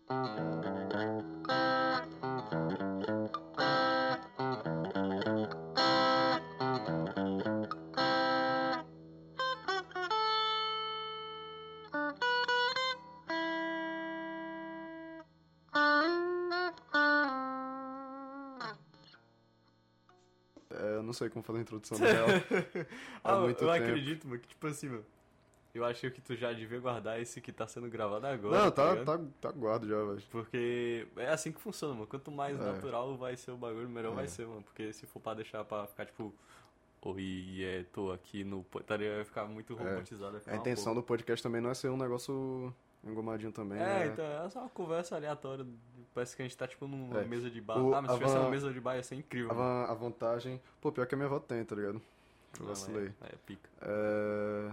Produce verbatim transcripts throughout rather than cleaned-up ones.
É, eu não sei como fazer a introdução na real. Há ah, muito eu tempo. acredito, mano, que tipo assim, mano. Eu achei que tu já devia guardar esse que tá sendo gravado agora. Não, tá, ligado? tá, tá guardo já, velho. Porque é assim que funciona, mano. Quanto mais É. natural vai ser o bagulho, melhor É. vai ser, mano. Porque se for pra deixar pra ficar tipo. Oi, é, tô aqui no. Estaria vai ficar muito robotizado. Vai ficar A uma intenção porra. do podcast também não é ser um negócio engomadinho também, É, né? então é só uma conversa aleatória. Parece que a gente tá tipo numa É. mesa de bar. O- ah, mas a se tivesse van- uma mesa de bar ia ser incrível. A, mano. van- a vantagem... Pô, pior que a minha avó tem, tá ligado? Eu Não, vacilei. é, é pica. É...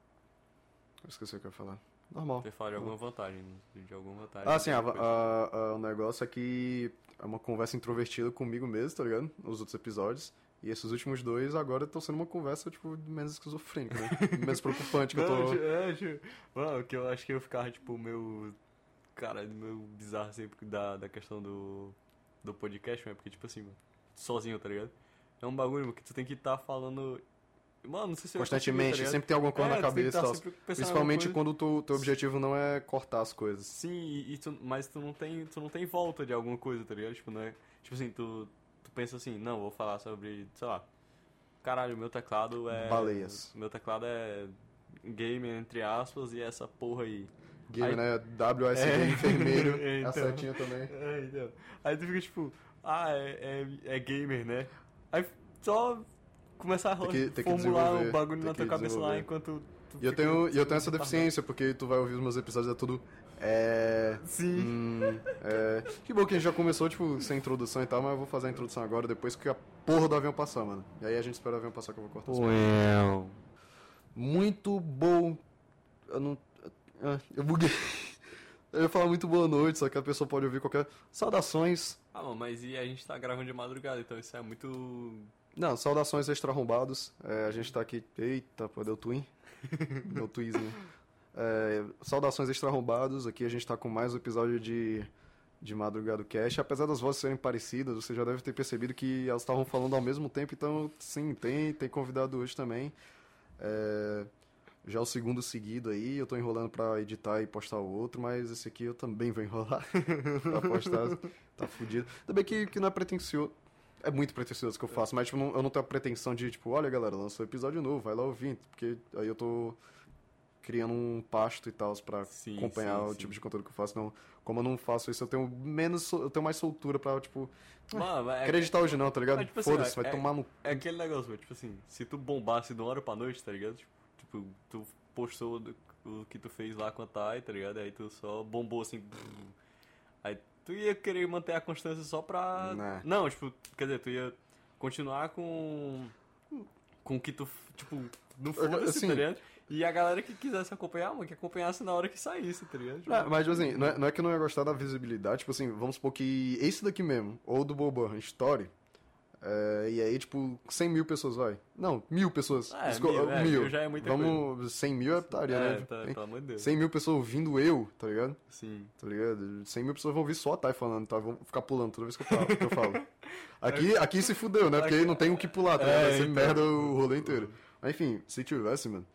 Eu esqueci o que eu ia falar. Normal. Você fala de alguma vantagem. De alguma vantagem. Ah, sim, a, depois- a- a- o negócio é que é uma conversa introvertida comigo mesmo, tá ligado? Os outros episódios. E esses últimos dois agora estão sendo uma conversa, tipo, menos esquizofrênica, né? menos preocupante que eu Não, tô... tipo, é, tipo, mano, que eu acho que eu ficava, tipo, meio. Cara, meio bizarro sempre da, da questão do, do podcast, né? Porque, tipo assim, mano, sozinho, tá ligado? É um bagulho mano, que tu tem que estar falando. Mano, não sei se eu ia conseguir, Constantemente, tá ligado? sempre tem alguma coisa É, na tu tem que cabeça e tá tal. sempre pensando em Principalmente alguma quando o teu, teu objetivo não é cortar as coisas. Sim, e, e tu, mas tu não tem, tu não tem volta de alguma coisa, tá ligado? Tipo, não é, tipo assim, tu, tu pensa assim, não, vou falar sobre, sei lá, caralho, meu teclado é... Baleias. Meu teclado é gamer, entre aspas, e essa porra aí. Game, Aí- né? W S D É. enfermeiro, É, a então. setinha também. É, então. Aí tu fica tipo, ah, é, é, é gamer, né? Aí só começar a Tem que- tem que formular desenvolver, o bagulho tem na tua que cabeça lá desenvolver. enquanto tu E eu fica tenho, e eu tenho essa retardado. deficiência, porque tu vai ouvir os meus episódios, é tudo... É... Sim. Hum, é... Que bom que a gente já começou, tipo, sem introdução e tal, mas eu vou fazer a introdução agora, depois que a porra do avião passar, mano. E aí a gente espera o avião passar que eu vou cortar as coisas. Well. Muito bom... Eu não... ah, Eu buguei. Eu ia falar muito boa noite, só que a pessoa pode ouvir qualquer... Saudações... Ah, mano, mas e a gente tá gravando de madrugada, então isso é muito... Não, saudações extra-arrombados. É, a gente tá aqui... Eita, pô, deu twin. Deu twinzinho. É, saudações extra-arrombados. Aqui a gente tá com mais um episódio de, de Madrugada Cast. Apesar das vozes serem parecidas, você já deve ter percebido que elas estavam falando ao mesmo tempo. Então, sim, tem, tem convidado hoje também. É, já o segundo seguido aí. Eu tô enrolando pra editar e postar o outro, mas esse aqui eu também vou enrolar pra postar. Tá fudido. Também que, que não é pretencioso. É muito pretencioso que eu faço, mas tipo, não- eu não tenho a pretensão de, tipo, olha galera, lançou episódio novo, vai lá ouvir, porque aí eu tô criando um pasto e tal pra Sim, acompanhar sim, o sim. tipo de conteúdo que eu faço. Não, como eu não faço isso, eu tenho menos, sol- eu tenho mais soltura pra, tipo, Mano, é, acreditar hoje não, tá ligado? mas, tipo assim, Foda-se, é- vai é- tomar no... é aquele negócio, mano, tipo assim, se tu bombasse de uma hora pra noite, tá ligado? Tipo, tipo, tu postou do- o que tu fez lá com a Thay, tá ligado? Aí tu só bombou assim. brrr. Aí tu ia querer manter a constância só pra. Né. Não, tipo, quer dizer, tu ia continuar com. Com o que tu, tipo, não foda-se, assim- tá ligado? E a galera que quisesse acompanhar, mano, que acompanhasse na hora que saísse, tá ligado? Tipo, Não, mas, tipo assim, não é, não é que eu não ia gostar da visibilidade, tipo assim, vamos supor que esse daqui mesmo, ou do Boban Story, é, e aí, tipo, cem mil pessoas vai. Não, mil pessoas. Ah, é, Desculpa, mil, é, mil. mil já é muita Vamos, cem mil é putaria, é, né? tá, Hein? pelo amor de Deus. cem mil pessoas ouvindo eu, tá ligado? Sim. Tá ligado? cem mil pessoas vão ouvir só a Thay falando, tá? Vão ficar pulando toda vez que eu falo. que eu falo. Aqui, aqui se fudeu, né? Porque aí não tem o que pular, tá ligado? É, Vai ser então. merda o rolê inteiro. Mas enfim, se tivesse, mano,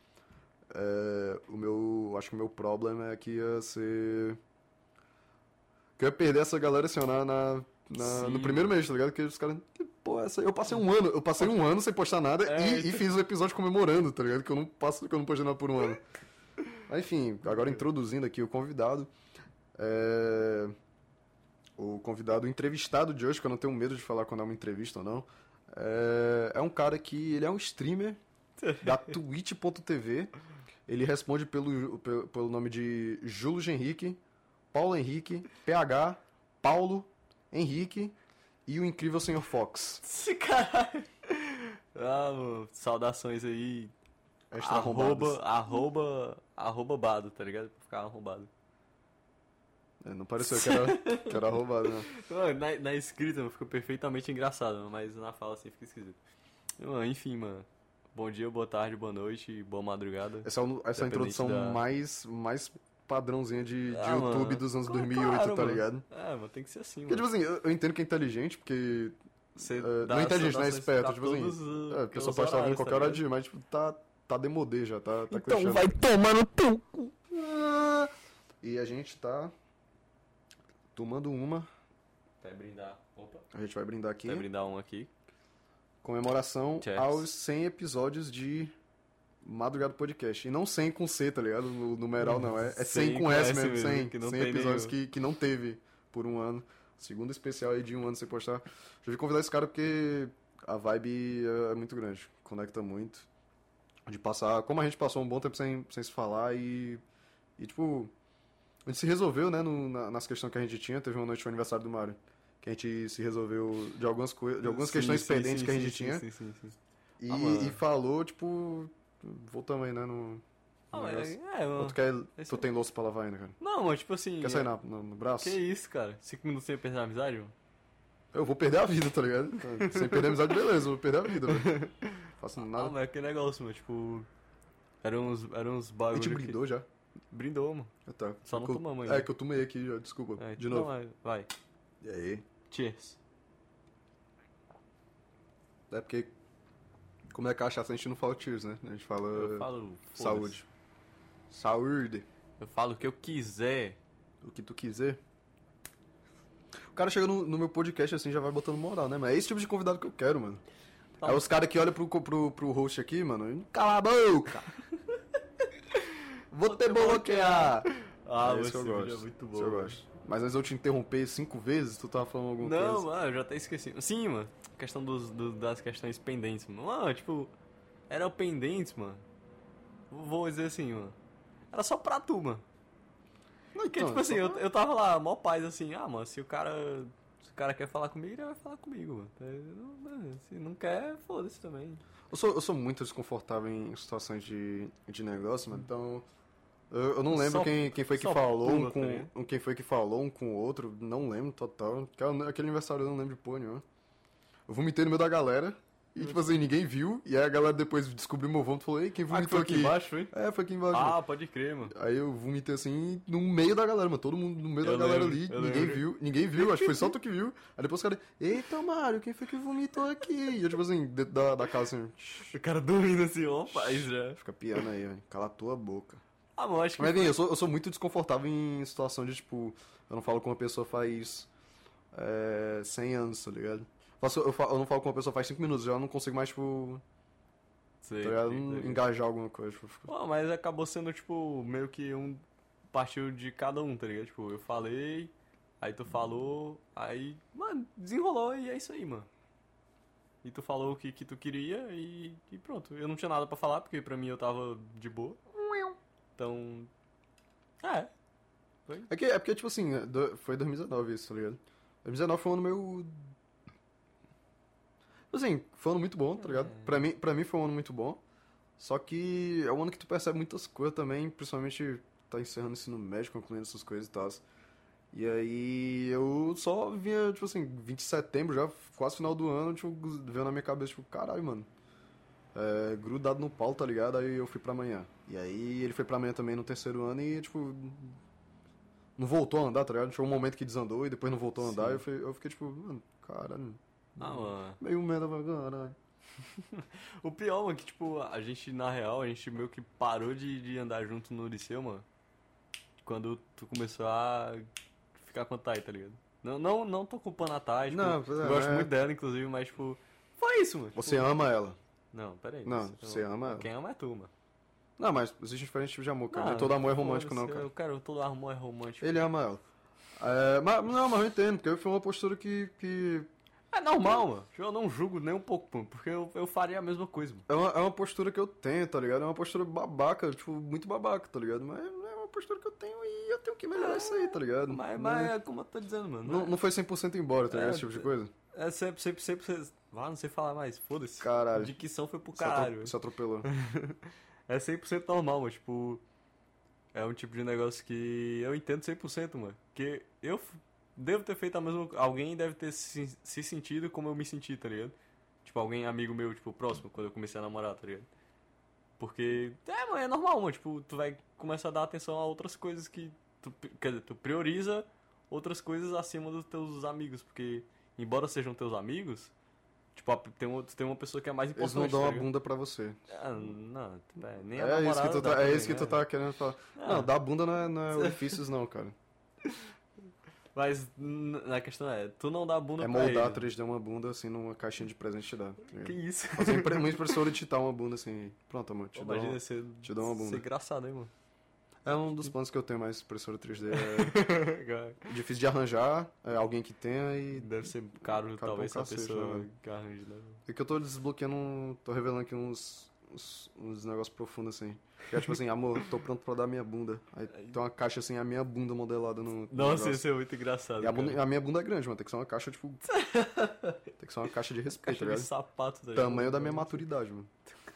é, o meu, acho que o meu problema é que ia ser... Que eu ia perder essa galera assim, ó, na, na, na- no Sim. primeiro mês, tá ligado? Que os caras... Que porra é essa? Eu passei um ano, eu passei um ano sem postar nada É, e, então. e fiz o episódio comemorando, tá ligado? Que eu não passo, que eu não postei nada por um ano. Mas, enfim, agora introduzindo aqui o convidado. É... O convidado, o entrevistado de hoje, que eu não tenho medo de falar quando é uma entrevista ou não. É, é um cara que ele é um streamer da twitch ponto tv. Ele responde pelo, pelo, pelo nome de Júlio Henrique, Paulo Henrique, P H, Paulo Henrique e o incrível senhor Fox. Esse caralho. Ah, mano, saudações aí. Extra Arroba, arroba, arroba bado, tá ligado? Pra ficar arrombado. É, não pareceu que era, que era roubado, né? Mano, na, na escrita mano, ficou perfeitamente engraçado, mas na fala assim fica esquisito. Mano, enfim, mano. Bom dia, boa tarde, boa noite, boa madrugada. Essa é, o- essa é a Independente introdução da- mais, mais padrãozinha de, de Ah, YouTube mano. dos anos Claro, dois mil e oito, tá mano. ligado? É, mas tem que ser assim, Porque, mano. tipo assim, eu, eu entendo que é inteligente, porque... Você é, dá não é inteligente, essa não é noção esperto, pra tipo assim... todos, uh, É, a pessoa os pode estar vendo horários, qualquer tá hora ligado? do dia, mas, tipo, tá, tá demodê já, tá, tá Então clichê. vai tomar no teu cu. Ah, E a gente tá tomando uma, Vai brindar. Opa. a gente vai brindar aqui, Vai brindar um aqui. comemoração Cheers. aos cem episódios de Madrugada Podcast. E não cem com C, tá ligado? No numeral não, é, é cem com S mesmo, cem, que não cem tem episódios nenhum. que, que não teve por um ano. Segundo especial aí de um ano sem postar. Já vim convidar esse cara porque a vibe é, é muito grande, conecta muito. De passar, como a gente passou um bom tempo sem, sem se falar e, e tipo, a gente se resolveu, né, no, na- nas questões que a gente tinha. Teve uma noite do aniversário do Mário, que a gente se resolveu de algumas, coi- de algumas Sim, questões sim, pendentes sim, que a sim, gente sim, tinha. Sim, sim, sim. E, Ah, mano. e falou, tipo, voltamos aí, né, no, Ah, no mas negócio. é, Ou mano. tu, quer, Esse tu é- tem louça pra lavar ainda, cara? Não, mas tipo assim. Quer sair é- na- no, no braço? Que isso, cara? Cinco minutos sem perder a amizade, mano? Eu vou perder a vida, tá ligado? Sem perder a amizade, beleza, eu vou perder a vida, velho. Faço Ah, nada. mas é aquele negócio, mano. Tipo. Eram uns, eram uns A bagulho. gente que- brindou já. Brindou, mano. Ah, tá. Só não Que eu- tomamos É, ainda. que eu tomei aqui já, desculpa. É, De não, novo. mas vai. E aí? Cheers. É porque, como é cachaça, a gente não fala cheers, né? A gente fala Eu falo. foda-se. saúde. Saúde. Eu falo o que eu quiser. O que tu quiser. O cara chega no, no meu podcast assim já vai botando moral, né, mano? É esse tipo de convidado que eu quero, mano. Tá. Aí os caras que olham pro, pro, pro host aqui, mano, e cala a boca! Vou te bloquear! Ah, é esse isso que eu vídeo gosto. é muito Isso eu bom. gosto. Mas antes de eu te interromper cinco vezes, tu tava falando alguma Não, coisa. mano, eu já até esqueci. Sim, mano. Questão dos, do- das questões pendentes, mano. Mano, tipo, eram pendentes, mano. Vou dizer assim, mano. Era só pra tu, mano. Não, Porque, então, tipo assim, só eu, pra- eu tava lá, mó paz, assim, ah, mano, se o cara. Se o cara quer falar comigo, ele vai falar comigo, mano. Eu não- mano, Se não quer, foda-se também. Eu sou, eu sou muito desconfortável em situações de, de negócio, mano. Então, eu, eu não lembro Só- quem, quem foi que só falou um pula, tá com ligado? um, quem foi que falou um com o outro. Não lembro total. Aquela- Aquele aniversário eu não lembro de porra nenhuma. Eu vomitei no meio da galera. E, tipo assim, ninguém viu. E aí a galera depois descobriu meu vômito e falou: Ei, quem Ah, que vomitou foi aqui aqui? embaixo, foi? É, foi aqui embaixo. Ah, pode crer, mano. Aí eu vomitei assim no meio da galera, mano. Todo mundo no meio Eu da galera lembro, ali. eu Ninguém lembro. viu. Ninguém viu, acho que foi só tu que viu. Aí depois os caras, eita, Mário, quem foi que vomitou aqui? E eu, tipo assim, dentro da, da casa assim, O cara dormindo assim, ó, paz já. fica piano aí, velho. Cala a tua boca. Ah, mano, acho que. Mas enfim, eu sou, eu sou muito desconfortável em situação de, tipo, eu não falo com uma pessoa faz é, cem anos, tá ligado? Faço- Eu, fa- eu não falo com uma pessoa faz cinco minutos, já não consigo mais, tipo, Sei, tá ligado? sei, sei. Engajar alguma coisa. Tipo, fico- Pô, mas acabou sendo, tipo, meio que um. Partiu de cada um, tá ligado? Tipo, eu falei, aí tu falou, aí. Mano, desenrolou e é isso aí, mano. E tu falou o que, que tu queria e, e pronto. Eu não tinha nada pra falar, porque pra mim eu tava de boa. Então. É. É, que, é porque, tipo assim, do- foi dois mil e dezenove isso, tá ligado? dois mil e dezenove foi um ano meio. Assim, foi um ano muito bom, tá ligado? É. Pra mim, pra mim foi um ano muito bom. Só que é um ano que tu percebe muitas coisas também, principalmente tá encerrando o ensino médio, concluindo essas coisas e tal. E aí eu só vinha, tipo assim, vinte de setembro, já quase final do ano, tipo, veio na minha cabeça, tipo, caralho, mano. É, grudado no pau, tá ligado? Aí eu fui pra amanhã. E aí ele foi pra amanhã também no terceiro ano e, tipo, não voltou a andar, tá ligado? Chegou um momento que desandou e depois não voltou a andar. Sim. E eu, fui- eu fiquei, tipo, mano, caralho. Ah, mano. Meio merda, mas caralho. O pior, mano, é que, tipo, a gente, na real, a gente meio que parou de, de andar junto no liceu, mano. Quando tu começou a ficar com a Thay, tá ligado? Não, não, não tô culpando a Thay, tipo, Não, pois é, eu gosto é. muito dela, inclusive, mas, tipo, foi isso, mano. Você tipo, ama ela? Não, peraí. Não, você ama ela. Quem ama é tu, mano. Não, mas existe diferentes tipos de amor, cara. Não, Nem todo amor é romântico, não, foda-se, cara. Eu quero, todo amor é romântico. Ele ama ela. É, mas, não, mas eu entendo, porque foi uma postura que, que É normal, mano. Eu não julgo nem um pouco, mano, porque eu, eu faria a mesma coisa, mano. É uma, é uma postura que eu tenho, tá ligado? É uma postura babaca, tipo, muito babaca, tá ligado? Mas é uma postura que eu tenho e eu tenho que melhorar isso aí, tá ligado? Mas, não, mas é como eu tô dizendo, mano. não, não foi cem por cento embora, tá ligado? É, Esse tipo de coisa. É sempre, sempre, sempre. sempre ah, não sei falar mais, foda-se. Caralho. Dicção foi pro Se atro- caralho. Se atropelou. É cem por cento normal, mano. Tipo, é um tipo de negócio que eu entendo cem por cento, mano. Porque eu f- devo ter feito a mesma. Alguém deve ter se, se sentido como eu me senti, tá ligado? Tipo, alguém amigo meu, tipo, próximo, quando eu comecei a namorar, tá ligado? Porque, é, mano, é normal, mano. Tipo, tu vai começar a dar atenção a outras coisas que... Tu, quer dizer, tu prioriza outras coisas acima dos teus amigos. Porque, embora sejam teus amigos, tipo, tem, um, tem uma pessoa que é mais Eles importante. não dão tá a bunda pra você. Ah, não, é, nem a É isso que namorada tu dá tá, é também, isso que tu né? tá querendo falar. Ah. Não, dar bunda não é, não é orifícios não, cara. Mas n- a questão é, tu não dá bunda É pra moldar ele. três D uma bunda assim numa caixinha de presente e te dar. Tá ligado? Que isso? Fazer uma impre- uma impressora e te dar uma bunda assim. Pronto, amor, te dá Imagina uma... ser, te dou uma bunda. ser engraçado, hein, mano? É um dos planos que eu tenho mais impressora três D. É difícil de arranjar, é alguém que tenha e... Deve ser caro, Caro talvez, se pra a um cacete, pessoa né? que arranja, né? É que eu tô desbloqueando, um- tô revelando aqui uns, uns, uns negócios profundos assim. Que é tipo assim, amor, tô pronto pra dar minha bunda. Aí tem uma caixa assim, a minha bunda modelada no, no Nossa, negócio. isso é muito engraçado, E a, bunda- cara. a minha bunda é grande, mano. Tem que ser uma caixa, tipo. Tem que ser uma caixa de respeito, Caixa tá de ligado? sapato, tá ligado? Tamanho da minha maturidade, mano.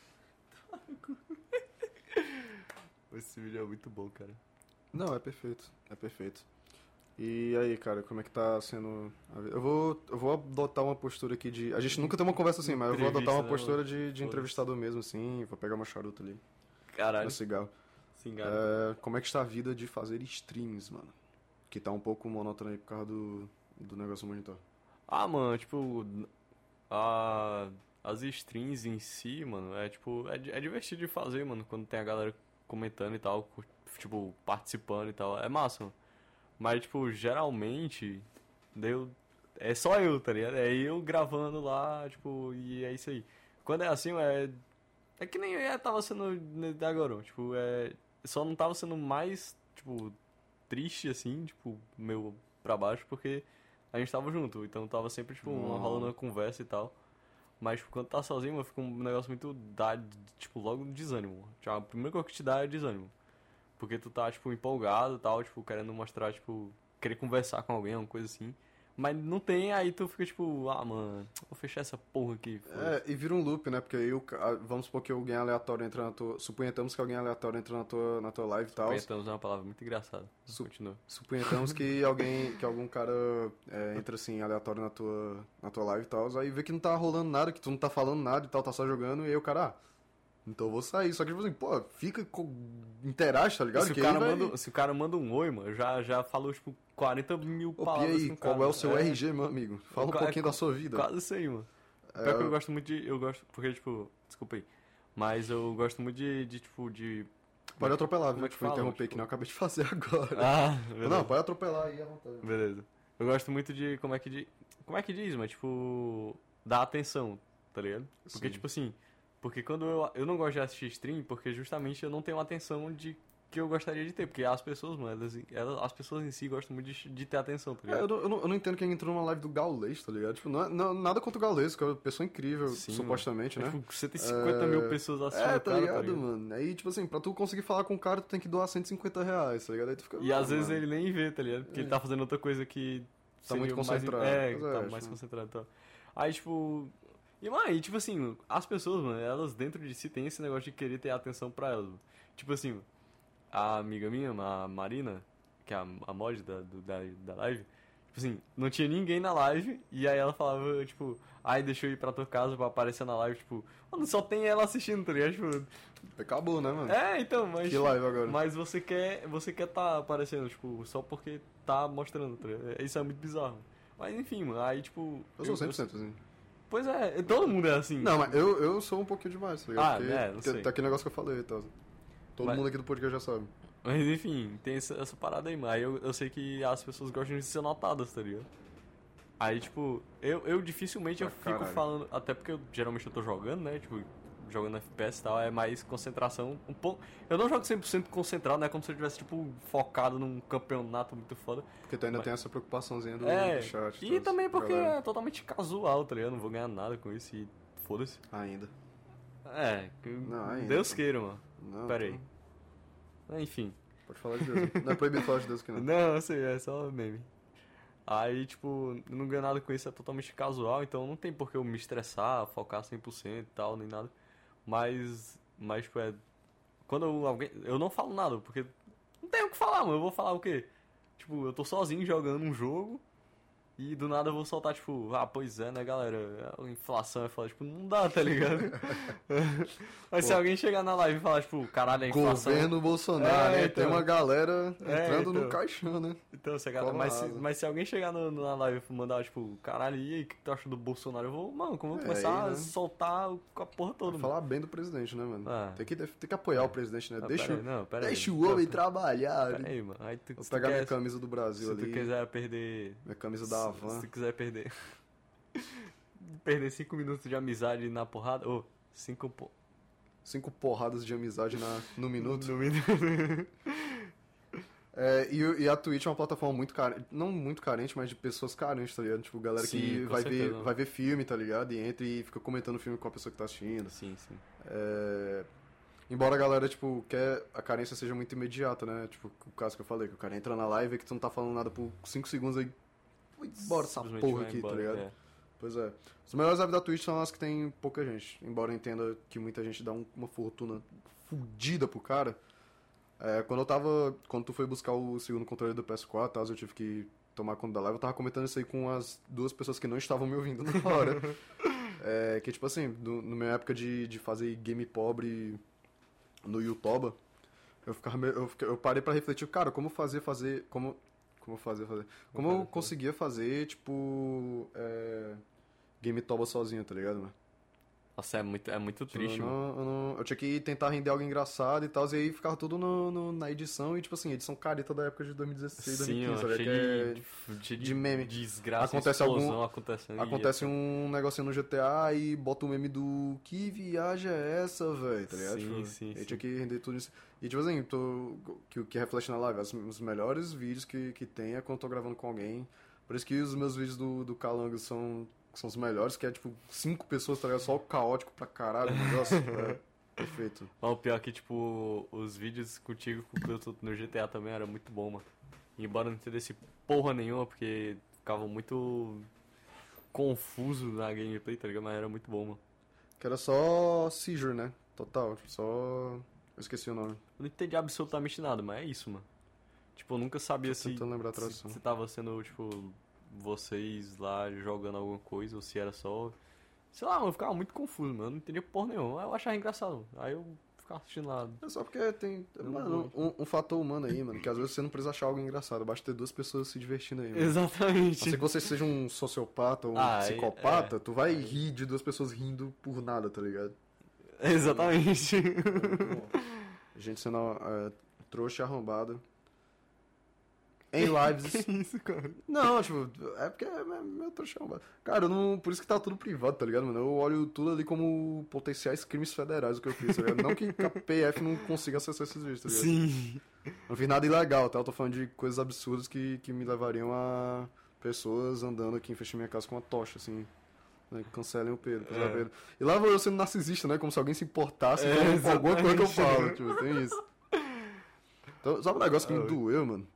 Esse vídeo é muito bom, cara. Não, é perfeito. É perfeito. E aí, cara, como é que tá sendo. a vida? Eu vou, eu vou adotar uma postura aqui de. A gente nunca tem uma conversa assim, mas eu vou adotar uma Entrevista, né, postura de, de Foda-se. entrevistador mesmo, assim. Vou pegar uma charuta ali. Caralho, No cigarro. se engana. É, como é que está a vida de fazer streams, mano? Que tá um pouco monótono aí por causa do, do negócio do monitor. Ah, mano, tipo, a, as streams em si, mano, é tipo, é, di- é divertido de fazer, mano, quando tem a galera comentando e tal, cu- tipo, participando e tal, é massa, mano. Mas, tipo, geralmente, deu, é só eu, tá ligado? É eu gravando lá, tipo, e é isso aí. Quando é assim, é, é que nem eu tava sendo né, agora, tipo, é, só não tava sendo mais, tipo, triste, assim, tipo, meu pra baixo, porque a gente tava junto, então tava sempre, tipo, uma, Uhum. rolando uma conversa e tal. Mas tipo, quando tá sozinho, mano, fica um negócio muito, dá, tipo, logo desânimo. Tipo, a primeira coisa que te dá é desânimo. Porque tu tá, tipo, empolgado e tal, tipo, querendo mostrar, tipo, querer conversar com alguém, uma coisa assim. Mas não tem, aí tu fica tipo, ah, mano, vou fechar essa porra aqui. É, e vira um loop, né? Porque aí, o ca- ah, vamos supor que alguém aleatório entra na tua... Suponhamos que alguém aleatório entra na tua, na tua live e tal. Comentamos é uma palavra muito engraçada. Su- Continua. Suponhamos que alguém, que algum cara é, entra assim, aleatório na tua, na tua live e tal, aí vê que não tá rolando nada, que tu não tá falando nada e tal, tá só jogando, e aí o cara, ah, então eu vou sair. Só que tipo assim, pô, fica, co- interage, tá ligado? Se o, Que cara aí vai... manda, se o cara manda um oi, mano, já, já falou, tipo, quarenta mil Ô, e palavras aí, com o qual cara. é o seu R G, meu amigo? Fala um Qual- pouquinho da sua vida. Quase isso aí, mano. Pior que eu gosto muito de. Eu gosto. Porque, tipo. Desculpa aí. Mas eu gosto muito de, de tipo, de. Pode atropelar, Como viu? é que Tipo, fala, interromper, tipo- que nem eu acabei de fazer agora. Ah, beleza. Não, pode atropelar aí à vontade. Beleza. Eu gosto muito de. Como é que de. Como é que diz, mas tipo. Dar atenção, tá ligado? Porque, Sim. tipo assim. Porque quando eu. Eu não gosto de assistir stream, porque justamente eu não tenho a atenção de. Que eu gostaria de ter. Porque as pessoas, mano, elas, elas- as pessoas em si gostam muito de, de ter atenção, tá É, ligado? eu, não, eu, não, eu não entendo quem entrou numa live do Gaules, tá ligado? Tipo, não, é- não- nada contra o Gaules, que é uma pessoa incrível, Sim, supostamente, Mas, né? tipo, cento e cinquenta mil pessoas assistindo É, o tá cara, ligado, mano? Aí, tipo assim, pra tu conseguir falar com o cara, tu tem que doar cento e cinquenta reais, tá ligado? Aí tu fica... E ah, às vezes mano. ele nem vê, tá ligado? Porque ele tá fazendo outra coisa que. Tá muito seria mais- concentrado. É, Mas tá é, mais tipo- concentrado. Então. Aí, tipo. E, mano, e, tipo assim, as pessoas, mano, elas dentro de si têm esse negócio de querer ter atenção pra elas. Mano. Tipo assim, a amiga minha, a Marina, que é a, a mod da, do- da, da live, tipo assim, não tinha ninguém na live, e aí ela falava, tipo, ai, deixa eu ir pra tua casa pra aparecer na live, tipo, mano, só tem ela assistindo, tá ligado? Tipo, Acabou, né, mano? é, então, mas. Que live agora? Mas você quer, você quer tá aparecendo, tipo, só porque tá mostrando, tá ligado? Isso é muito bizarro. Mas enfim, mano, aí tipo. Eu sou cem por cento assim. Pois é, todo mundo é assim. Não, mas eu, eu sou um pouquinho demais, tá ligado? Ah, Porque é, não tem- sei. Tá aquele negócio que eu falei e tal. Todo Mas- mundo aqui do podcast já sabe. Mas enfim, tem essa, essa parada aí, mas aí eu, eu sei que as pessoas gostam de ser notadas, tá ligado? Aí, tipo, eu, eu dificilmente eu Ah, fico caralho. falando, até porque eu, geralmente eu tô jogando, né? Tipo, jogando F P S e tal, é mais concentração. Um pouco. Eu não jogo cem por cento concentrado, né? Como se eu tivesse, tipo, focado num campeonato muito foda. Porque tu ainda Mas- tem essa preocupaçãozinha do, É, do chat. e tal, também porque galera. é totalmente casual, tá ligado? Eu não vou ganhar nada com isso e foda-se. Ainda. É, que Não, ainda. Deus queira, mano. Não, Pera tá. aí. Enfim. Pode falar de Deus. Não é proibido falar de Deus aqui, não. Não, eu sei, é só meme. Aí, tipo, eu não ganho nada com isso, é totalmente casual, então não tem por que eu me estressar, focar cem por cento e tal, nem nada. Mas, mas, tipo, é... Quando eu, alguém... Eu não falo nada, porque não tenho o que falar, mano. Eu vou falar o quê? Tipo, eu tô sozinho jogando um jogo E do nada eu vou soltar, tipo, ah, pois é, né, galera? A inflação é foda. Tipo, não dá, tá ligado? Mas Pô. se alguém chegar na live e falar, tipo, caralho, a inflação... Governo Bolsonaro, É, né? então. Tem uma galera É, entrando então. no caixão, né? Então, se a galera... Cola mas, se, asa. mas se alguém chegar no, na live e mandar, tipo, caralho, e aí, o que tu acha do Bolsonaro? Eu vou, mano, como eu vou É, começar aí, né? a soltar o- a porra toda, mano. Falar bem do presidente, né, mano? Ah. Tem, que, tem que apoiar o presidente, né? Ah, deixa pera o- aí, não, pera aí. deixa o homem Pera- trabalhar. Pera aí, mano. Aí tu, Vou se tu pegar minha quer- camisa do Brasil Se tu ali, quiser perder... minha camisa Se, da se Havan. tu quiser perder... perder cinco minutos de amizade na porrada... Ô, cinco... Po... Cinco porradas de amizade na, no minuto. No minuto. É, e, o- e a Twitch é uma plataforma muito carente, não muito carente, mas de pessoas carentes, tá ligado? Tipo, galera Sim, que com vai ver, certeza. vai ver filme, tá ligado? E entra e fica comentando o filme com a pessoa que tá assistindo. Sim, sim. É, embora a galera, tipo, quer a carência seja muito imediata, né? Tipo, o caso que eu falei, que o cara entra na live e que tu não tá falando nada por cinco segundos aí. Vai embora essa Simplesmente porra vai aqui, embora, tá ligado? é. Pois é. Os melhores lives da Twitch são as que tem pouca gente. Embora eu entenda que muita gente dá um- uma fortuna fudida pro cara. É, quando eu tava. Quando tu foi buscar o segundo controle do P S quatro, tal, eu tive que tomar conta da live, eu tava comentando isso aí com as duas pessoas que não estavam me ouvindo na hora. É, que tipo assim, no, na minha época de, de fazer game pobre no YouTube, eu, ficava, meio- eu, fiquei- eu parei pra refletir, cara, como fazer, fazer. Como. Como fazer, fazer. Como eu conseguia fazer, tipo. É, game toba sozinho, tá ligado, mano? Nossa, é muito, é muito Tipo, triste, eu, mano. não, eu, não- eu tinha que tentar render algo engraçado e tal, e aí ficava tudo no, no- na edição, e tipo assim, edição careta da época de dois mil e dezesseis, Sim, dois mil e quinze, ó, sabe? cheio Que é- de, cheio de meme. desgraça, Acontece explosão algum- acontecendo. e- Acontece um negocinho no G T A e bota o meme do que viagem é essa, velho, tá ligado? Sim, Tipo, sim, aí sim. tinha que render tudo isso. E tipo assim, tô, que, o que reflete na live, as- os melhores vídeos que, que tem é quando eu tô gravando com alguém. Por isso que os meus vídeos do, do Calango são, são os melhores, que é tipo cinco pessoas, tá ligado? Só caótico pra caralho o negócio. É, perfeito. Mas o pior é que, tipo, os vídeos contigo com o no G T A também era muito bom, mano. Embora não entendesse porra nenhuma, porque ficavam muito confuso na gameplay, tá ligado? Mas era muito bom, mano. Que era só Seizure, né? Total, tipo, só... Eu esqueci o nome. Eu não entendi absolutamente nada, mas é isso, mano. Tipo, eu nunca sabia Tô se, tentando lembrar a se, tradução. se tava sendo, tipo, vocês lá jogando alguma coisa, ou se era só... Sei lá, mano, eu ficava muito confuso, mano. Eu não entendia porra nenhuma. Eu achava engraçado, mano. Aí eu ficava assistindo lá. É só porque tem, Não mano, um, um fator humano aí, mano, que às vezes você não precisa achar algo engraçado, basta ter duas pessoas se divertindo aí, mano. A não Exatamente. ser que você seja um sociopata ou um Ah, aí- psicopata, é. tu vai rir de duas pessoas rindo por nada, tá ligado? Exatamente. Gente sendo é, trouxa e arrombado. Em lives. Que isso, cara? Não, tipo, é porque é meu trouxa e arrombado. Cara, eu não, por isso que tá tudo privado, tá ligado, mano? Eu olho tudo ali como potenciais crimes federais o que eu fiz, tá ligado? Não que a P F não consiga acessar esses vídeos, tá ligado? Sim. Não fiz nada ilegal, tá? Eu tô falando de coisas absurdas que, que me levariam a pessoas andando aqui em frente à minha casa com uma tocha, assim. Né? Cancelem o Pedro, cancelem o É. Pedro. E lá vou eu sendo narcisista, né? Como se alguém se importasse É, com, com alguma coisa que eu falo. exatamente. Tipo, tem isso. Então, sabe um negócio que me Ah, doeu, mano?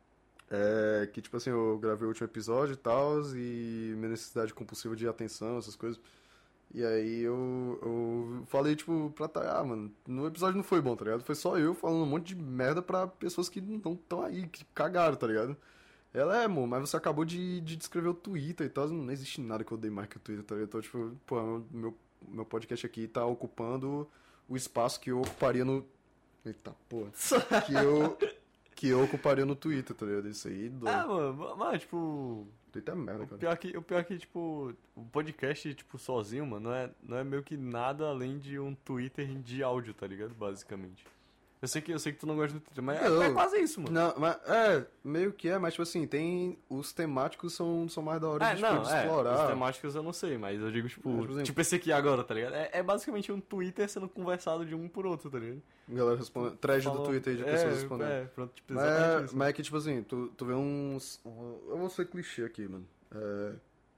É que, tipo assim, eu gravei o último episódio e tal, e minha necessidade compulsiva de atenção, essas coisas. E aí eu, eu falei, tipo, pra Thay, ah, mano, no episódio não foi bom, tá ligado? Foi só eu falando um monte de merda pra pessoas que não estão aí, que cagaram, tá ligado? Ela é, amor, mas você acabou de, de descrever o Twitter e tal, não existe nada que eu odeie mais que o Twitter, tá ligado? Então, tipo, pô, meu, meu, meu podcast aqui tá ocupando o espaço que eu ocuparia no... Eita, porra. Que eu, que eu ocuparia no Twitter, tá ligado? Isso aí, dói. Ah, mano, mano, tipo... Twitter é merda, O cara. pior que, o pior que, tipo, o podcast, tipo, sozinho, mano, não é, não é meio que nada além de um Twitter de áudio, tá ligado? Basicamente. Eu sei que, eu sei que tu não gosta do Twitter, mas é, Não. é quase isso, mano. Não, mas é, meio que é, mas tipo assim, tem. Os temáticos são, são mais da hora É, de, não, tipo, de é, explorar. os temáticos eu não sei, mas eu digo, tipo, É, tipo assim- tipo esse aqui agora, tá ligado? É, é basicamente um Twitter sendo conversado de um por outro, tá ligado? Galera responde. Thread do Falou- Twitter aí de é, pessoas respondendo. É, pronto, tipo, Mas, exatamente é, isso. mas é que, tipo assim, tu, tu vê uns. Eu vou ser clichê aqui, mano. É.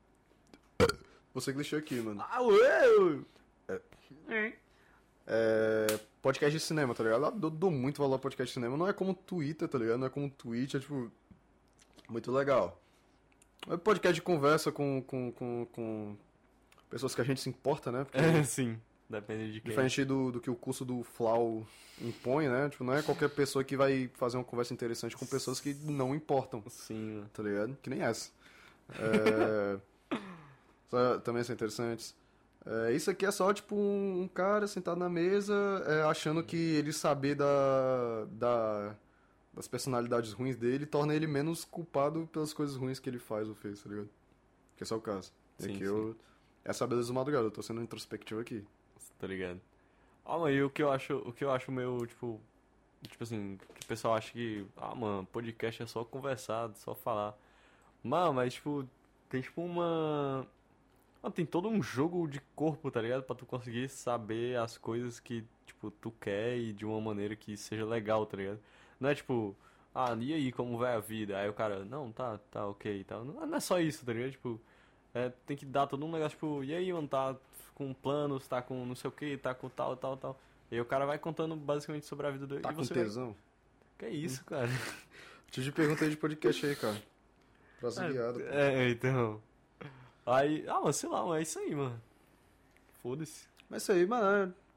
Vou ser clichê aqui, mano. Ah, ué! É. Podcast de cinema, tá ligado? Eu dou, dou muito valor a podcast de cinema. Não é como Twitter, tá ligado? Não é como Twitch, é tipo. Muito legal. É podcast de conversa com, com, com, com pessoas que a gente se importa, né? Porque É, sim. Depende de quem. diferente do, do que o curso do Flau impõe, né? Tipo, não é qualquer pessoa que vai fazer uma conversa interessante com pessoas que não importam, Sim, tá ligado? Que nem essa. É, só- também são interessantes. É, isso aqui é só, tipo, um, um cara sentado na mesa, é, achando que ele saber da, da, das personalidades ruins dele torna ele menos culpado pelas coisas ruins que ele faz ou fez, tá ligado? Que esse é o caso. E Sim, aqui sim. eu... Essa é a beleza do Madrugada, eu tô sendo introspectivo aqui. Tá ligado? Ah, mano, e o que eu acho, o que eu acho meio, tipo, tipo assim, que o pessoal acha que, ah, mano, podcast é só conversar, só falar. Mano, mas, tipo, tem, tipo, uma... Mano, tem todo um jogo de corpo, tá ligado? Pra tu conseguir saber as coisas que, tipo, tu quer e de uma maneira que seja legal, tá ligado? Não é, tipo, ah, e aí, como vai a vida? Aí o cara, não, tá, tá, ok e tal. Não, não é só isso, tá ligado? Tipo, é, tem que dar todo um negócio, tipo, e aí, mano, tá com planos, tá com não sei o que, tá com tal, tal, tal. E aí o cara vai contando basicamente sobre a vida dele. Tá e com você vai... tesão? Que é isso, cara? Te pergunta aí de podcast aí, cara. Praça guiada. pô. É, então. Aí, ah, mas sei lá, mano, é isso aí, mano. Foda-se. Mas isso aí, mano, é...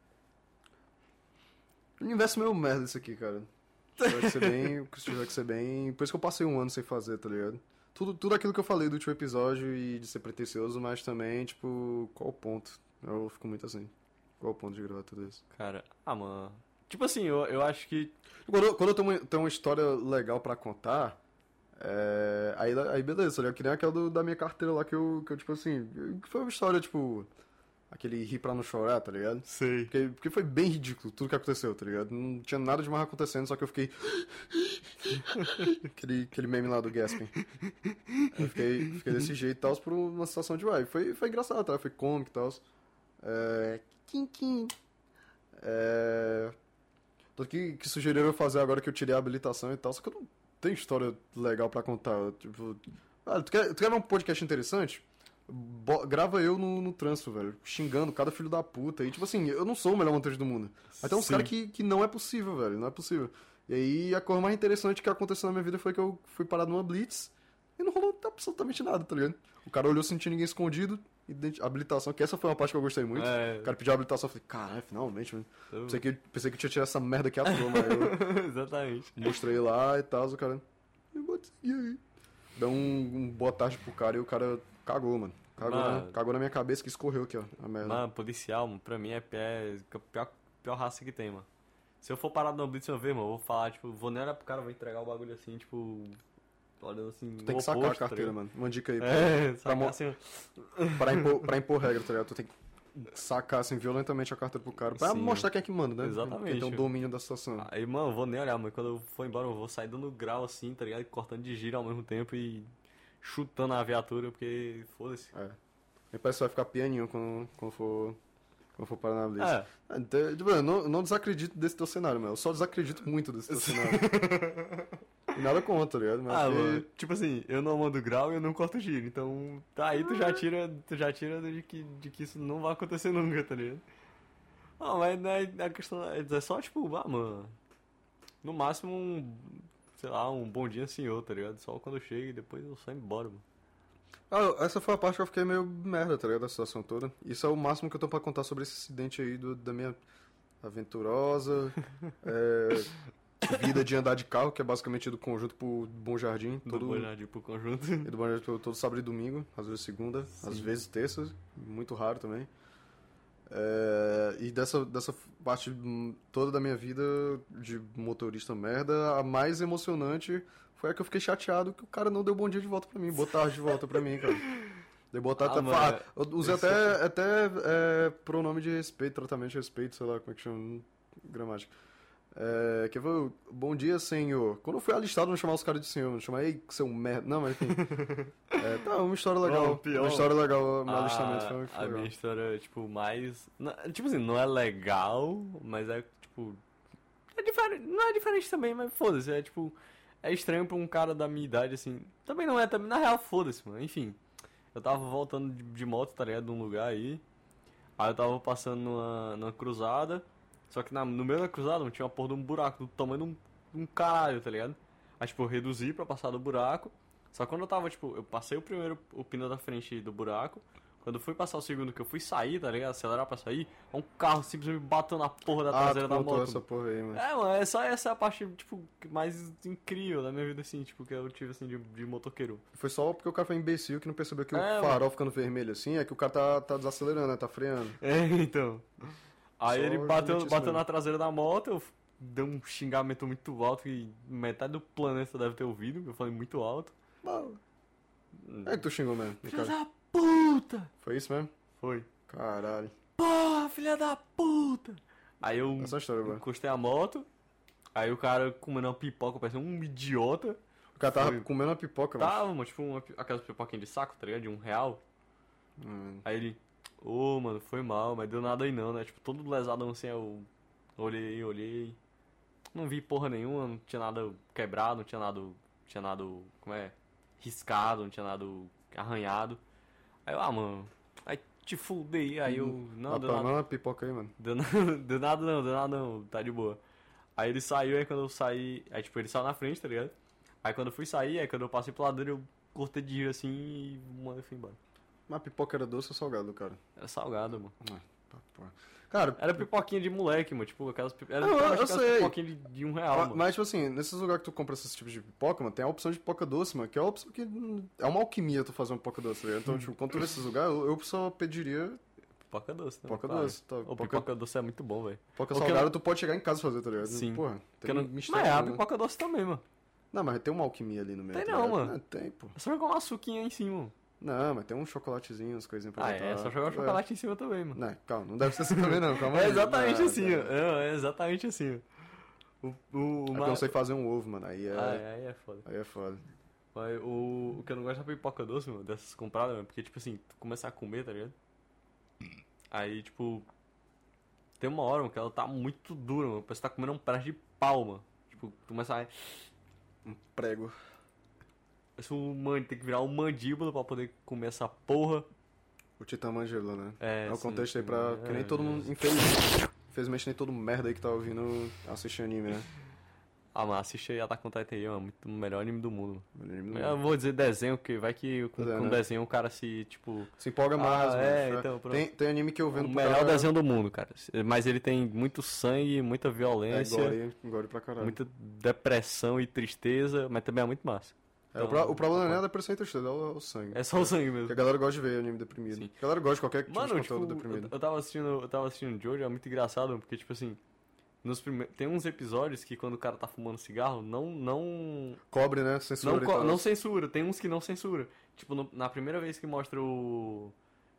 Universo meio merda isso aqui, cara. Se tiver que ser bem, se tiver que ser bem... Por isso que eu passei um ano sem fazer, tá ligado? Tudo, tudo aquilo que eu falei do último episódio e de ser pretencioso, mas também, tipo, qual o ponto? Eu fico muito assim. Qual o ponto de gravar tudo isso? Cara, ah, mano. Tipo assim, eu, eu acho que. Quando, eu- quando eu tenho uma, tenho uma história legal pra contar, é, aí, aí beleza, tá ligado? Que nem aquela do- da minha carteira lá que eu, que eu, tipo assim, que foi uma história, tipo, aquele rir pra não chorar, tá ligado? Sei. Porque, porque foi bem ridículo tudo que aconteceu, tá ligado? Não tinha nada de mais acontecendo, só que eu fiquei. aquele, aquele meme lá do Gasping. Eu fiquei, fiquei desse jeito e tal, por uma situação de vibe. Foi, foi engraçado, tá? Foi cômico e tal. É. Quim, quim. É. Tanto que, que sugeriram eu fazer agora que eu tirei a habilitação e tal, só que eu não tenho história legal pra contar. Tipo. Ah, tu quer, tu quer ver um podcast interessante? Bo- grava eu no, no trânsito, velho, xingando cada filho da puta. E, tipo assim, eu não sou o melhor motorista do mundo. Mas tem uns Sim. caras que, que não é possível, velho, não é possível. E aí, a coisa mais interessante que aconteceu na minha vida foi que eu fui parado numa blitz e não rolou absolutamente nada, tá ligado? O cara olhou, sentiu ninguém escondido, identi- habilitação, que essa foi uma parte que eu gostei muito. É. O cara pediu a habilitação, eu falei, caralho, finalmente, mano. Eu- Pensei que, pensei que eu tinha tirado essa merda aqui à toa, mas eu Exatamente. mostrei lá e tal, o cara... Eu vou te seguir aí. Deu um, um boa tarde pro cara e o cara cagou, mano. Cagou, Mano. na, cagou na minha cabeça que escorreu aqui, ó, a merda. Mano, policial, mano, pra mim é é a pior, pior raça que tem, mano. Se eu for parado no blitz uma vez, mano, eu vou falar, tipo, vou nem olhar pro cara, vou entregar o bagulho assim, tipo, olhando assim, Tu tem que no sacar oposto, a carteira, tá mano. Uma dica aí. ligado? É, pra, sacar mo- assim, pra, impor, pra impor regra, tá ligado? Tu tem que sacar, assim, violentamente a carteira pro cara. Pra Sim, mostrar quem é que manda, né? exatamente. Quem tem o domínio da situação. aí, mano, eu vou nem olhar, mas quando eu for embora, eu vou sair dando grau assim, tá ligado? Cortando de giro ao mesmo tempo e chutando a viatura, porque foda-se. É. Meu pai só vai ficar pianinho quando, quando for... Quando for parar na blitz. É, Ah, então, tipo, eu não, não desacredito desse teu cenário, meu. Eu só desacredito muito desse teu cenário. E nada contra, tá ligado? Mas ah, porque- mano, tipo assim, eu não mando grau e eu não corto giro, então tá aí tu já tira, tu já tira de que, de que isso não vai acontecer nunca, tá ligado? Não, mas não é, a questão é só tipo, ah, mano, no máximo um, sei lá, um bom dia senhor, tá ligado? Só quando eu chego e depois eu saio embora, mano. Ah, essa foi a parte que eu fiquei meio merda, tá ligado? Da situação toda. Isso é o máximo que eu tô pra contar sobre esse acidente aí do, da minha aventurosa é, vida de andar de carro, que é basicamente do conjunto pro Bom Jardim. Do Todo, Bom Jardim pro conjunto. e do Bom Jardim todo, todo sábado e domingo, às vezes segunda, Sim. às vezes terça, muito raro também. É, e dessa, dessa parte hum, toda da minha vida de motorista merda, a mais emocionante foi a que eu fiquei chateado que o cara não deu bom dia de volta pra mim, boa tarde de volta pra mim, cara. Deu boa tarde Ah, até. mano, fa- eu usei até, até é, pronome de respeito, tratamento de respeito, sei lá como é que chama, gramática. É, que foi, bom dia, senhor. Quando eu fui alistado, não chamar os caras de senhor, não chamar, ei, seu merda. Não, mas enfim. É, tá, uma história legal. Não, pior. Uma história legal, meu A- alistamento foi, foi a legal. minha história, tipo, mais. não- Tipo assim, não é legal, mas é tipo. É diferente. Não é diferente também, mas foda-se. É tipo. É estranho pra um cara da minha idade, assim. Também não é, também. Na real, foda-se, mano. Enfim. Eu tava voltando de, de moto, tá ligado? De um lugar aí. Aí eu tava passando numa, numa cruzada. Só que na- no meio da cruzada não tinha uma porra de um buraco do tamanho de um, de um caralho, tá ligado? Aí, tipo, eu reduzi pra passar do buraco. Só que quando eu tava, tipo, eu passei o primeiro o pneu da frente do buraco. Quando eu fui passar o segundo que eu fui sair, tá ligado? Acelerar pra sair, um carro simplesmente bateu na porra da Ah, traseira tu da contou moto. essa porra aí, mano. É, mano, é só essa a parte, tipo, mais incrível da minha vida, assim, tipo, que eu tive, assim, de, de motoqueiro. Foi só porque o cara foi imbecil que não percebeu que É, o farol ficando vermelho assim é que o cara tá, tá desacelerando, né? Tá freando. É, então. Aí Só ele bateu, justamente isso bateu mesmo. na traseira da moto, eu dei um xingamento muito alto que metade do planeta deve ter ouvido, que eu falei muito alto. É que tu xingou mesmo, no Filha caso. da puta! Foi isso mesmo? Foi. Caralho. Porra, filha da puta! Aí eu Essa é a história, mano. encostei a moto, aí o cara comendo uma pipoca, parecendo um idiota. O cara tava Foi. comendo uma pipoca, mano. Tava, mano, tipo, uma, pi- aquelas pipoquinhas de saco, tá ligado? De um real. Hum. Aí ele, ô, mano, foi mal, mas deu nada aí não, né? Tipo, todo lesadão assim, eu olhei, olhei. Não vi porra nenhuma, não tinha nada quebrado, não tinha nada, tinha nada, como é, riscado, não tinha nada arranhado. Aí eu, ah, mano, aí te fudei, aí eu, não, Ah, deu pá, nada, manda uma pipoca aí, mano. deu nada, deu nada não, deu nada não, tá de boa. Aí ele saiu, aí quando eu saí, aí tipo, ele saiu na frente, tá ligado? Aí quando eu fui sair, aí quando eu passei pro lado dele, eu cortei de giro assim e mano, eu fui embora. Mas a pipoca era doce ou salgado, cara? Era salgado, mano. Ah, pá, porra. Cara, Era pipoquinha de moleque, mano. Tipo, aquelas, pi- era Não, eu- literalmente eu aquelas sei. pipoquinhas de, de um real, ma- mano. mas, tipo assim, nesses lugares que tu compra esses tipos de pipoca, mano, tem a opção de pipoca doce, mano, que é a opção que hum, é uma alquimia tu fazer uma pipoca doce, tá ligado? Então, tipo, quando tu vê esses lugares, eu, eu só pediria Pipoca doce, né? pipoca Claro. doce. Tá? O Pipoca, pipoca doce é muito bom, velho. pipoca Porque salgada eu- tu pode chegar em casa e fazer, tá ligado? Sim. Porra, Porque tem eu não... mistério, Mas é, a né? pipoca doce também, mano. Não, mas tem uma alquimia ali no meio. Tem tá não, ligado? mano. Não, tem, pô. É só jogar uma açuquinha em cima. Não, mas tem um chocolatezinho, umas coisinhas pra Ah, botar. é, só jogar o chocolate em cima também, mano. Não, calma, não deve ser assim também não, calma aí. É exatamente Não, assim, não. ó. É, é exatamente assim, ó. O, o, É o porque ma- eu não sei fazer um ovo, mano, aí é, Ah, é, aí é foda. aí é foda. Mas o, o que eu não gosto da pipoca doce, mano, dessas compradas, mano, porque, tipo assim, tu começar a comer, tá ligado? Aí, tipo, tem uma hora, mano, que ela tá muito dura, mano, parece que tá comendo um pedaço de pau, mano. Tipo, tu começa a... Um prego. Parece um man... tem que virar um mandíbula pra poder comer essa porra. O Titã Mangelô, né? É, É o sim, contexto aí sim, pra... é, que nem todo é. mundo... Infelizmente, infelizmente nem todo merda aí que tá ouvindo assiste anime, né? Ah, mas assiste aí Attack on Titan aí, mano, muito o melhor anime do mundo. Anime não- Eu vou dizer desenho, porque vai que com, Pois é, com né? desenho o cara se, tipo... Se empolga Ah, mais, mano. é, Tipo, então, pronto. tem, tem anime que eu O vendo pro melhor cara- desenho do mundo, cara. Mas ele tem muito sangue, muita É, violência, gore, gore pra caralho. muita depressão e tristeza, mas também é muito massa. É, o, pro- o problema não é a depressão e tristeza, é o, é o sangue. É só o sangue Porque mesmo. a galera gosta de ver anime deprimido. Sim. A galera gosta de qualquer tipo Mano, de tipo, conteúdo eu, deprimido. eu tava assistindo, eu tava assistindo Jojo, é muito engraçado, porque tipo assim, nos prime... tem uns episódios que quando o cara tá fumando cigarro, não não Cobre, né? Censura não, e co- tal. não censura, tem uns que não censura. Tipo, no- na primeira vez que mostra o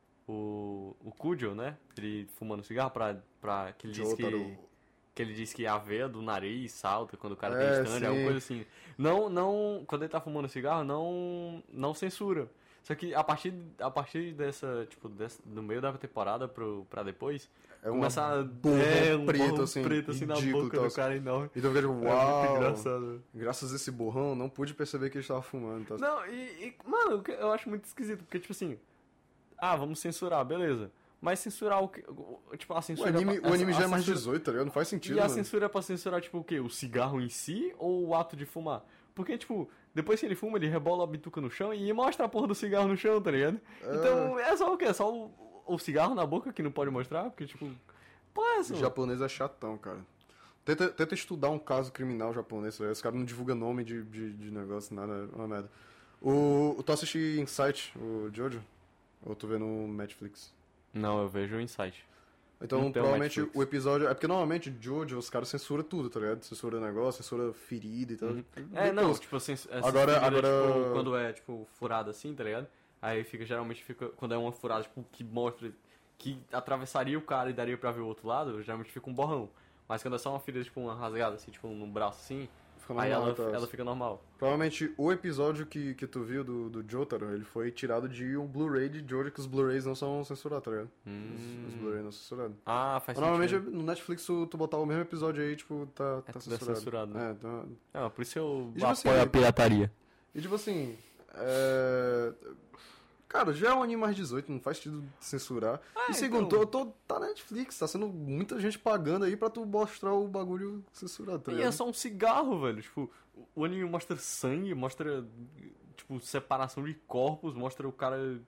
o o Kujo, né? Ele fumando cigarro pra pra que ele diz que Jotaro. que ele diz que a veia do nariz salta quando o cara É, tem stand, sim. alguma coisa assim. Não, não, quando ele tá fumando cigarro, não, não censura. Só que a partir, a partir dessa, tipo, dessa, do meio da temporada pro, pra depois, É uma começa a... borrão é, um preto, borrão assim, preto, assim, na ridículo, boca tal, do cara enorme. Então fica tipo, É muito uau! engraçado. Graças a esse borrão, não pude perceber que ele estava fumando. Tá? Não, e, e, mano, o que eu acho muito esquisito, porque, tipo assim, ah, vamos censurar, beleza. Mas censurar o que? Tipo, a O censura... anime, a- o anime a já é mais censura- dezoito, tá ligado? Não faz sentido, E a mano. censura é pra censurar, tipo, o quê? O cigarro em si ou o ato de fumar? Porque, tipo, depois que ele fuma, ele rebola a bituca no chão e mostra a porra do cigarro no chão, tá ligado? Então, é só o quê? É só o, o cigarro na boca que não pode mostrar? Porque, tipo, pô, é O essa? japonês é chatão, cara. Tenta, tenta estudar um caso criminal japonês, tá ligado? Os caras não divulgam nome de, de, de negócio, nada, é uma merda. O, tu assiste Insight, o Jojo? Ou tu vê no Netflix? Não, eu vejo o Insight. Então, Não tem o provavelmente Netflix. o episódio. É porque normalmente Jojo, os caras censuram tudo, tá ligado? Censura negócio, censura ferida e tal. Uhum. Bem É, não, tosco. tipo assim, essa Agora- figura, agora- tipo, quando é, tipo, furada assim, tá ligado? Aí fica, geralmente fica, quando é uma furada, tipo, que mostra, que atravessaria o cara e daria pra ver o outro lado, geralmente fica um borrão. Mas quando é só uma ferida, tipo, uma rasgada, assim, tipo, no braço, assim, Fica aí normal, ela, tá? ela fica normal. Provavelmente o episódio que, que tu viu do, do Jotaro, ele foi tirado de um Blu-ray de Jojo, que os Blu-rays não são censurados, tá ligado? Hum. Os, os Blu-rays não são censurados. Ah, faz Mas normalmente sentido. no Netflix, tu, tu botar o mesmo episódio aí, tipo, tá, É tá tudo é censurado. censurado, né? É, então... Ah, por isso eu E, tipo apoio assim, a pirataria. E tipo assim, é... Cara, já é um anime mais dezoito, não faz sentido censurar. Ah, e segundo, então- tô, tô, tá na Netflix, tá sendo muita gente pagando aí pra tu mostrar o bagulho censurado, tá E é ligado? só um cigarro, velho. Tipo, o anime mostra sangue, mostra, tipo, separação de corpos, mostra o cara com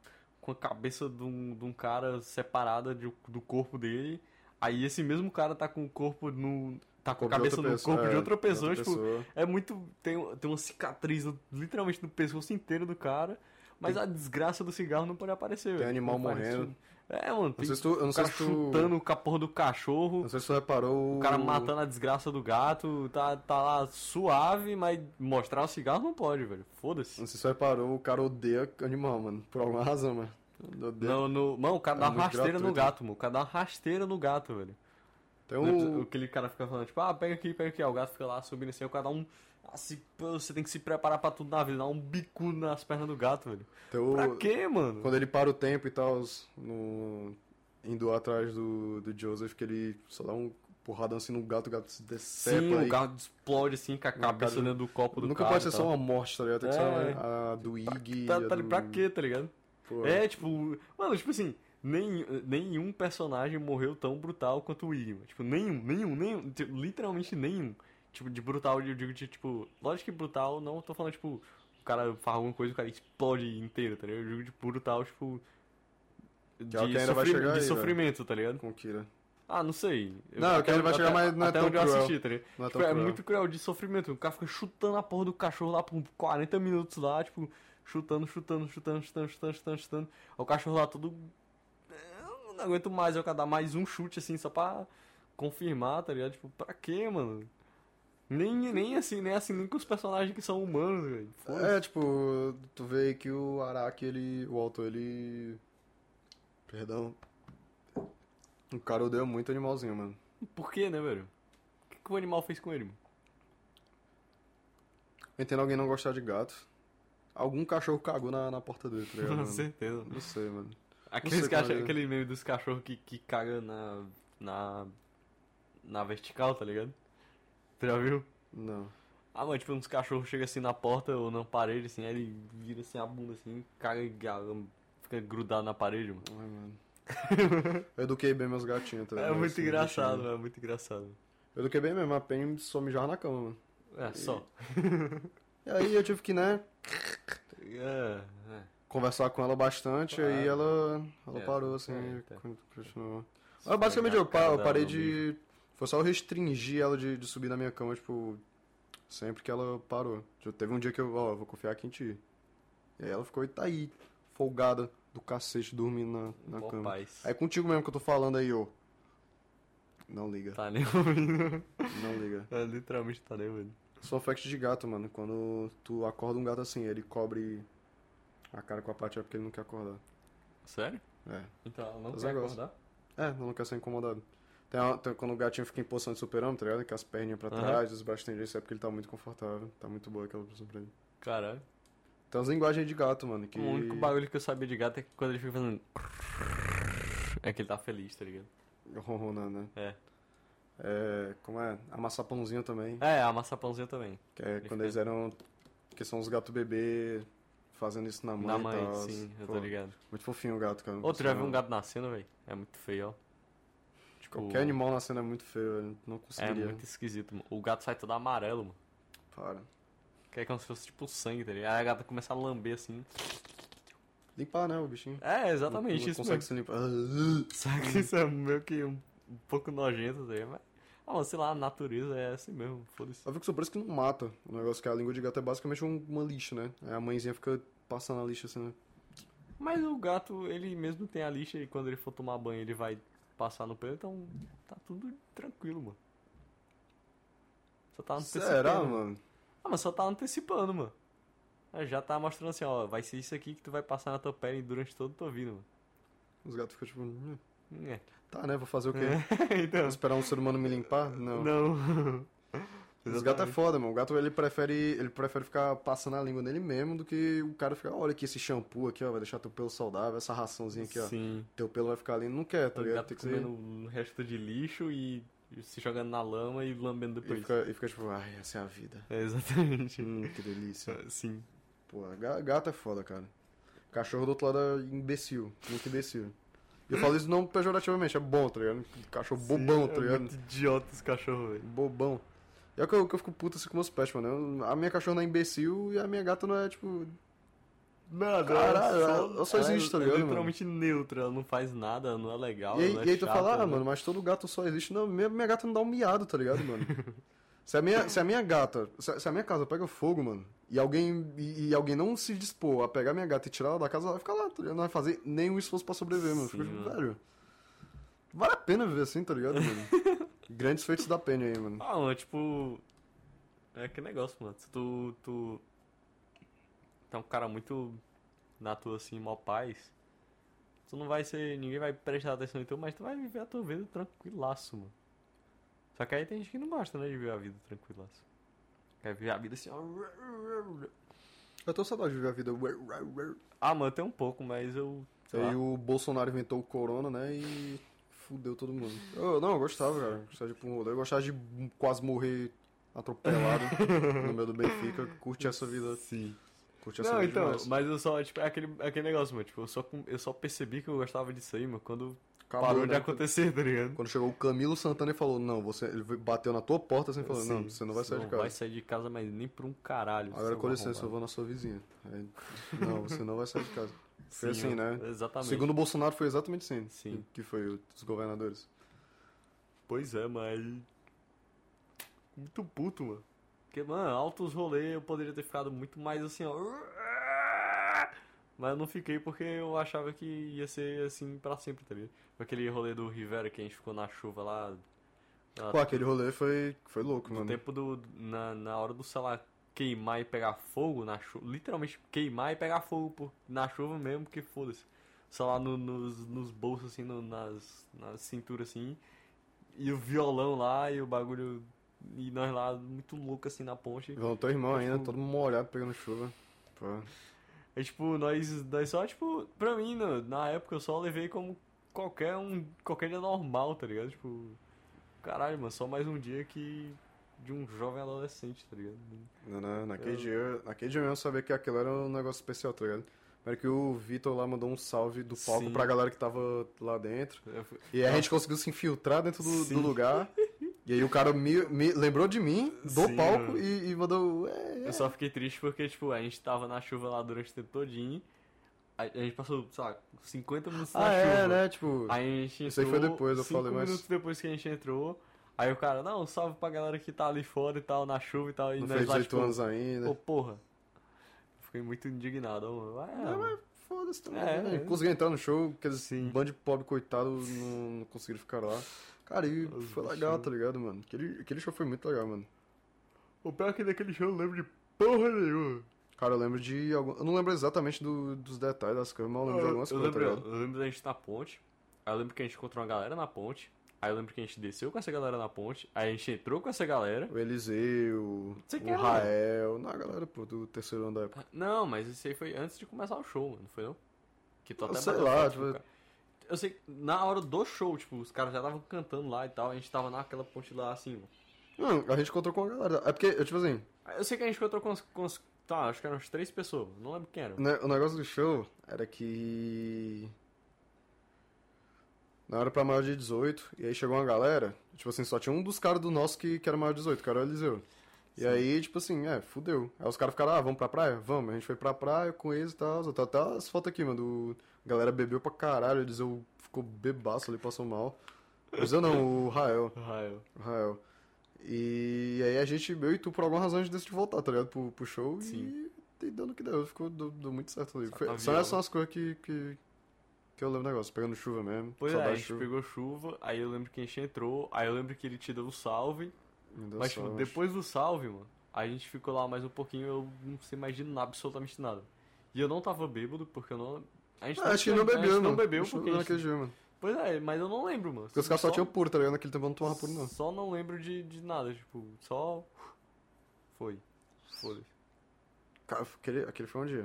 com a cabeça de um, de um cara separada de- do corpo dele. Aí esse mesmo cara tá com o corpo no. Tá com a Corpo de cabeça outra no pessoa, corpo de é, outra de pessoa, outra tipo, pessoa. é muito. Tem, tem uma cicatriz no- literalmente no pescoço inteiro do cara. Mas a desgraça do cigarro não pode aparecer, velho. animal Não faz morrendo. sentido. É, mano, Não tem sei se tu, eu não o sei cara se tu, chutando com a porra do cachorro. não sei se tu reparou O cara matando a desgraça do gato, tá, tá lá suave, mas mostrar o cigarro não pode, velho. Foda-se. Não sei se tu reparou, o cara odeia animal, mano. Por alguma razão, mano. Odeia. No, no, mano, o cara É dá uma muito rasteira no gratuito. gato, mano. O cara dá uma rasteira no gato, velho. Tem O... um... Aquele cara fica falando, tipo, ah, pega aqui, pega aqui. Aí o gato fica lá subindo assim, o cara dá um. Assim, pô, você tem que se preparar pra tudo na vida, dá um bico nas pernas do gato, velho. Tem o... Pra quê, mano? Quando ele para o tempo e tal, no... indo atrás do, do Joseph, que ele só dá um porradão assim no gato, o gato se decepa. Sim, aí. o gato explode assim com a cabeça cara- dentro do copo do Nunca cara. pode ser e só tal. uma morte, tá ligado? Tem que É. ser a, a do Iggy. Tá, a tá ali do... pra quê, tá ligado? Pô, É, tipo, mano, tipo assim, nem, nenhum personagem morreu tão brutal quanto o Iggy, mano. Tipo, nenhum, nenhum, nenhum, tipo, literalmente nenhum. Tipo, de brutal, eu digo de, tipo, lógico que brutal, não tô falando, tipo, o cara faz alguma coisa e o cara explode inteiro, tá ligado? Eu digo de brutal, tipo, de, é o que ainda vai sofri- chegar de aí, sofrimento, tá ligado? Com o Kira. Ah, não sei. Eu- Não, é que até- ele vai chegar, até- mas não é até tão onde eu cruel. assisti, tá ligado? Não é Tipo, tão é cruel. muito cruel de sofrimento. O cara fica chutando a porra do cachorro lá por quarenta minutos lá, tipo, chutando, chutando, chutando, chutando, chutando, chutando, chutando. Aí o cachorro lá todo. Eu não aguento mais, eu quero dar mais um chute assim, só pra confirmar, tá ligado? Tipo, pra quê, mano? Nem, nem assim, nem assim, nem com os personagens que são humanos, velho. Foda-se. É, tipo, tu vê aí que o Araki, ele. O autor, ele. Perdão. O cara odeia muito animalzinho, mano. Por quê, né, velho? O que, que o animal fez com ele, mano? Eu entendo alguém não gostar de gato. Algum cachorro cagou na, na porta dele, tá ligado? Com mano? certeza. Não sei, mano. Aqueles sei que como acham, é. aquele meme dos cachorros que, que caga na, na. na vertical, tá ligado? Tu já viu? Não. Ah, mano, tipo, uns cachorros chegam assim na porta ou na parede, assim, aí ele vira assim a bunda assim, caga e ah, fica grudado na parede, mano. Ai, mano. Eu eduquei bem meus gatinhos, tá É ligado? muito Assim, engraçado, bichinho. é muito engraçado. Eu eduquei bem mesmo, a Penny só mijava na cama, mano. É, só. E aí eu tive que, né, É, é. conversar com ela bastante, Claro. aí ela, ela É, parou, assim, é, tá. con- continuou. Ah, basicamente eu, Esfregar a pa- eu cara parei dela no de... Foi só eu restringir ela de, de subir na minha cama, tipo, sempre que ela parou. Já teve um dia que eu, ó, eu vou confiar aqui em ti. E aí ela ficou, e tá aí, folgada do cacete, dormindo na, na Mó cama. paz. É contigo mesmo que eu tô falando aí, ô. Não liga, Tá nem ouvindo. não liga. É, literalmente tá nem ouvindo. Só fact de gato, mano. Quando tu acorda um gato assim, ele cobre a cara com a pata é porque ele não quer acordar. Sério? É. Então ela não Os quer negócios. acordar? É, ela não quer ser incomodado. Tem, uma- tem- quando o gatinho fica em posição de super-homem, tá ligado? Com as perninhas pra Aham. trás, os braços estendidos, isso é porque ele tá muito confortável. Tá muito boa aquela posição pra ele. Caralho. Tem umas linguagens de gato, mano, que... O único bagulho que eu sabia de gato é que quando ele fica fazendo. É que ele tá feliz, tá ligado? Ronronando, né? É. É, como é? Amassar pãozinho também. É, a maçapãozinha também. Que é Ele quando fica- eles eram... Que são os gatos bebê fazendo isso na mãe Na e mãe, tal. sim, eu Pô, tô ligado. muito fofinho o gato, cara. Ô, tu já viu um Não- gato nascendo, velho? É muito feio, ó. Tipo, Qualquer animal nascendo é muito feio, eu não é conseguiria. muito esquisito, mano. O gato sai todo amarelo, mano. Para. Que é como se fosse tipo sangue, tá ligado? Aí a gata começa a lamber assim. Limpar, né, o bichinho. É, exatamente não, não isso consegue mesmo. se limpar. Só que isso é meio que um, um pouco nojento, tá ligado? Mas, ah, mas sei lá, a natureza é assim mesmo, foda-se. Eu fico surpreso que não mata. O negócio que a língua de gato é basicamente um- uma lixa, né? Aí a mãezinha fica passando a lixa assim, né? Mas o gato, ele mesmo tem a lixa e quando ele for tomar banho ele vai passar no pelo, então tá tudo tranquilo, mano. Só tá antecipando. Será, mano? Ah, mas só tá antecipando, mano. É, já tá mostrando assim, ó, vai ser isso aqui que tu vai passar na tua pele durante toda a tua vida, mano. Os gatos ficam tipo... "Hum, É. tá, né? Vou fazer o quê? então. Vou esperar um ser humano me limpar? Não. Não. Os gatos é foda, mano. O gato, ele prefere, ele prefere ficar passando a língua nele mesmo do que o cara ficar, olha aqui esse shampoo aqui, ó, vai deixar teu pelo saudável, essa raçãozinha aqui, ó. Sim. Teu pelo vai ficar ali. Não quer, tá O ligado? gato Tem que ser... comendo um resto de lixo e se jogando na lama e lambendo E depois. fica, e fica tipo, ai, essa é a vida. É, exatamente. Hum, que delícia. Sim. Pô, ga- gato é foda, cara. Cachorro do outro lado é imbecil. Muito imbecil. E eu falo isso não pejorativamente, é bom, tá ligado? Cachorro bobão, tá É ligado? muito idiota esse cachorro, velho. Bobão. E é o que eu, que eu fico puto assim com meus pets, mano. Eu- a minha cachorra não é imbecil e a minha gata não é, tipo... Mano, Caralho, ela ela só ela existe, tá é ligado, mano? literalmente neutra, ela não faz nada, ela não é legal, E aí, ela não é e aí tu chata, fala, ah, né? mano, mas todo gato só existe. Não, minha, minha gata não dá um miado, tá ligado, mano? Se a minha, se a minha gata, se a, se a minha casa pega fogo, mano, e alguém, e, e alguém não se dispor a pegar minha gata e tirar ela da casa, ela vai ficar lá, tá ligado? Não vai fazer nenhum esforço pra sobreviver, mano. Sim, Fica tipo, mano. velho, vale a pena viver assim, tá ligado, mano? Grandes feitos da Penny aí, mano. Ah, mano, tipo. É que negócio, mano. Se tu. Tu. Tá um cara muito na tua assim, mó paz. Tu não vai ser. Ninguém vai prestar atenção em tu, mas tu vai viver a tua vida tranquilaço, mano. Só que aí tem gente que não gosta, né, de viver a vida tranquilaço. Quer viver a vida assim, ó. Eu tô saudade de viver a vida. Ah, mano, tem um pouco, mas eu. sei Aí lá. o Bolsonaro inventou o corona, né, e fudeu todo mundo. Eu, não, eu gostava, cara. Eu gostava de ir pra um rolê. Eu gostava de quase morrer atropelado no meio do Benfica. Curte essa vida. Sim. Curte essa Não, vida então, demais. mas eu só, tipo, é aquele, é aquele negócio, mano. Tipo, eu só, com- eu só percebi que eu gostava disso aí, mano, quando Acabou, parou de né? acontecer, tá ligado? Quando chegou o Camilo Santana e falou, não, você. Ele bateu na tua porta assim e falou, não, Sim, você não vai sair de Não casa. vai sair de casa, mas nem por um caralho. Agora seu com licença, eu arrombado. vou na sua vizinha. Aí, não, você não vai sair de casa. Foi Sim, assim, mano, né? Exatamente. Segundo o Bolsonaro foi exatamente assim. Sim. Que foi os governadores. Pois é, mas. Muito puto, mano. Porque, mano, altos rolês eu poderia ter ficado muito mais assim, ó. Mas eu não fiquei porque eu achava que ia ser assim pra sempre, tá ligado? Foi aquele rolê do Rivera que a gente ficou na chuva lá. lá Pô, aquele rolê foi, foi louco, no mano. tempo do. Na, na hora do, sei lá, queimar e pegar fogo na chuva. Literalmente queimar e pegar fogo por, na chuva mesmo, porque foda-se. Sei lá, no- nos, nos bolsos, assim, no- nas, na cintura, assim. E o violão lá e o bagulho. E nós lá, muito louco assim na ponte. Vão teu irmão É, ainda, tipo- todo molhado, pegando chuva. Pô. É tipo, nós, nós só, tipo, pra mim, né, na época eu só levei como qualquer um. Qualquer dia normal, tá ligado? Tipo. Caralho, mano, só mais um dia que. De um jovem adolescente, tá ligado? Não, não, naquele, Eu- dia, naquele dia mesmo eu sabia que aquilo era um negócio especial, tá ligado? Mas que o Vitor lá mandou um salve do palco Sim. pra galera que tava lá dentro. Eu fui- E aí a gente conseguiu se infiltrar dentro do, Sim. do lugar. E aí o cara me, me lembrou de mim, do Sim, palco, mano. e, e mandou. É, Eu só fiquei triste porque, tipo, a gente tava na chuva lá durante o tempo todinho. A, a gente passou, sei lá, cinquenta minutos na ah, chuva. é, né? Tipo. Aí a gente entrou. Isso aí foi depois, eu cinco falei, mas- minutos depois que a gente entrou. Aí o cara, não, salve pra galera que tá ali fora e tal, na chuva e tal. E Não nós fez lá, dezoito tipo, anos ainda. pô, porra. Fiquei muito indignado, ó, mano. Ah, é, Não, mano. mas foda-se também. É, né? é. Consegui entrar no show, aqueles Sim. bando de pobre coitado não, não conseguiram ficar lá. Cara, e Os foi legal, bichinhos. tá ligado, mano? Aquele, aquele show foi muito legal, mano. O pior é que daquele show eu não lembro de porra nenhuma. Cara, eu lembro de. Algum... Eu não lembro exatamente do- dos detalhes das coisas, mas eu lembro de algumas eu, coisas, tá lembro, ligado? eu lembro da gente na ponte. Aí eu lembro que a gente encontrou uma galera na ponte. Aí eu lembro que a gente desceu com essa galera na ponte. Aí a gente entrou com essa galera. O Eliseu, Você o quer, né? Rael, não, a galera, pô, do terceiro ano da época. Não, mas isso aí foi antes de começar o show, mano, não foi não? Que tu Eu até sei bateu lá, foto, tipo- cara. Eu sei que na hora do show, tipo, os caras já estavam cantando lá e tal, a gente tava naquela ponte lá assim, mano. Não, a gente encontrou com a galera. É porque, eu, tipo assim, Aí eu sei que a gente encontrou com os, com os- tá, acho que eram umas três pessoas, não lembro quem era. né, o negócio do show era que. Não era pra maior de dezoito, e aí chegou uma galera, tipo assim, só tinha um dos caras do nosso que, que era maior de dezoito, que era o Eliseu. E Sim. aí, tipo assim, é, fudeu. Aí os caras ficaram, ah, vamos pra praia? Vamos. A gente foi pra praia com eles e tal. Até, até as fotos aqui, mano. Do... A galera bebeu pra caralho, o Eliseu ficou bebaço ali, passou mal. O Eliseu não, o Rael. Rael. O Rael. E aí a gente, eu e tu, por alguma razão, a gente decidiu voltar, tá ligado? Pro, pro show Sim. e, e deu no que deu. Ficou deu, deu muito certo ali. Só Foi, tá só viola. essas são as coisas que, que, que eu lembro do negócio. Pegando chuva mesmo. Pois é, a saudade de gente chuva. pegou chuva, aí eu lembro que a gente entrou, aí eu lembro que ele te deu o salve, Me deu mas tipo, sorte. depois do salve, mano, a gente ficou lá mais um pouquinho, eu não sei mais de nada, absolutamente nada. E eu não tava bêbado, porque eu não... A gente Ah, acho que não a bebeu, gente mano. não bebeu Acho que porque não a naquele gente... dia, mano. Pois é, mas eu não lembro, mano. Porque os caras só tinham puro, tá ligado? Naquele tempo eu não tomava puro, não. Só não lembro de, de nada, tipo, só... Foi. Foda-se. Cara, aquele, aquele foi um dia.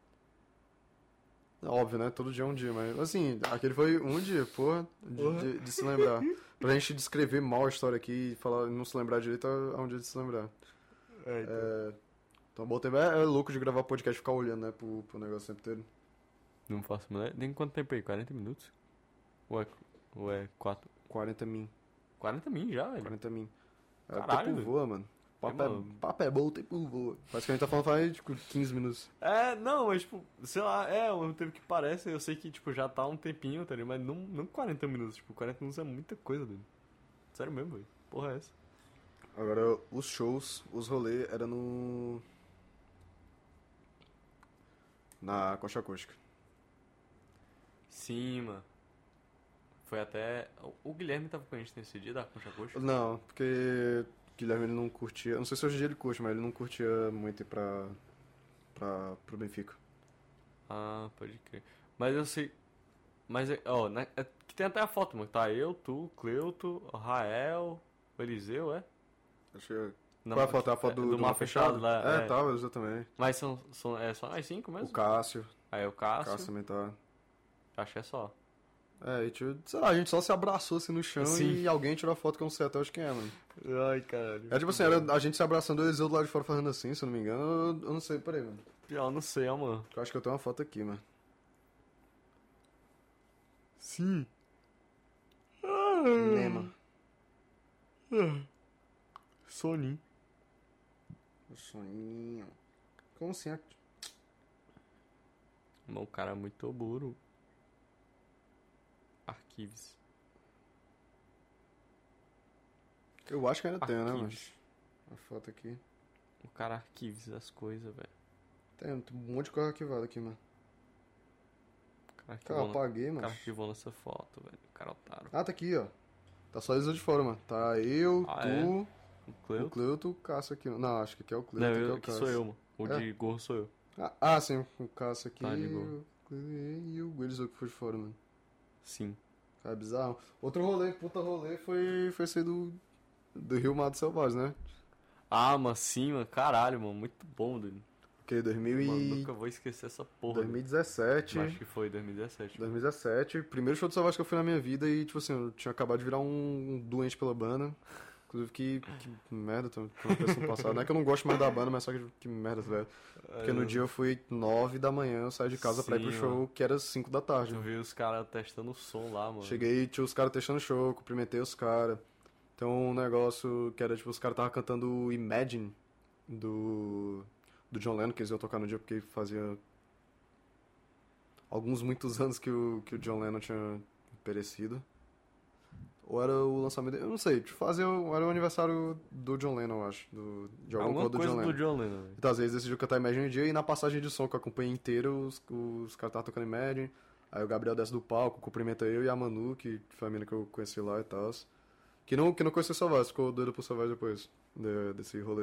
É óbvio, né? Todo dia é um dia, mas assim, aquele foi um dia, porra, de, Porra. de- de se lembrar. Pra gente descrever mal a história aqui e falar, não se lembrar direito, é um dia de se lembrar. É, então. É, então, bom tempo é, é louco de gravar podcast e ficar olhando, né, pro, pro negócio o tempo inteiro. Não faço mais... Nem quanto tempo aí? quarenta minutos? Ou é... Ou é quatro... quarenta min. quarenta min já, velho. quarenta min. É, o Caralho, tempo velho. voa, mano. papo, é, mano. papo é bom, o tempo voa. Parece que a gente tá falando faz, tipo, quinze minutos. É, não, mas, tipo, sei lá, é, ao mesmo tempo que parece, eu sei que, tipo, já tá um tempinho, tá ligado? Mas não, não quarenta minutos, tipo, quarenta minutos é muita coisa, velho. Sério mesmo, velho. Porra é essa? Agora, os shows, os rolês, era no... Na Concha Acústica. Sim, mano. Foi até... O Guilherme tava com a gente nesse dia da Concha Acústica? Não, porque o Guilherme ele não curtia... Não sei se hoje em dia ele curte, mas ele não curtia muito ir pra... pra pro Benfica. Ah, pode crer. Mas eu sei... Mas, é- ó, né, é que tem até a foto, mano. Tá eu, tu, Cleuto, o Rael, o Eliseu, é? Acho que... Não, Qual é a foto? É a foto do, do do Mar Mar Fechado lá, É, é. tava, eu também. Mas são, são é só nós cinco mesmo? O Cássio. Aí o O Cássio. Cássio também tá... Acho que é só. É, e tipo, sei lá, a gente só se abraçou assim no chão Sim. e alguém tirou a foto que eu não sei até hoje quem é, mano. Ai, caralho. É tipo assim, era a gente se abraçando e o Eliseu do lado de fora fazendo assim, se eu não me engano. Eu, eu não sei, peraí, mano. Eu não sei, ó, mano. Eu acho que eu tenho uma foto aqui, mano. Sim. Nema. Soninho. O soninho. Como assim? Mano, o cara é muito burro. Arquives. Eu acho que ainda tem, né, mano? Arquives. A foto aqui. O cara arquives as coisas, velho. Tem, tem um monte de coisa arquivada aqui, mano. O cara Cara, arquivou, eu na- apaguei, o mano. cara arquivou nessa foto, velho. O cara é otário. Ah, tá aqui, ó. Tá só Eliseu de fora, mano. Tá eu, Ah, tu, O o Cleuto? Cleuto, o Cássio aqui. Não, acho que aqui é o Cleuto, Não, aqui é eu, o que Cássio. sou eu, mano. O É. de gorro sou eu. Ah, ah, sim, o Cássio aqui Tá de e boa. o Cleuto e o Eliseu que foi de fora, mano. Sim. Cara, bizarro. Outro rolê, puta rolê, foi, foi ser do, do Rio Mato Selvagem, né? Ah, mas sim, mano. Caralho, mano. Muito bom, doido. Porque dois mil Mano, e... nunca vou esquecer essa porra. dois mil e dezessete... doido. Acho que foi dois mil e dezessete. dois mil e dezessete, primeiro show do Selvagem que eu fui na minha vida e, tipo assim, eu tinha acabado de virar um, um doente pela banda. Inclusive, que, que merda, tô tô pensando no passado. Não é que eu não gosto mais da banda, mas só que, que merda, velho. Porque no dia eu fui nove da manhã, eu saí de casa pra ir pro Sim, show, mano. que era cinco da tarde. Eu vi os caras testando o som lá, mano. Cheguei, tinha os caras testando show, cumprimentei os caras. Tem um negócio que era, tipo, os caras estavam cantando Imagine, do, do John Lennon, que eles iam tocar no dia, porque fazia alguns, muitos anos que o, que o John Lennon tinha perecido. Ou era o lançamento, eu não sei, tipo, fazia, era o aniversário do John Lennon, eu acho, do, de alguma, Alguma coisa do coisa John Lennon. do John Lennon, velho. Então, às vezes decidiu cantar Imagine um dia e na passagem de som que eu acompanhei inteiro, os, os caras estavam tocando Imagine. Aí o Gabriel desce do palco, cumprimenta eu e a Manu, que foi a mina que eu conheci lá e tal. Que não, que não conhecia o Savage, ficou doido pro Savage depois de- desse rolê.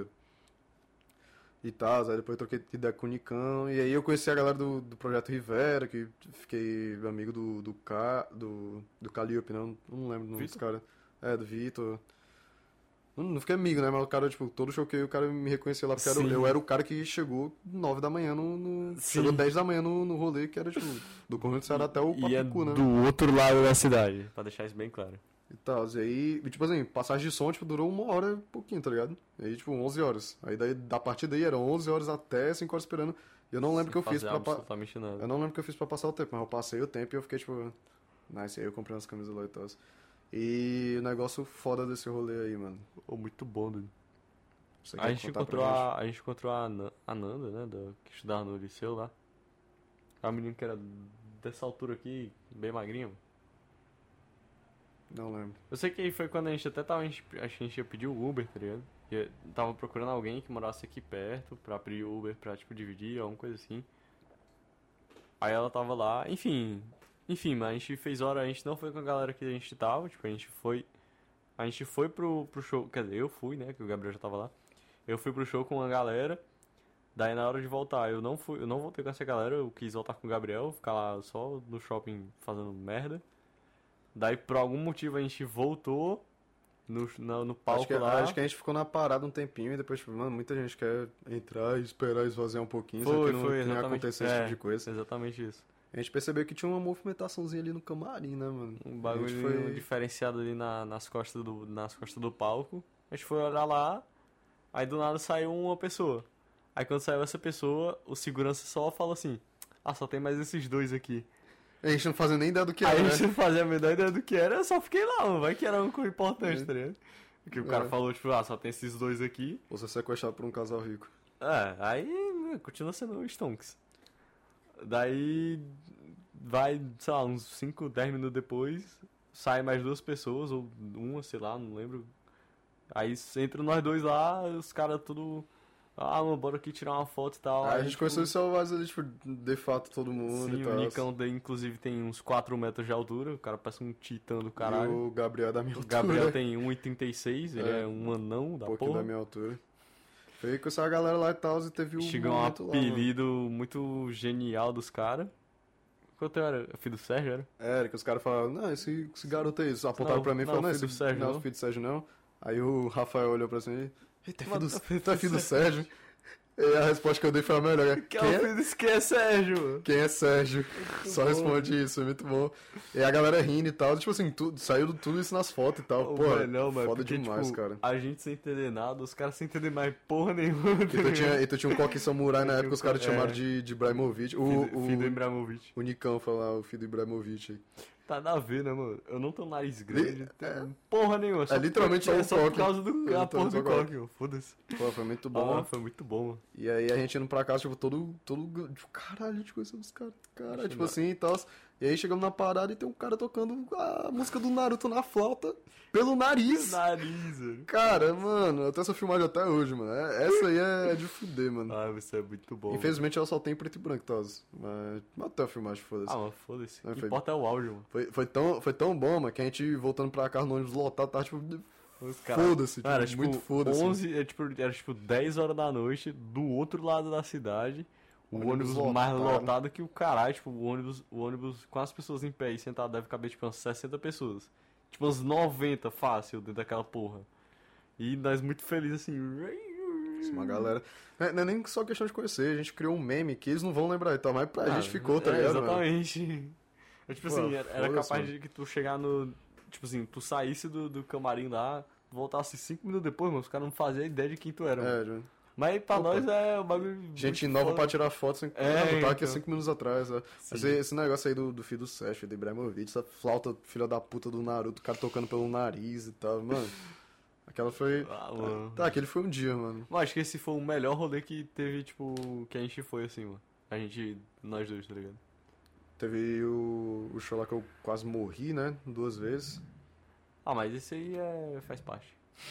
E tal, aí depois eu troquei ideia com o Nicão. E aí eu conheci a galera do, do Projeto Rivera, que fiquei amigo do do, Ca, do, do Calliope, não, não lembro o nome desse Vitor? cara. É, do Vitor. Não, não fiquei amigo, né? Mas o cara, tipo, todo show que eu ia, o cara me reconhecia lá, porque era, o- Sim. eu era o cara que chegou nove da manhã no. no Sim. chegou dez da manhã no, no rolê, que era, tipo, do Conjunto Ceará até o E é Papicu, né? do outro lado da cidade, pra deixar isso bem claro. E tal, e aí, e, tipo assim, passagem de som, tipo, durou uma hora e pouquinho, tá ligado? E aí, tipo, onze horas. Aí, daí, da partir daí, eram onze horas até cinco horas esperando. E eu não lembro o que eu fiz Fazer pra... pa- absolutamente nada. Eu não lembro o que eu fiz pra passar o tempo, mas eu passei o tempo e eu fiquei, tipo... Nice, aí eu comprei umas camisas lá e tal. E o negócio foda desse rolê aí, mano. Oh, muito bom, doido. Você A quer gente contar encontrou pra a, a gente encontrou a, Ana- a Nanda, né, do, que estudava no liceu lá. A menina que era dessa altura aqui, bem magrinha. mano. Não lembro. Eu sei que foi quando a gente até tava, a gente, acho que a gente ia pedir o Uber, tá ligado? E tava procurando alguém que morasse aqui perto pra pedir o Uber pra, tipo, dividir, alguma coisa assim. Aí ela tava lá, enfim, enfim, mas a gente fez hora, a gente não foi com a galera que a gente tava, tipo, a gente foi, a gente foi pro, pro show, quer dizer, eu fui, né, que o Gabriel já tava lá. Eu fui pro show com a galera, daí na hora de voltar, eu não fui, eu não voltei com essa galera, eu quis voltar com o Gabriel, ficar lá só no shopping fazendo merda. Daí por algum motivo a gente voltou no, no, no palco Acho que, lá. acho que a gente ficou na parada um tempinho e depois, tipo, mano, muita gente quer entrar e esperar esvaziar um pouquinho, só Foi, que não, foi, que não ia exatamente. acontecer esse É, tipo de coisa. Exatamente isso. A gente percebeu que tinha uma movimentaçãozinha ali no camarim, né, mano? Um A bagulho gente foi... diferenciado ali na, nas, costas do, nas costas do palco. A gente foi olhar lá, aí do nada saiu uma pessoa. Aí quando saiu essa pessoa, o segurança só falou assim: ah, só tem mais esses dois aqui. A gente não fazia nem ideia do que Aí era, a né? gente não fazia a menor ideia do que era, eu só fiquei lá, mano. Vai que era um coisa importante, tá ligado? Que o cara É. falou, tipo, ah, só tem esses dois aqui. Ou ser sequestrado por um casal rico. É, aí continua sendo o Stonks. Daí vai, sei lá, uns cinco, dez minutos depois, sai mais duas pessoas, ou uma, sei lá, não lembro. Aí entra nós dois lá, os caras tudo. Ah, mano, bora aqui tirar uma foto e tal. Aí a Aí, gente tipo, conheceu os selvagens ali, tipo, de fato todo mundo sim, e o tal. Nicão daí, inclusive, tem uns quatro metros de altura, o cara parece um titã do caralho. E o Gabriel é da minha O altura. Gabriel tem um e trinta e seis, ele É, é um anão da um pouquinho porra. da minha altura. Foi com essa galera lá e tal, e teve um Chegou um momento lá, mano. apelido muito genial dos caras. Quanto era? Filho do Sérgio, era? É, que os caras falaram, não, esse, esse garoto aí, eles apontaram Não, pra mim e não, falaram, não, filho esse do Sérgio, não, não. filho do Sérgio não. Aí o Rafael olhou pra cima e, tu é filho Mano, do, tu é filho do Sérgio? E a resposta que eu dei foi a melhor. Que Quem é o é, filho desse que é Sérgio? quem é Sérgio? Só bom. responde isso, é muito bom. E a galera rindo e tal, tipo assim, tu, saiu tudo isso nas fotos e tal. Ô, Pô, mano, não, mano, foda porque, demais, tipo, cara. A gente sem entender nada, os caras sem entender mais porra nenhuma. E tu tinha, e tu tinha um coque samurai na Eu época, os tinha um caras co- chamaram é. de, de Ibrahimovic. O, Filho, filho do o, Ibrahimovic. o Nicão foi lá, o filho do Ibrahimovic aí. Tá nada a ver, né, mano? Eu não tenho nariz grande, Li- tem porra nenhuma. Só É literalmente porque- só é um só por coque. causa do, É a porra literalmente do só coque. coque, ó. Foda-se. Pô, foi muito bom. Ah, foi muito bom, mano. E aí a gente indo pra casa, tipo, todo, todo, tipo, caralho, a gente conheceu os caras, caralho, Acho tipo não. assim e tal. E aí chegamos na parada e tem um cara tocando a música do Naruto na flauta pelo nariz. Nariz, velho. Cara, mano, eu tenho essa filmagem até hoje, mano. É- Essa aí é de fuder, mano. Ah, você é muito bom. Infelizmente ela só tem preto e branco, Taz. Mas, mas até a filmagem, foda-se. Mano. Ah, mas foda-se. Não, O que foi- importa é o áudio, mano. Foi, foi, tão, foi tão bom, mano, que a gente voltando pra casa no ônibus lotado, tava tipo, Os caras. foda-se, tipo, Cara, tipo, muito foda-se. onze, é, tipo, era tipo dez horas da noite, do outro lado da cidade, o Ônibus ônibus, mais lotado. lotado que o caralho, tipo, o ônibus, o ônibus com as pessoas em pé e sentado deve caber, tipo, umas sessenta pessoas. Tipo, umas noventa fácil dentro daquela porra. E nós muito felizes, assim... Isso, uma galera. É, não é nem só questão de conhecer, a gente criou um meme que eles não vão lembrar e tal, mas pra Ah, gente ficou, tá é, ligado, mano? exatamente. É, tipo Pô, assim, era, era foda-se, capaz mano. de que tu chegar no... Tipo assim, tu saísse do, do camarim lá, voltasse cinco minutos depois, mano, os caras não faziam ideia de quem tu era, mano. É, gente. Mas pra Opa. nós é o bagulho... Gente muito nova foda. pra tirar foto sem. É, É, tá aqui há então. cinco minutos atrás. Ó. Sim. Esse, esse negócio aí do, do filho do Sérgio, do Ibrahimovic, essa flauta filha da puta do Naruto, o cara tocando pelo nariz e tal, mano. Aquela foi. Ah, mano. Tá, aquele foi um dia, mano. Eu acho que esse foi o melhor rolê que teve, tipo, que a gente foi, assim, mano. A gente, nós dois, tá ligado? Teve o, o show lá que eu quase morri, né? Duas vezes. Ah, mas esse aí é, faz parte.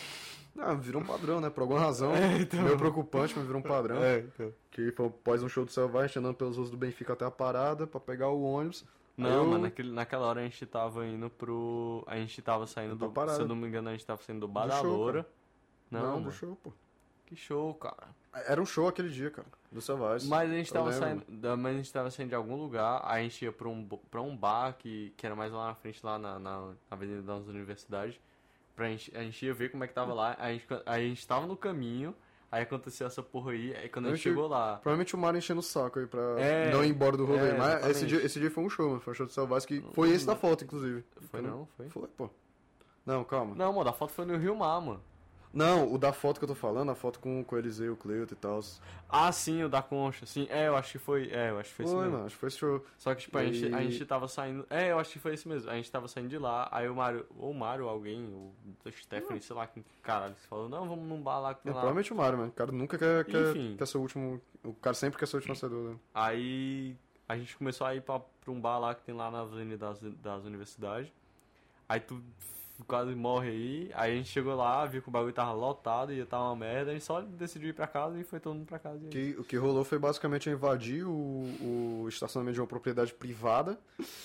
Ah, virou um padrão, né? Por alguma razão. É, então. Meio preocupante, mas virou um padrão. É, então. Que foi após um show do Selvagem, andando pelos ruas do Benfica até a parada pra pegar o ônibus. Não, Aí eu- mano, naquele, naquela hora a gente tava indo pro... A gente tava saindo Pra do... parada. Se eu não me engano, a gente tava saindo do Bar Do da show, Loura. Não, Não, mano. do show, pô. Que show, cara. Era um show aquele dia, cara. Do Selvagem. Mas a gente Eu tava lembro, saindo, da- mas a gente tava saindo de algum lugar, aí a gente ia pra um, bo- pra um bar que, que era mais lá na frente, lá na, na Avenida das Universidades. Pra gente, a gente ia ver como é que tava lá, aí a gente, aí a gente tava no caminho, aí aconteceu essa porra aí, aí quando a Eu gente che- chegou lá... Provavelmente o Mário enchendo o saco aí pra É, não ir embora do rolê. é, mas esse exatamente. dia, esse dia foi um show, mano. Foi um show do Selvagem que foi esse da foto, inclusive. Foi não, foi? Foi, pô. Não, calma. Não, mano, a foto foi no Rio Mar, mano. Não, o da foto que eu tô falando, a foto com, com o Eliseu, o Cleuto e tal. Ah, sim, o da concha, sim, é, eu acho que foi, é, eu acho que foi, Foi, esse mesmo. mano, acho que foi esse show. Só que, tipo, a, E- gente, a gente tava saindo. É, eu acho que foi esse mesmo. A gente tava saindo de lá, aí o Mário, ou o Mário, alguém, ou o Stephanie, sei lá, quem caralho, você falou, não, vamos num bar lá que É, tem lá. provavelmente o Mário, mano. O cara nunca quer, quer, Enfim. quer ser o último. O cara sempre quer ser o último vencedor, né? Aí a gente começou a ir pra, pra um bar lá que tem lá na Avenida das, das Universidades. Aí tu quase morre aí. Aí a gente chegou lá, viu que o bagulho tava lotado e tava uma merda. A gente só decidiu ir pra casa e foi todo mundo pra casa. E aí. Que, o que rolou foi basicamente invadir o, o estacionamento de uma propriedade privada.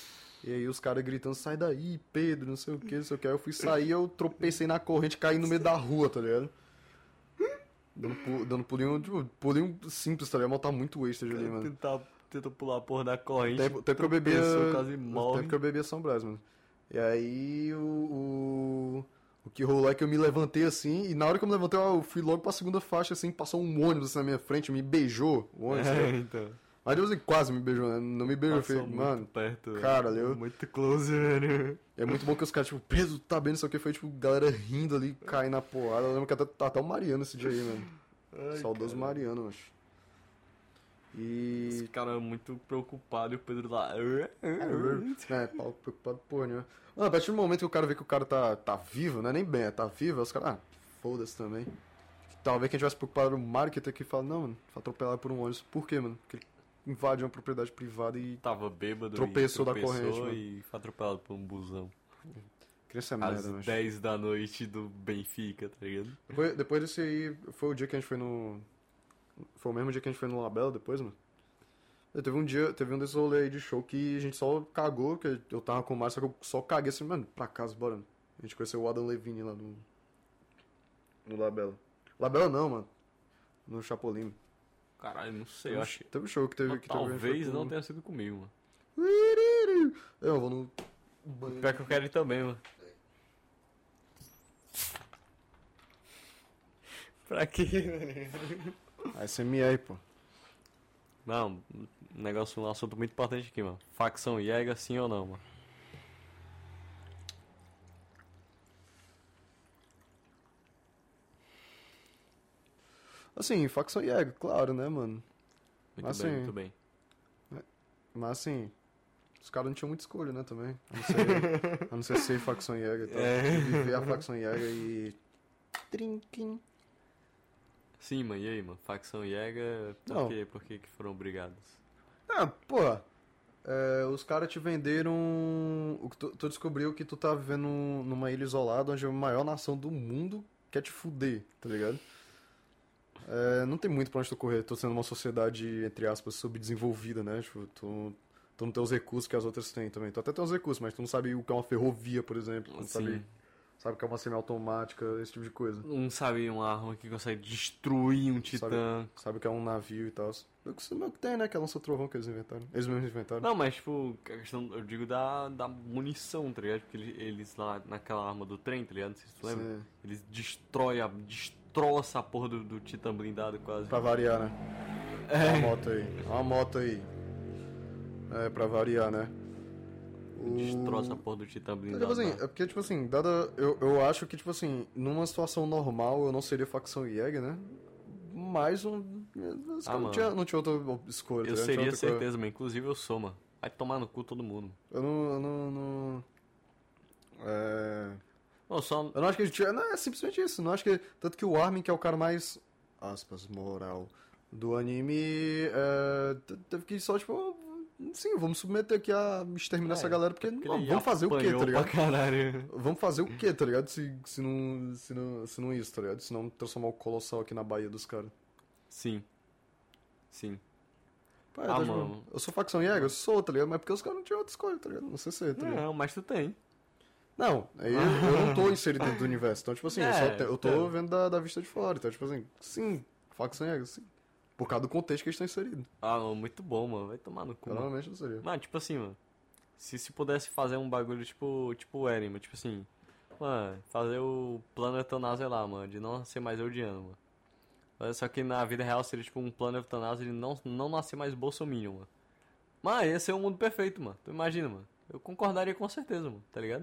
E aí os caras gritando, sai daí, Pedro, não sei o que, não sei o que. Aí eu fui sair, eu tropecei na corrente, caí no meio da rua, tá ligado? Dando, pu- dando pulinho, tipo, pulinho simples, tá ligado? Mas tá muito wasted ali, mano. Tentar, tentou pular a porra da corrente. Tempo, tempo que eu bebia. tropeçou, quase o morre. tempo que eu bebia São Brás, mano. E aí o, o. O que rolou é que eu me levantei assim, e na hora que eu me levantei, eu fui logo pra segunda faixa, assim, passou um ônibus assim, na minha frente, me beijou o ônibus. tá É, ligado? então. Mas Deus quase me beijou, né? Não me beijou, eu Passou falei, muito mano. perto. velho. cara, eu- Muito close, velho. É muito bom que os caras, tipo, Pedro, tá bem, não sei o que, foi tipo, galera rindo ali, caindo na porrada. Eu lembro que até, tá até o Mariano esse dia aí, mano. Ai, Saudoso cara. Mariano, acho. E... Esse cara é muito preocupado e o Pedro lá... É, pau preocupado porra nenhuma. Mano, a partir do momento que o cara vê que o cara tá, tá vivo, não é nem bem, é tá vivo, aí os caras, ah, foda-se também. Talvez quem tivesse preocupado no marketing aqui fala, não, mano, foi atropelado por um ônibus. Por quê, mano? Porque ele invadiu uma propriedade privada e Tava bêbado tropeçou e da tropeçou corrente, mano. e foi atropelado por um busão. Criança é Às merda, mas... dez da noite do Benfica, tá ligado? Depois, depois desse aí, foi o dia que a gente foi no... Foi o mesmo dia que a gente foi no Labela depois, mano. E teve um dia, teve um desses rolês aí de show que a gente só cagou, que eu tava com o Márcio, só que eu só caguei assim, mano, pra casa, bora. Mano. A gente conheceu o Adam Levine lá no... No Labela. Labela não, mano. No Chapolin. Caralho, não sei, eu acho que... Teve um show que teve... Mas que teve talvez foi não com- tenha sido comigo, mano. Eu vou no... banheiro. Pior que eu quero ir também, mano. Pra quê, mano? A S M R, pô. Não, um negócio, um assunto muito importante aqui, mano. Facção Jäger, sim ou não, mano? Assim, facção Jäger, claro, né, mano? Muito Mas bem, sim. muito bem. Mas assim, os caras não tinham muita escolha, né, também. A não ser, a não ser ser facção Jäger e tal. É. Viver a facção Jäger e... Trinquim. Sim, mano, e aí, mano? Facção Jäger, por Não. quê? Por que que foram obrigados? Ah, porra. É, os caras te venderam... O que tu, tu descobriu que tu tá vivendo numa ilha isolada onde a maior nação do mundo quer te fuder, tá ligado? É, não tem muito pra onde tu correr. Tô sendo uma sociedade, entre aspas, subdesenvolvida, né? Tipo, tu, tu não tem os recursos que as outras têm também. Tu até tem os recursos, mas tu não sabe o que é uma ferrovia, por exemplo. Tu não sabe, Sim. sabe o que é uma semiautomática, esse tipo de coisa. Não sabe uma arma que consegue destruir um titã. Sabe o que é um navio e tal. É o que tem, né? Que é lança trovão que eles inventaram. Eles mesmos inventaram. Não, mas tipo, a questão, eu digo da, da munição, tá ligado? Porque eles, eles lá naquela arma do trem, tá ligado? Não sei se tu lembra. Sim. Eles destroem a, destroça a porra do, do titã blindado quase. Pra variar, né? É uma moto aí. É uma moto aí. É, pra variar, né? O- Destroça a porra do titã É, blindado. tipo assim, lá. é porque, tipo assim, dada. Eu, eu acho que, tipo assim, numa situação normal eu não seria facção Jäger, né? Mas um. os Ah, caras não, mano. tinha, não tinha outra escolha. tá Eu ligado? Não tinha seria outra coisa. certeza, mas inclusive eu sou, mano. Vai tomar no cu todo mundo. Eu não. Eu não. não- é... Eu só. Eu não acho que a gente. Não, é simplesmente isso. Não acho que. Tanto que o Armin, que é o cara mais. Aspas, moral. Do anime. É, te- teve que só, tipo. Sim, vamos submeter aqui a exterminar É, essa galera, porque, porque não, ele vamos fazer o quê, apanhou tá ligado? pra caralho. Vamos fazer o quê, tá ligado? Se, se, não, se, não, se não isso, tá ligado? Se não transformar o Colossal aqui na Bahia dos caras. Sim. Sim. Pô, Ah, tá, tipo, mano. eu sou facção Jäger? Eu sou, tá ligado? Mas porque os caras não tinham outra escolha, tá ligado? Não sei se, tá ligado? Não, mas tu tem. Não, aí eu, eu não tô inserido dentro do universo. Então, tipo assim, eu, só É, te- eu tô então. vendo da, da vista de fora. Então, tipo assim, sim, facção Jäger, sim. Por causa do contexto que eles estão inseridos. Ah, mano, muito bom, mano. Vai tomar no cu. Mano, Normalmente não seria. Mano, tipo assim, mano. Se se pudesse fazer um bagulho tipo, tipo o Eren, mano. Tipo assim. Mano, fazer o plano eutanásia lá, mano. De não ser mais Eldiano, mano. Mas Só que na vida real seria tipo um plano eutanásia de não, não nascer mais Bolsominion, mano. Mas ia ser um mundo perfeito, mano. Tu imagina, mano. Eu concordaria com certeza, mano. Tá ligado?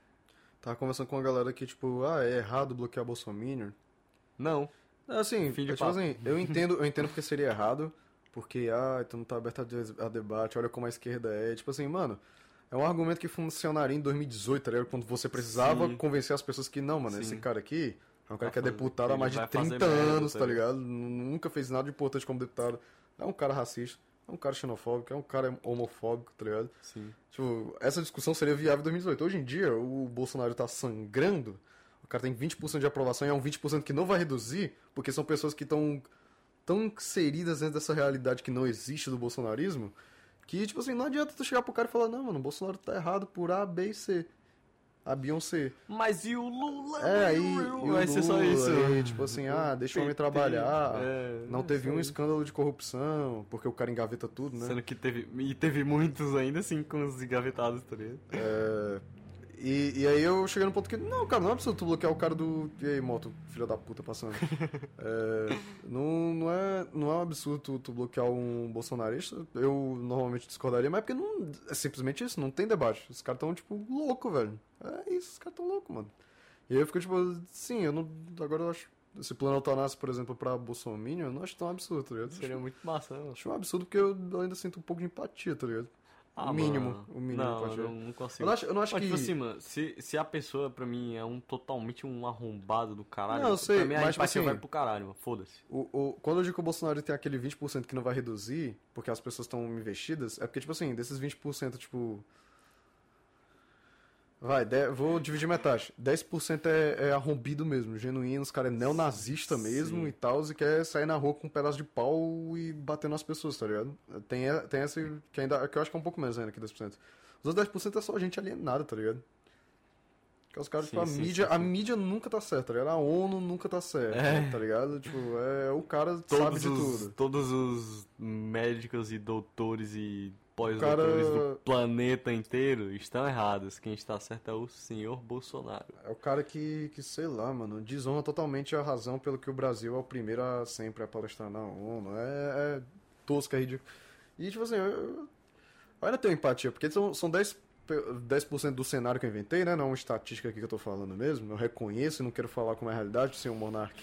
Tava conversando com uma galera que, tipo, ah, é errado bloquear Bolsonaro. Não. É, assim, Fim de é, tipo papo. assim, eu entendo, eu entendo porque seria errado, porque, ah, tu não tá aberto a, des- a debate, olha como a esquerda é. Tipo assim, mano, é um argumento que funcionaria em dois mil e dezoito, tá ligado? Quando você precisava Sim. convencer as pessoas que, não, mano, Sim. esse cara aqui é um cara Vai que é fazer- deputado há ele mais de vai fazer trinta merda, anos, tá tá ligado? Nunca fez nada de importante como deputado. É um cara racista, é um cara xenofóbico, é um cara homofóbico, tá ligado? Sim. Tipo, essa discussão seria viável em dois mil e dezoito. Hoje em dia, o Bolsonaro tá sangrando, o cara tem vinte por cento de aprovação e é um vinte por cento que não vai reduzir, porque são pessoas que estão tão inseridas dentro dessa realidade que não existe do bolsonarismo, que, tipo assim, não adianta tu chegar pro cara e falar, não, mano, o Bolsonaro tá errado por A, B e C. A Beyoncé. Mas e o Lula? É, aí, e o Vai ser só Lula, isso. aí, tipo assim, ah, deixa o homem P T, trabalhar. é, Não é teve só um isso. escândalo de corrupção, porque o cara engaveta tudo, né? Sendo que teve. E teve muitos ainda assim com os engavetados, tá ligado? É, E, e aí eu cheguei no ponto que, não, cara, não é absurdo tu bloquear o cara do. E aí, moto, filha da puta passando. É, não, não, é, não é um absurdo tu, tu bloquear um bolsonarista. Eu normalmente discordaria, mas é porque não. É simplesmente isso, não tem debate. Os caras tão, tipo, louco, velho. É isso, os caras tão loucos, mano. E aí eu fico, tipo, sim, eu não. Agora eu acho esse plano eutanásico, por exemplo, pra Bolsonaro, eu não acho tão absurdo, tá ligado? Seria muito massa, né? Acho um absurdo porque eu ainda sinto um pouco de empatia, tá ligado? Ah, o mínimo, mano. o mínimo Não, de empatia. eu não, não consigo. Eu não acho, eu não acho Mas, que... tipo assim, mano, se, se a pessoa, pra mim, é um totalmente um arrombado do caralho, Não, eu sei, pra mim a mas, tipo empatia assim, vai pro caralho, mano. Foda-se. O, o, quando eu digo que o Bolsonaro tem aquele vinte por cento que não vai reduzir, porque as pessoas estão investidas, é porque, tipo assim, desses vinte por cento, tipo... Vai, de, vou dividir metade. dez por cento é, é arrombido mesmo, genuíno, os caras é neonazista mesmo Sim. e tal, e quer sair na rua com um pedaço de pau e bater nas pessoas, tá ligado? Tem, tem essa que ainda, que eu acho que é um pouco menos ainda que dez por cento. Os outros dez por cento é só gente alienada, tá ligado? Que os caras, Sim, tipo, a sim, mídia, sim, a sim. mídia nunca tá certa, tá ligado? A ONU nunca tá certa, É. tá ligado? Tipo, é, o cara sabe Todos de os, tudo. todos os médicos e doutores e O pós-doutores cara- do planeta inteiro estão errados. Quem está certo é o senhor Bolsonaro. É o cara que, que, sei lá, mano, desonra totalmente a razão pelo que o Brasil é o primeiro a sempre a palestrar na ONU. É, é tosco, é ridículo. E, tipo assim, eu, eu ainda tenho empatia, porque são, são dez, dez por cento do cenário que eu inventei, né? Não é uma estatística aqui que eu tô falando mesmo. Eu reconheço e não quero falar como é a realidade, sem um monarca.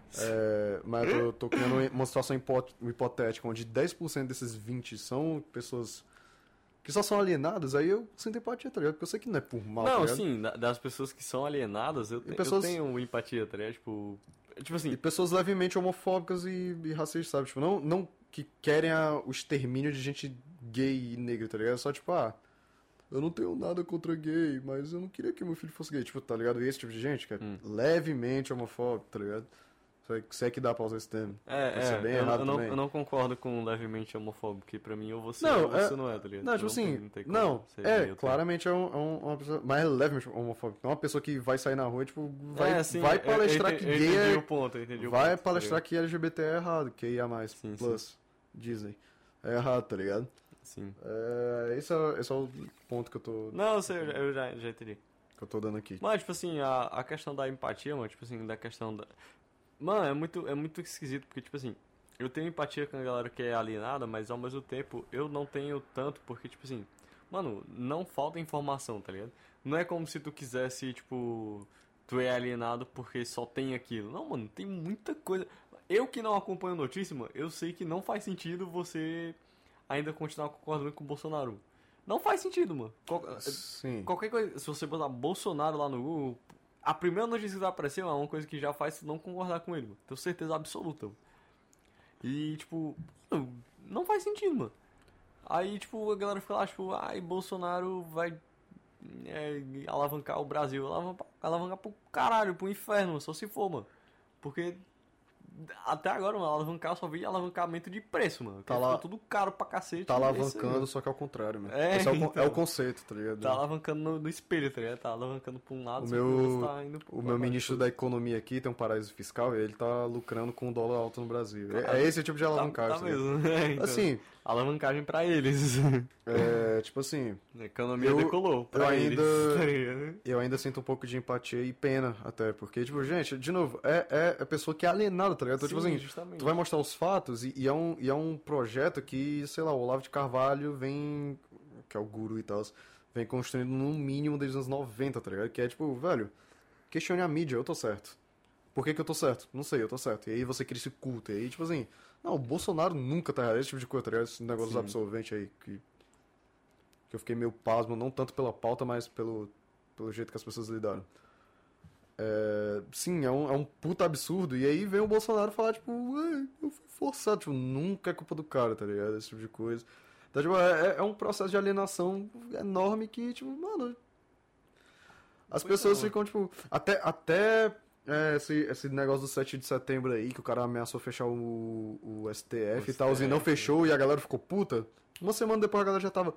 É, mas eu tô criando uma situação hipó- hipotética, onde dez por cento desses vinte são pessoas que só são alienadas, aí eu sinto empatia, tá ligado? Porque eu sei que não é por mal, tá Não, ligado? sim, da- das pessoas que são alienadas, eu, te- pessoas- eu tenho empatia, tá ligado? Tipo, tipo assim, E pessoas levemente homofóbicas e, e racistas, sabe? Tipo, não, não que querem a- o extermínio de gente gay e negra, tá ligado? Só tipo, ah, eu não tenho nada contra gay, mas eu não queria que meu filho fosse gay. Tipo, tá ligado? E esse tipo de gente que é Hum. levemente homofóbico, tá ligado? Se é- Se é que dá pra usar esse termo. é, Pode ser é, bem eu, errado eu não, também. eu não concordo com levemente homofóbico, porque pra mim ou você Não, ou você é- não é, tá ligado? Não, tipo tem- assim, não tem como não, ser é, meio termo. claramente é, um, é um- uma pessoa, mas é levemente homofóbico. Não é uma pessoa que vai sair na rua e, tipo, vai, É, sim, vai eu- eu palestrar entendi- que eu gay entendi é... o ponto, eu entendi o Vai ponto, tá palestrar ligado? que L G B T é errado, que I A mais, Sim, plus, Disney. É errado, tá ligado? Sim. É, esse, é, esse é o ponto que eu tô, Não, eu sei, eu já, eu já, já entendi. que eu tô dando aqui. Mas, tipo assim, a, a questão da empatia, mano, tipo assim, da questão da... Mano, é muito, é muito esquisito, porque, tipo assim, eu tenho empatia com a galera que é alienada, mas ao mesmo tempo eu não tenho tanto, porque, tipo assim, mano, não falta informação, tá ligado? Não é como se tu quisesse, tipo, tu é alienado porque só tem aquilo. Não, mano, tem muita coisa. Eu que não acompanho notícia, mano, eu sei que não faz sentido você ainda continuar concordando com o Bolsonaro. Não faz sentido, mano. Qual- Sim. Qualquer coisa, se você botar Bolsonaro lá no Google, a primeira notícia que vai aparecer é uma coisa que já faz tu não concordar com ele, mano. Tenho certeza absoluta, mano. E, tipo, mano, não faz sentido, mano. Aí, tipo, a galera fica lá, tipo, ai, Bolsonaro vai é, alavancar o Brasil. Alavancar, alavancar pro caralho, pro inferno, mano, só se for, mano. Porque até agora, mano, alavancar eu só vi alavancamento de preço, mano. Tá Tá lá- lá, tudo caro pra cacete. Tá é isso aí, alavancando, mano. só que é o contrário, mano. É, Esse é o, con- então. é o conceito, tá ligado? Tá alavancando no, no espelho, tá ligado? Tá alavancando pra um lado, O só que meu- o outro tá indo pra O meu baixo. ministro da economia aqui tem um paraíso fiscal e ele tá lucrando com o dólar alto no Brasil. É- Cara, é esse tipo de Tá, alavancagem. tá tá ligado? mesmo. É, então, Assim, alavancagem pra eles. é, tipo assim, A economia Eu- decolou pra eu eles. ainda- tá ligado? eu ainda sinto um pouco de empatia e pena até, porque, tipo, gente, de novo, é, é a pessoa que é alienada, tá ligado? Então, tipo Sim, assim, justamente. tu vai mostrar os fatos e, e é um, e é um projeto que, sei lá, o Olavo de Carvalho vem, que é o guru e tal, vem construindo no mínimo desde os anos noventa, tá ligado? Que é tipo, velho, questione a mídia, eu tô certo. Por que que eu tô certo? Não sei, eu tô certo. E aí você cria esse culto. E aí, tipo assim, não, o Bolsonaro nunca tá errado. Esse tipo de coisa, tá ligado? Esse negócio dos Sim. absolventes aí, que, que eu fiquei meio pasmo, não tanto pela pauta, mas pelo, pelo jeito que as pessoas lidaram. É, sim, é um, é um puta absurdo. E aí vem o Bolsonaro falar, tipo, ué, eu fui forçado. Tipo, nunca é culpa do cara, tá ligado? Esse tipo de coisa. Então, tipo, é, é um processo de alienação enorme que, tipo, mano. As Pois pessoas é, ficam, tipo. Até, até é, esse, esse negócio do sete de setembro aí, que o cara ameaçou fechar o, o S T F e tal, e não S T F, fechou, e a galera ficou puta. Uma semana depois a galera já tava.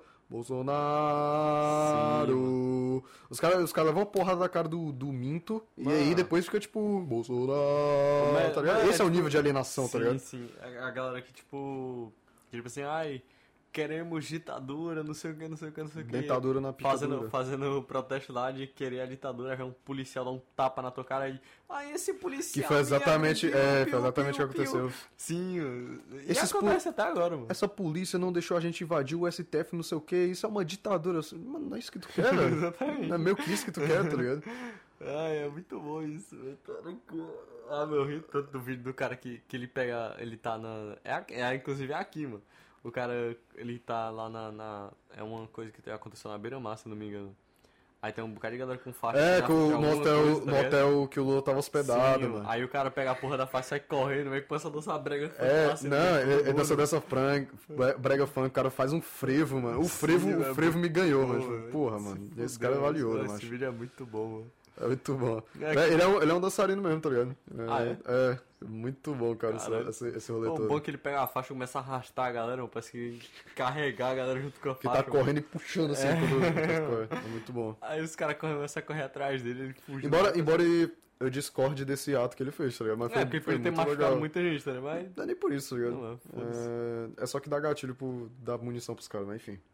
Bolsonaro. Os caras os cara levam uma porrada da cara do, do Minto, e Mano. aí depois fica tipo. Bolsonaro. Mas- Tá ligado? mas, Esse é o tipo, nível de alienação, tá sim, ligado? sim. A, a galera que, tipo... que, tipo assim, ai, queremos ditadura, não sei o que, não sei o que, não sei o que. Dentadura na Fazendo, pitadura. fazendo protesto lá de querer a ditadura, aí um policial dá um tapa na tua cara e... Ai, esse Que policial foi me exatamente, agrediu, é, piu, foi exatamente o piu, que piu. aconteceu. Sim, e Esses acontece até agora, mano. Essa polícia não deixou a gente invadir o S T F, não sei o que, isso é uma ditadura. Mano, não é isso que tu quer, velho. Exatamente. Não é meio que isso que tu quer, tá ligado? Ai, é muito bom isso, velho. Tá no cu. Ah, meu, eu ri tanto do vídeo do cara que, que ele pega. Ele tá na. É, aqui- é inclusive é aqui, mano. O cara, ele tá lá na. na- é uma coisa que aconteceu na beira-mar, se não me engano. Aí tem um bocado de galera com faixa. É, na com frente de o- no alguma hotel, coisa, tá no ligado? hotel que o Lula tava hospedado, Sim, mano. aí o cara pega a porra da faixa e sai correndo, meio que começa a dançar brega. É, fácil, não, né? ele, ele Todo dança mundo. dessa fran- brega funk, o cara faz um frevo, mano. O frevo, Sim, o é frevo me ganhou, Pô, mano. Tipo, velho, porra, se mano. fudeu, Esse cara é valioso, Esse mano. vídeo é muito bom, mano. É muito bom. É É, que- ele, é um, ele é um dançarino mesmo, tá ligado? Ah, é? é, muito bom, cara, esse, Caralho. esse, esse rolê O todo. bom é que ele pega a faixa e começa a arrastar a galera, mano, parece que carregar a galera junto com a Que faixa. tá mano. correndo e puxando assim É. quando, enquanto corre. É muito bom. Aí os caras começam a correr atrás dele, ele fugindo. Embora, embora eu discorde desse ato que ele fez, tá ligado? Mas foi, É, porque foi ele ter muito machucado legal. muita gente, tá ligado? Mas. Não é nem por isso, tá ligado? Não, é, foda-se. É, é só que dá gatilho pro dar munição pros caras, mas enfim.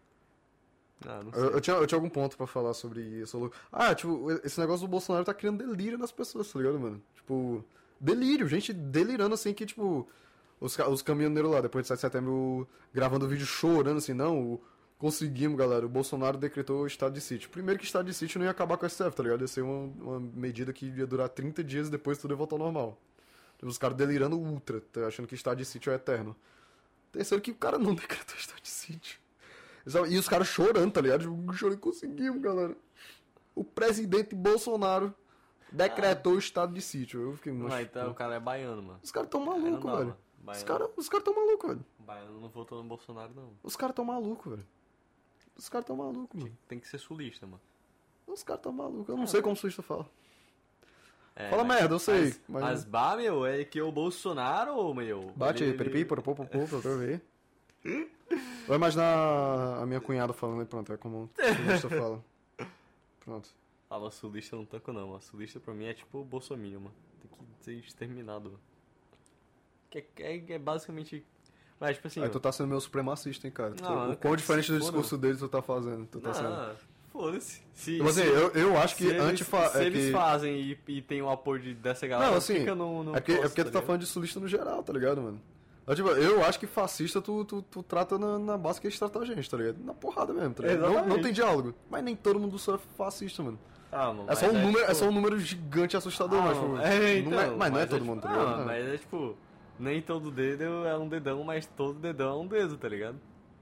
Ah, não sei. Eu, eu tinha, eu tinha algum ponto pra falar sobre isso. Ah, tipo, esse negócio do Bolsonaro tá criando delírio nas pessoas, tá ligado, mano? Tipo, delírio, gente delirando assim que, tipo, os, ca- os caminhoneiros lá, depois de sete de setembro, gravando vídeo chorando assim, não, o- conseguimos, galera, o Bolsonaro decretou o estado de sítio. Primeiro que estado de sítio não ia acabar com a S T F, tá ligado? Ia ser uma, uma medida que ia durar trinta dias e depois tudo ia voltar ao normal. Tipo, os caras delirando ultra, tá achando que estado de sítio é eterno. Terceiro que o cara não decretou estado de sítio. E os caras chorando, tá ligado? Tipo, chorando, conseguimos, galera. O presidente Bolsonaro decretou o estado de sítio. Eu fiquei, Mas mas, então o cara é baiano, mano. os caras tão Aí não malucos, dá, velho. mano. Os Baiano, caras os cara tão malucos, velho. baiano não votou no Bolsonaro, não. Os caras tão malucos, velho. Os caras tão malucos, mano. Tem que ser sulista, mano. Os caras tão malucos. Eu não sei como o sulista fala. É, Fala mas- merda, eu sei, Mas, mas- mas bah, meu, é que o Bolsonaro, meu. Bate aí, ele- peripi, poropô, popô, pra eu ver. Vai imaginar a minha cunhada falando e pronto, é como o sulista fala. Pronto. Fala sulista, eu não tanco não, mano. Sulista pra mim é tipo o Bolsonaro, mano. Tem que ser exterminado, mano. Que é, é, é basicamente. Mas, tipo assim. Aí tu tá sendo meu supremacista, hein, cara. Tu- Não, eu o não quão quero diferente que do se foda. discurso dele tu tá fazendo. Tu tá sendo. não, foda-se. Se, Tipo assim, se- eu, eu acho que se eles, antifa... se é eles que... fazem e, e tem o apoio de- dessa galera, Não, assim, fica no, no é porque, é posto, porque tu tá ligado? falando de sulista no geral, tá ligado, mano? Eu, tipo, eu acho que fascista tu, tu, tu trata na, na base que eles tratam a gente, tá ligado? Na porrada mesmo, tá ligado? Não, não Exatamente. tem diálogo. Mas nem todo mundo só é fascista, mano. Ah, mano, É só, um mas número, tipo- é só um número gigante e assustador, Ah, mas, mano, tipo, é, então, não é, mas não é todo tipo- mundo, tá ah, ligado? mano, Não. mas é tipo, nem todo dedo é um dedão, mas todo dedão é um dedo, tá ligado?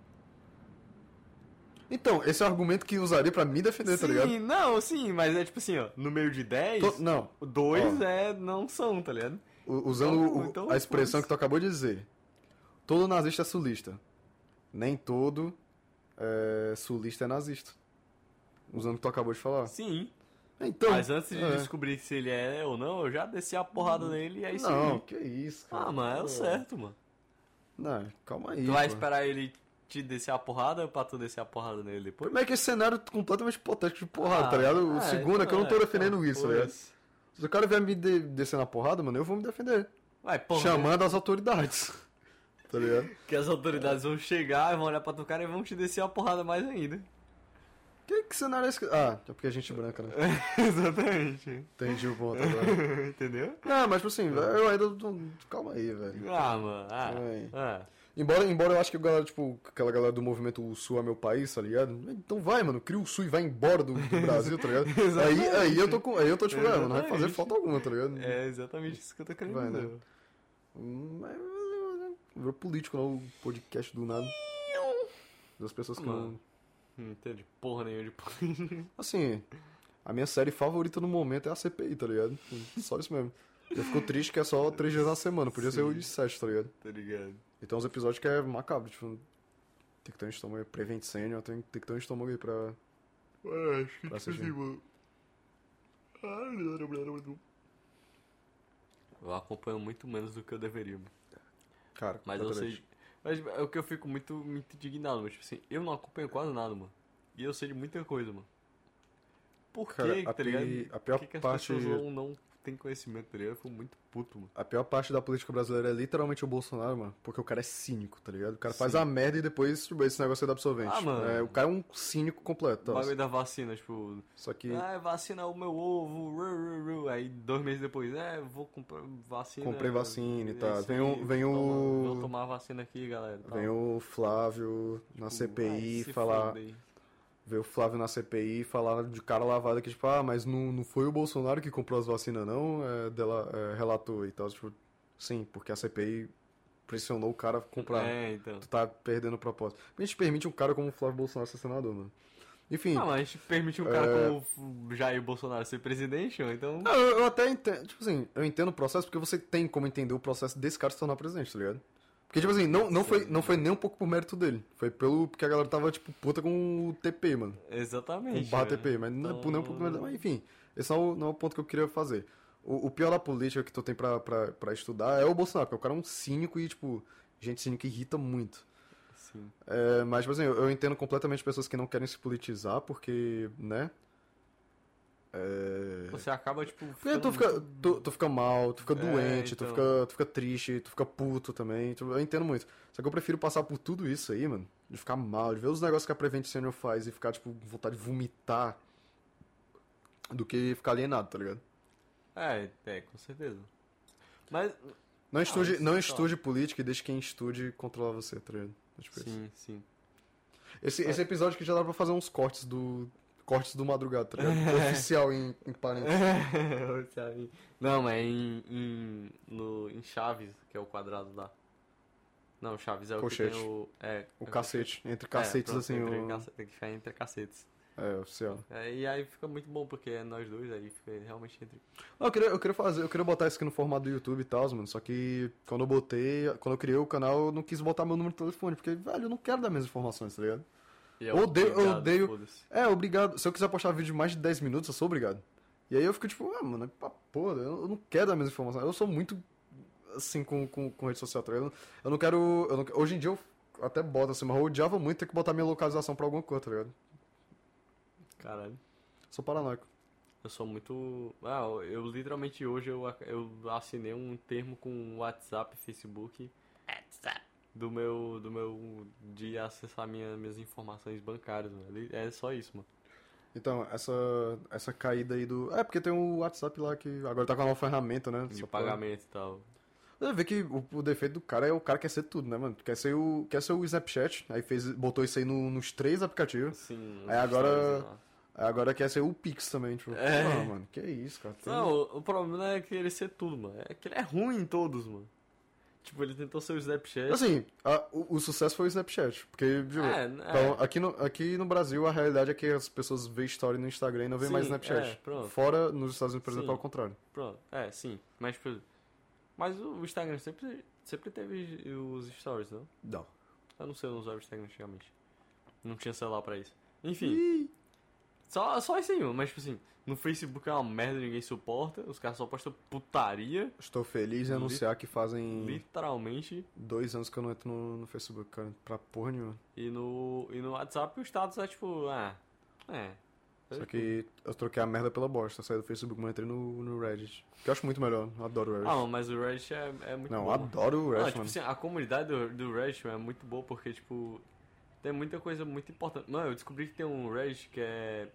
Então, esse é o argumento que usaria pra me defender, tá ligado? Sim, não, sim, mas é tipo assim, ó, no meio de dez, Tô- não, dois Ó. é, não são, tá ligado? U- usando Então, o- então, a expressão foda-se. que tu acabou de dizer. Todo nazista é sulista. Nem todo é, sulista é nazista. Usando o que tu acabou de falar. Sim, Então, mas antes de é. descobrir se ele é ou não, eu já desci a porrada nele e aí sim. Não, que isso, cara. Ah, mano, é o Pô. certo, mano. Não, calma aí. Tu vai pô. esperar ele te descer a porrada pra tu descer a porrada nele depois? Como é que esse cenário é completamente hipotético de porrada, Ah, tá ligado? O é, segundo é que eu não tô então, defendendo então, isso, tá ligado? foda-se. Se o cara vier me de- descer na porrada, mano, eu vou me defender. Vai, porra, chamando as autoridades. Tá ligado? que as autoridades vão chegar, vão olhar pra tu cara e vão te descer a porrada mais ainda. Que, que cenário é esse? Ah, é porque a gente é branca, né? Exatamente. Entendi o ponto agora. Entendeu? Não, mas tipo assim, eu ainda tô... Calma aí, velho. Ah, mano. Ah, Ai. ah. Embora, embora eu acho que a galera, tipo, aquela galera do movimento O Sul é meu país, tá ligado? Então vai, mano, cria o Sul e vai embora do, do Brasil, tá ligado? aí, aí eu tô com. Aí eu tô tipo, é, mano, não vai fazer Exatamente. falta alguma, tá ligado? É exatamente isso que eu tô querendo Vai, né? dizer. Hum, Mas virou político, não, o podcast do nada. Das pessoas que não. Mano. Não entende porra nenhuma de política. Assim, a minha série favorita no momento é a C P I, tá ligado? Só isso mesmo. Eu fico triste que é só três dias na semana, podia ser Sim. hoje sete, tá ligado? Tá ligado? E tem uns episódios que é macabro, tipo, tem que ter um estômago aí, Prevent Senior, tem, tem que ter um estômago aí pra. Ah, acho que Pra tipo assistir. assim, mano. Eu acompanho muito menos do que eu deveria, mano. Cara, Mas eu completamente. sei. Mas é o que eu fico muito, muito indignado, mas tipo assim, eu não acompanho quase nada, mano. E eu sei de muita coisa, mano. Por Cara, quê, a tá pi- ligado? a pior Por que, que as parte- pessoas não, não têm conhecimento, tá ligado? Eu fico muito puto, mano. A pior parte da política brasileira é literalmente o Bolsonaro, mano. Porque o cara é cínico, tá ligado? O cara faz Sim. a merda e depois tipo, esse negócio é do absorvente. Ah, mano. É, o cara é um cínico completo. O Tá? bagulho da vacina, tipo, Só que ah, vacina o meu ovo, ru, ru, ru. Aí dois meses depois, é, vou comprar vacina. Comprei vacina e é tal. isso Vem aí, o- vem toma- o- Vou tomar a vacina aqui, galera. tal. vem o Flávio na Tipo, C P I ai, se falar. foda aí. ver o Flávio na C P I e falar de cara lavada que, tipo, ah, mas não, não foi o Bolsonaro que comprou as vacinas, não? É, dela, é, relatou e tal. Tipo, sim, porque a C P I pressionou o cara a comprar. É, então. Tu tá perdendo o propósito. A gente permite um cara como o Flávio Bolsonaro ser senador, mano. Enfim. Não, mas a gente permite um cara É. como o Jair Bolsonaro ser presidente, ó, então. Não, eu, eu até entendo, tipo assim, eu entendo o processo porque você tem como entender o processo desse cara se tornar presidente, tá ligado? Porque, tipo assim, não, não, foi, não foi nem um pouco por mérito dele. Foi pelo. Porque a galera tava, tipo, puta com o T P, mano. Com Exatamente. o barra né? T P, mas não é Então, por nem um pouco por mérito. Mas enfim, esse não é, o, não é o ponto que eu queria fazer. O, o pior da política que tu tem pra, pra, pra estudar é o Bolsonaro, porque o cara é um cínico e, tipo, gente cínica irrita muito. Sim. É, mas, tipo assim, eu, eu entendo completamente pessoas que não querem se politizar, porque, né? É... Você acaba, tipo. Porque tu ficando fica, muito- tu, tu fica mal, tu fica É, doente, tu, então. fica, tu fica triste, tu fica puto também. Tu- eu entendo muito. Só que eu prefiro passar por tudo isso aí, mano. De ficar mal, de ver os negócios que a Prevent Senior faz e ficar, tipo, com vontade de vomitar. Do que ficar alienado, tá ligado? É, é, com certeza. Mas. Não estude, isso não tá. estude política e deixe quem estude controlar você, tá ligado? É tipo isso. Sim, sim. Esse, esse episódio que já dá pra fazer uns cortes do. Cortes do madrugada, tá ligado? Oficial em, em parênteses. Sabe? Não, mas em, em, no, em Chaves, que é o quadrado lá. Não, Chaves é o Colchete. que tem o. É, O é cacete. Entre É, cacetes, pronto, assim, entre o. cace- Tem que ficar entre cacetes. É, oficial. É, e aí fica muito bom, porque é nós dois, aí fica realmente entre. Não, eu queria, eu queria fazer, eu queria botar isso aqui no formato do YouTube e tal, mano. Só que quando eu botei, quando eu criei o canal, eu não quis botar meu número de telefone, porque, velho, eu não quero dar minhas informações, tá ligado? E é Odeio- eu obrigado, odeio- foda-se. É, obrigado. Se eu quiser postar vídeo de mais de dez minutos, eu sou obrigado. E aí eu fico tipo, ah, mano, pra porra, eu eu não quero dar minhas informações. Eu sou muito assim com, com, com rede social, tá ligado? Eu não quero. Eu não, hoje em dia eu até boto assim, mas eu odiava muito ter que botar minha localização pra alguma coisa, tá ligado? Caralho. Sou paranoico. Eu sou muito. Ah, eu, eu literalmente hoje eu, ac- eu assinei um termo com WhatsApp, Facebook. Do meu. Do meu. De acessar minha, minhas informações bancárias, mano. Ele- É só isso, mano. Então, essa, essa caída aí do. É, porque tem o WhatsApp lá que agora tá com a nova ferramenta, né? De Só pra- pagamento e tal. Você vê que o, o defeito do cara é o cara quer ser tudo, né, mano? Quer ser o, quer ser o Snapchat, aí fez, botou isso aí no- nos três aplicativos. Sim. os Aí agora- stories lá. Aí agora quer ser o Pix também, tipo. É. Não, mano, que isso, cara. Tem- Não, o, o problema não é querer ser tudo, mano. É que ele é ruim em todos, mano. Tipo, ele tentou ser o Snapchat. Assim, a- o, o sucesso foi o Snapchat. Porque, tipo, É, então, aqui, no, aqui no Brasil a realidade é que as pessoas veem story no Instagram e não veem Sim, mais Snapchat. é, pronto. Fora nos Estados Unidos, por exemplo, Sim. é o contrário. Pronto, é, sim. Mas, tipo, mas o o Instagram sempre, sempre teve os stories, não? Não. Eu não sei, eu não usava o Instagram antigamente. Não tinha celular pra isso. Enfim, só, só isso aí, mano. Mas, tipo assim, no Facebook é uma merda, ninguém suporta. Os caras só postam putaria. Estou feliz em Li- anunciar que fazem Literalmente. dois anos que eu não entro no, no Facebook, cara. Pra porra nenhuma. E no, e no WhatsApp o status é tipo, ah, é. Só que eu troquei a merda pela bosta. Saí do Facebook, mas entrei no, no Reddit. Que eu acho muito melhor. Eu adoro o Reddit. Ah, mas o Reddit é, é muito não, bom. eu adoro o Não, Reddit, tipo mano. assim, a comunidade do, do Reddit é muito boa porque, tipo, tem muita coisa muito importante. Mano, eu descobri que tem um Reddit que é.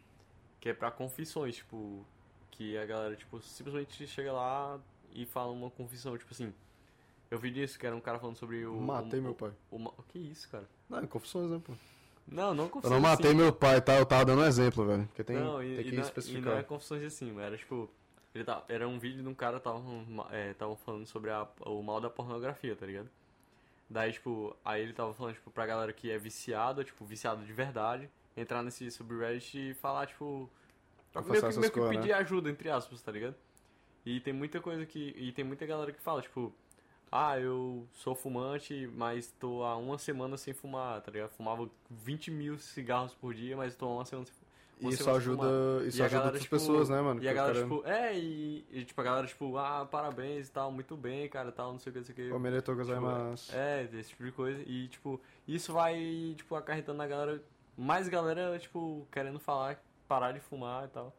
que é pra confissões, tipo. Que a galera, tipo, simplesmente chega lá e fala uma confissão, tipo assim. Eu vi disso, que era um cara falando sobre o. Matei o, meu o, pai. O, o, que isso, cara? Não, confissões, né, pô? Não, não Eu confissões. não matei assim. meu pai, tá? Eu tava dando um exemplo, velho. Porque tem, Não, e, tem e que não, é- especificar. e não é confissões assim, mas era tipo. Ele tá, era um vídeo de um cara que tava, é, tava falando sobre a, o mal da pornografia, tá ligado? Daí, tipo, aí ele tava falando, tipo, pra galera que é viciada, tipo, viciado de verdade, entrar nesse subreddit e falar, tipo. Confessar Meio que, essas meio que coisas, pedir né? ajuda, entre aspas, tá ligado? E tem muita coisa que. E tem muita galera que fala, tipo. Ah, eu sou fumante, mas tô há uma semana sem fumar, tá ligado? Fumava vinte mil cigarros por dia, mas tô há uma semana sem fumar. E isso ajuda, isso E a ajuda galera, outras tipo, pessoas, né, mano? E a Que o galera, cara- tipo, é, e, e, tipo, a galera, tipo, ah, parabéns e tal, muito bem, cara, tal, não sei o que, não sei o que. Omeretou Tipo, gozaimasu. é, esse tipo de coisa. E, tipo, isso vai, tipo, acarretando na galera, mais galera, tipo, querendo falar, parar de fumar e tal.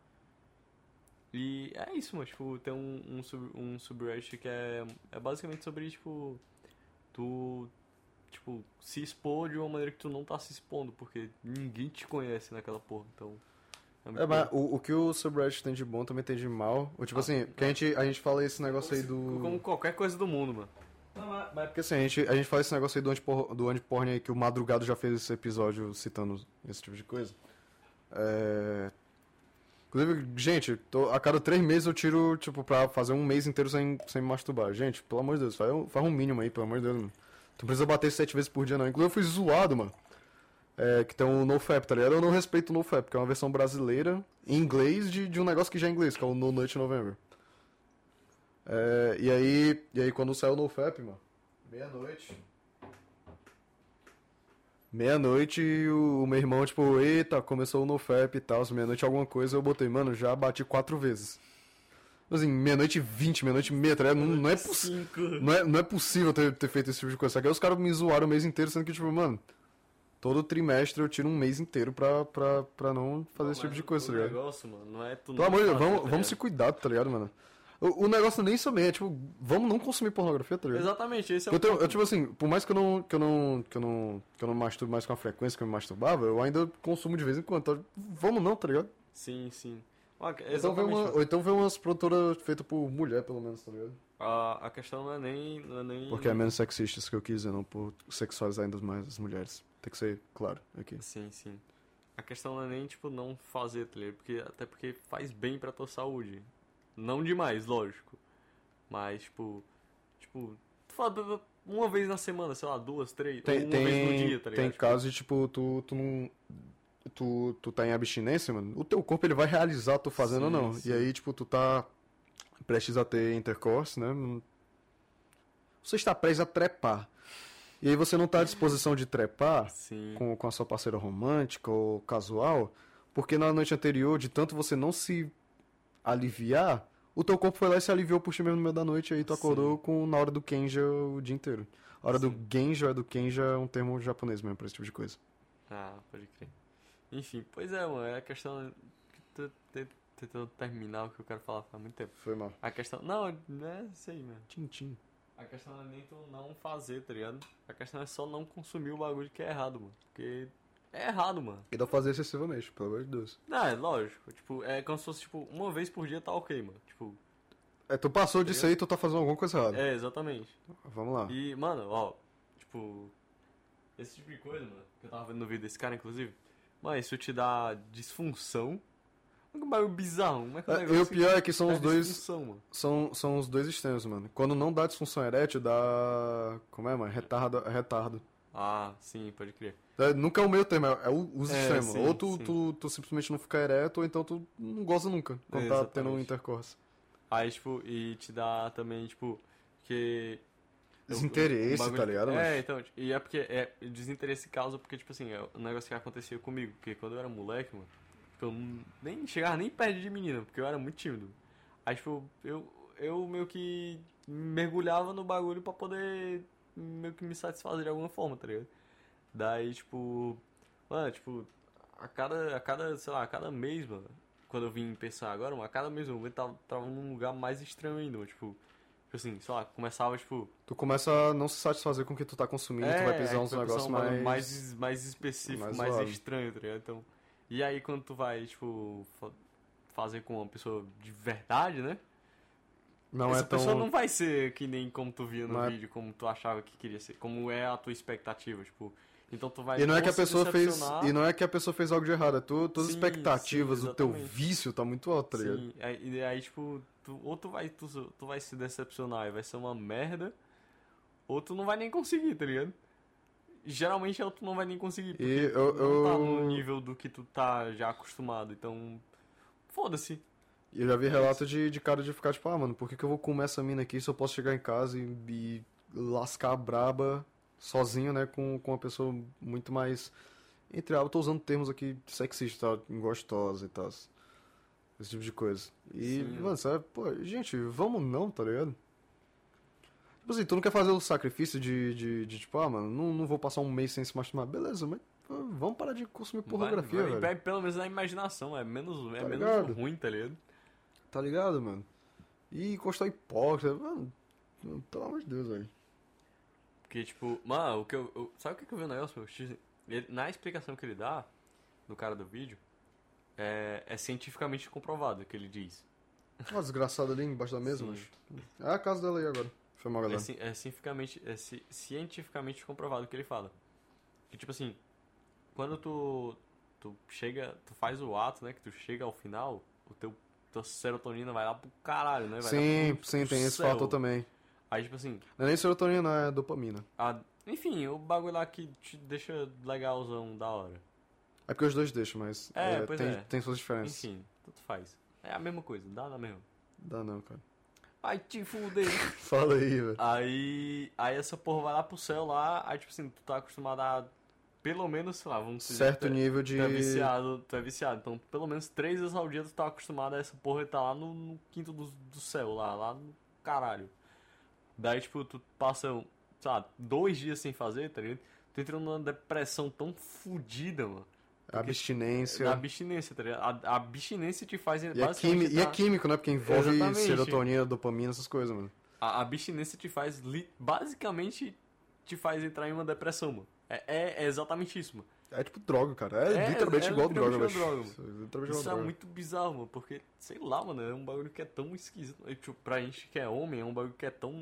E é isso, mano, tipo, tem um, um, sub, um subreddit que é, é basicamente sobre, tipo, tu, tipo, se expor de uma maneira que tu não tá se expondo, porque ninguém te conhece naquela porra, então... muito É, mas bom. o, o que o subreddit tem de bom também tem de mal. Ou, tipo Ah, assim, porque a gente, a gente fala esse negócio aí do... Como qualquer coisa do mundo, mano. Não, mas, mas Porque assim, a gente, a gente faz esse negócio aí do anti-porn, do anti-porn aí, que o Madrugado já fez esse episódio citando esse tipo de coisa. É... Inclusive, gente, tô- a cada três meses eu tiro, tipo, pra fazer um mês inteiro sem, sem me masturbar. Gente, pelo amor de Deus, faz, um- faz um mínimo aí, pelo amor de Deus, mano. Tu não precisa bater sete vezes por dia, não. Inclusive, eu fui zoado, mano. É, que tem o NoFap, tá ligado? Eu não respeito o NoFap, que é uma versão brasileira, em inglês, de, de um negócio que já é inglês, que é o No Nut November. É, e aí, e aí, quando saiu o NoFap, mano, meia-noite... Meia-noite, o, o meu irmão, tipo, eita, começou o NoFap e tal, meia-noite alguma coisa, eu botei, mano, já bati quatro vezes. Assim, meia-noite e vinte, meia-noite e meia, tá ligado? Não, não, é possi- cinco. não, é, não é possível ter, ter feito esse tipo de coisa. Só que aí os caras me zoaram o mês inteiro, sendo que, tipo, mano, todo trimestre eu tiro um mês inteiro pra, pra, pra não fazer Não, esse tipo mas de o- coisa, tá o ligado? negócio, mano, não é tu Pelo não amor de Deus, fazer, vamos, tá vamos ligado? se cuidar, tá ligado, mano? O, o negócio nem isso também, é tipo, vamos não consumir pornografia, tá ligado? Exatamente, esse é Eu, o tenho, ponto. eu, tipo assim, por mais que eu não, que eu não, que eu não, que eu não masturbe mais com a frequência que eu me masturbava, eu ainda consumo de vez em quando. Então, vamos não, tá ligado? Sim, sim. Ah, Então vê exatamente. uma, ou então vê umas produtoras feitas por mulher, pelo menos, tá ligado? A, a questão não é nem... Não é nem... Porque é menos sexista isso que eu quis dizer, não por sexualizar ainda mais as mulheres. Tem que ser claro aqui. Sim, sim. A questão não é nem, tipo, não fazer, tá ligado? Porque, até porque faz bem pra tua saúde. Não demais, lógico. Mas, tipo... Tipo... Tu fala uma vez na semana, sei lá, duas, três... ou Tem, uma tem, vez no dia, tá ligado? tem Tipo, casos de, tipo, tu, tu não... Tu, tu tá em abstinência, mano, o teu corpo ele vai realizar tu fazendo ou Sim, não. sim. E aí, tipo, tu tá prestes a ter intercourse, né? Você está prestes a trepar. E aí você não tá à disposição de trepar Sim. com, com a sua parceira romântica ou casual, porque na noite anterior, de tanto você não se aliviar, o teu corpo foi lá e se aliviou por ti mesmo no meio da noite, e aí tu acordou Sim. com, na hora do Kenja o dia inteiro. A hora do Sim. Genja, do Kenja é um termo japonês mesmo pra esse tipo de coisa. Ah, pode crer. Enfim, pois é, mano. É a questão... que tô te- tentando terminar o que eu quero falar faz muito tempo. Foi mal. A questão... Não, não é isso aí, mano. Tchim, tchim. A questão não é nem tu não fazer, tá ligado? A questão é só não consumir o bagulho que é errado, mano. Porque é errado, mano. E dá pra fazer excessivamente, pelo amor de Deus. Não, é lógico. Tipo, é como se fosse, tipo, uma vez por dia tá ok, mano. Tipo, É, tu passou disso aí, tu tá fazendo alguma coisa errada. é, exatamente. Vamos lá. E, mano, ó, tipo, esse tipo de coisa, mano, que eu tava vendo no vídeo desse cara, inclusive, mano, isso te dá disfunção. Olha que bagulho bizarro, como é que é um É, negócio e o pior é que são dá os dois. disfunção, mano? São, são os dois extremos, mano. Quando não dá disfunção erétil, dá. Como é, mano? Retardo. retardo. Ah, sim, pode crer. É, nunca é o meio termo, é o- os É, extremos. sim, ou tu, sim. tu, tu simplesmente não fica ereto, ou então tu não goza nunca quando É, tá exatamente. tendo um intercourse. Aí, tipo, e te dá também, tipo, que... Desinteresse, o bagulho- tá ligado, É, macho? então, tipo, e é porque, é, desinteresse causa porque, tipo assim, é um negócio que acontecia comigo, porque quando eu era moleque, mano, eu não- nem chegava nem perto de menina, porque eu era muito tímido. Aí, tipo, eu, eu meio que mergulhava no bagulho pra poder meio que me satisfazer de alguma forma, tá ligado? Daí, tipo, mano, tipo, a cada, a cada, sei lá, a cada mês, mano, quando eu vim pensar agora, mano, a cada mês eu tava, tava num lugar mais estranho ainda, mano, tipo, tipo assim, sei lá, começava, tipo, Tu começa a não se satisfazer com o que tu tá consumindo, tu vai pisar aí uns tu vai negócios precisar um bagulho mais... mais, mais específico, mais mais, zoado. estranho, tá ligado? Então, e aí quando tu vai, tipo, fa- fazer com uma pessoa de verdade, né? Não Essa é tão... pessoa não vai ser que nem como tu via no Não é- vídeo, como tu achava que queria ser, como é a tua expectativa, tipo, então tu vai E não é que a se pessoa fez, decepcionar. e não é que a pessoa fez algo de errado, é tu, tuas Sim, expectativas, sim, o teu exatamente. vício tá muito alto, tá ligado? Sim, aí, e aí tipo, tu, ou tu vai, tu, tu vai se decepcionar e vai ser uma merda, ou tu não vai nem conseguir, tá ligado? Geralmente é o tu não vai nem conseguir, porque E tu eu- não tá eu- no nível do que tu tá já acostumado, então foda-se. E eu já vi É relato de, de cara de ficar tipo, ah, mano, por que, que eu vou comer essa mina aqui se eu posso chegar em casa e, e lascar a braba sozinho, né, com, com uma pessoa muito mais, entre aspas, eu tô usando termos aqui sexistas, tá, gostosa e tal, esse tipo de coisa. E, Sim. mano, sabe, pô, gente, vamos não, tá ligado? Tipo assim, tu não quer fazer o sacrifício de, de, de tipo, ah, mano, não, não vou passar um mês sem se masturbar, beleza, mas pô, vamos parar de consumir pornografia, vai, vai, velho. vai pelo menos na imaginação, é menos, é Tá menos ligado? ruim, tá ligado? Tá ligado, mano? E encostar hipócrita, mano, pelo amor de Deus, velho. Porque, tipo, mano, o que eu, eu- sabe o que que eu vi no negócio, meu? X- ele- na explicação que ele dá, do cara do vídeo, é, é cientificamente comprovado o que ele diz. Uma desgraçada ali embaixo da mesa, Sim. mas. É a casa dela aí agora. Foi mal, É, galera. ci- é cientificamente, é ci- cientificamente comprovado o que ele fala. Que tipo assim, quando tu, tu chega, tu faz o ato, né? Que tu chega ao final, o teu, tua serotonina vai lá pro caralho, né? Vai Sim, lá pro, sim, pro tem esse céu. fator também. Aí tipo assim, Não é nem serotonina, não, é dopamina. a- enfim, o bagulho lá que te deixa legalzão da hora. É porque os dois deixam, mas É, é, pois tem, é. tem suas diferenças. Enfim, tanto faz. É a mesma coisa, dá na mesma. Dá não, cara. Ai, te fuder. Fala aí, velho. Aí, aí essa porra vai lá pro céu lá, aí tipo assim, tu tá acostumado a pelo menos, sei lá, vamos dizer, Certo tu é- nível de... tu é viciado, tu é viciado, então pelo menos três vezes ao dia tu tá acostumado a essa porra e tá lá no, no quinto do, do céu, lá, lá no caralho. Daí tipo, tu passa, sei lá, dois dias sem fazer, tá ligado? Tu entra numa depressão tão fodida, mano. abstinência. Da abstinência, tá ligado? A, a abstinência te faz E é, basicamente quimi- e é entrar- químico, né? Porque envolve Exatamente. serotonina, dopamina, essas coisas, mano. A abstinência te faz, li- basicamente, te faz entrar em uma depressão, mano. É, é, é exatamente isso, mano. É tipo droga, cara. É, É, literalmente é igual literalmente droga, uma velho. droga, Isso é literalmente Isso igual é droga. muito bizarro, mano, porque, sei lá, mano, é um bagulho que é tão esquisito. E, tipo, pra gente que é homem, é um bagulho que é tão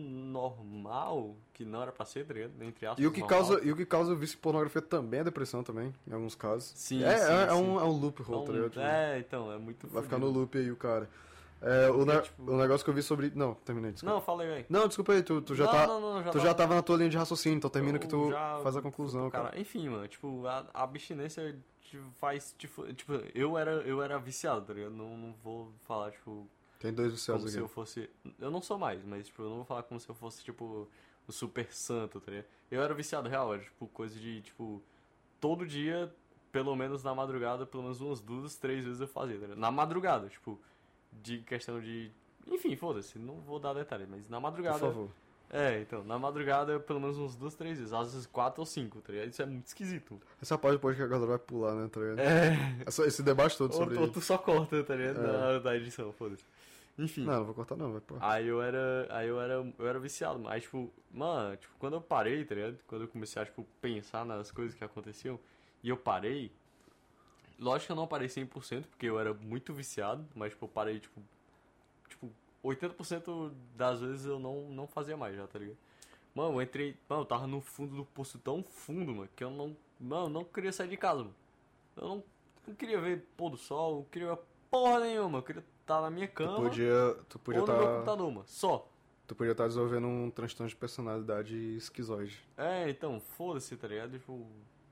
normal que não era pra ser, tá ligado? Entre aspas, E o, que normal. causa, e o que causa o vício em pornografia também é depressão também, em alguns casos. Sim, é, sim, é, é sim. um, é um loophole, Então, tá ligado? Tipo, é, então, é muito vai ficar no fudido. loop aí o cara. É, o, Porque, ne- tipo- o negócio que eu vi sobre... Não, terminei, desculpa. Não, fala aí, velho. Não, desculpa aí, tu, tu já não, tá... não, não, já tu tava- já tava na tua linha de raciocínio, então termina que eu tu já faz a fui conclusão, pro cara. Enfim, mano, tipo, a, a abstinência te faz, tipo, tipo, eu era, eu era viciado, tá ligado? Não, não vou falar, tipo, Tem dois viciados como se aqui. eu fosse... Eu não sou mais, mas, tipo, eu não vou falar como se eu fosse, tipo, o super santo, tá ligado? Eu era viciado real, era, tipo, coisa de, tipo, todo dia, pelo menos na madrugada, pelo menos umas duas, três vezes eu fazia, tá ligado? Na madrugada, tipo, de questão de... Enfim, foda-se, não vou dar detalhes, mas na madrugada... Por favor. É, então, na madrugada, pelo menos uns duas, três vezes, às vezes quatro ou cinco, tá ligado? Isso é muito esquisito. Essa parte depois que a galera vai pular, né, tá ligado? É... Essa- esse debate todo Ou, sobre... ou tu só corta, tá ligado? É. Na hora da edição, foda-se. Enfim. Não, não vou cortar não, vai pô. Aí eu era. Aí eu era. Eu era viciado. Mas, tipo, mano, tipo, quando eu parei, tá ligado? Quando eu comecei a, tipo, pensar nas coisas que aconteciam, e eu parei. Lógico que eu não parei cem por cento, porque eu era muito viciado, mas, tipo, eu parei, tipo. Tipo, oitenta por cento das vezes eu não, não fazia mais já, tá ligado? Mano, eu entrei. Mano, eu tava no fundo do poço tão fundo, mano, que eu não. Mano, eu não queria sair de casa, mano. Eu não, não queria ver pôr do sol, não queria ver porra nenhuma. Eu queria estar na minha Tu cama podia... Tu podia ou no meu tá... computador, mano. Só. Tu podia estar desenvolvendo um transtorno de personalidade esquizoide. É, então, foda-se, tá ligado? Tipo,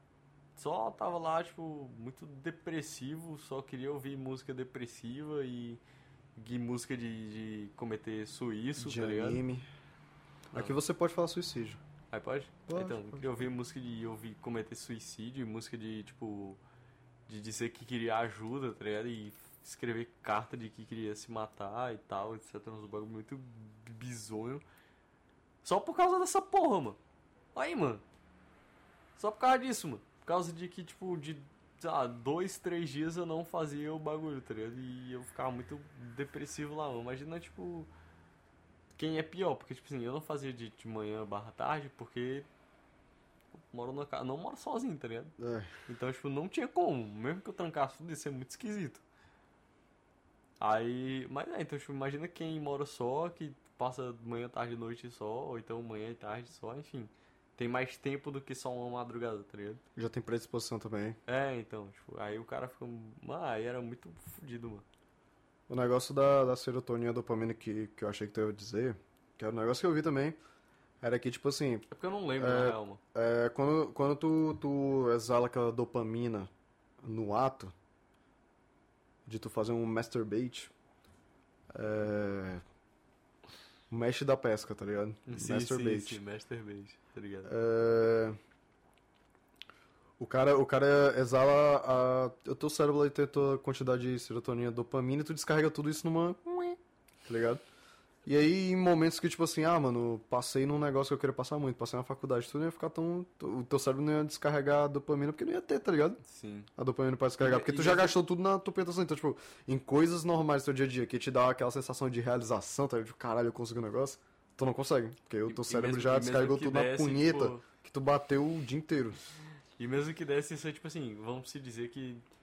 só tava lá, tipo, muito depressivo, só queria ouvir música depressiva e, e música de, de cometer suíço, De tá ligado? anime. Aqui você pode falar suicídio. Aí pode? Pode, então, pode. queria ouvir música de ouvir cometer suicídio, música de, tipo, de dizer que queria ajuda, tá ligado? E escrever carta de que queria se matar e tal, etcétera. Uns bagulho muito bizonho. Só por causa dessa porra, mano. Aí, mano. Só por causa disso, mano. Por causa de que, tipo, de, sei lá, dois, três dias eu não fazia o bagulho, tá ligado? E eu ficava muito depressivo lá, mano. Imagina, tipo, quem é pior. Porque, tipo assim, eu não fazia de, de manhã barra tarde porque eu moro na casa. Não moro sozinho, tá ligado? É. Então, tipo, não tinha como. Mesmo que eu trancasse tudo, ia ser muito esquisito. Aí, mas é, então, tipo, imagina quem mora só, que passa manhã, tarde e noite só, ou então manhã e tarde só, enfim. Tem mais tempo do que só uma madrugada, tá ligado? Já tem predisposição também. É, então, tipo, aí o cara fica. Mano, aí era muito fodido, mano. O negócio da, da serotonina e dopamina que, que eu achei que tu ia dizer, que é um negócio que eu vi também, era que, tipo assim, É porque eu não lembro, É, na real, mano. é, quando, quando tu, tu exala aquela dopamina no ato de tu fazer um masturbate, é, o mestre da pesca, tá ligado? Sim, Masturbate. sim, sim, masturbate, tá ligado? É, o cara, o cara exala a, o teu cérebro aí tem a tua quantidade de serotonina e dopamina e tu descarrega tudo isso numa... Tá ligado? E aí, em momentos que, tipo assim, ah, mano, passei num negócio que eu queria passar muito, passei na faculdade, tu não ia ficar tão... O teu cérebro não ia descarregar a dopamina, porque não ia ter, tá ligado? Sim. A dopamina pra descarregar, E- porque tu e já mesmo- gastou tudo na tua pensação. Então, tipo, em coisas normais do teu dia a dia, que te dá aquela sensação de realização, tá ligado? Tipo, caralho, eu consegui um negócio, tu não consegue. Porque o E- teu e cérebro mesmo- já e mesmo descarregou que tudo na desse, punheta tipo, que tu bateu o dia inteiro. E mesmo que desse isso, é tipo assim, vamos se dizer que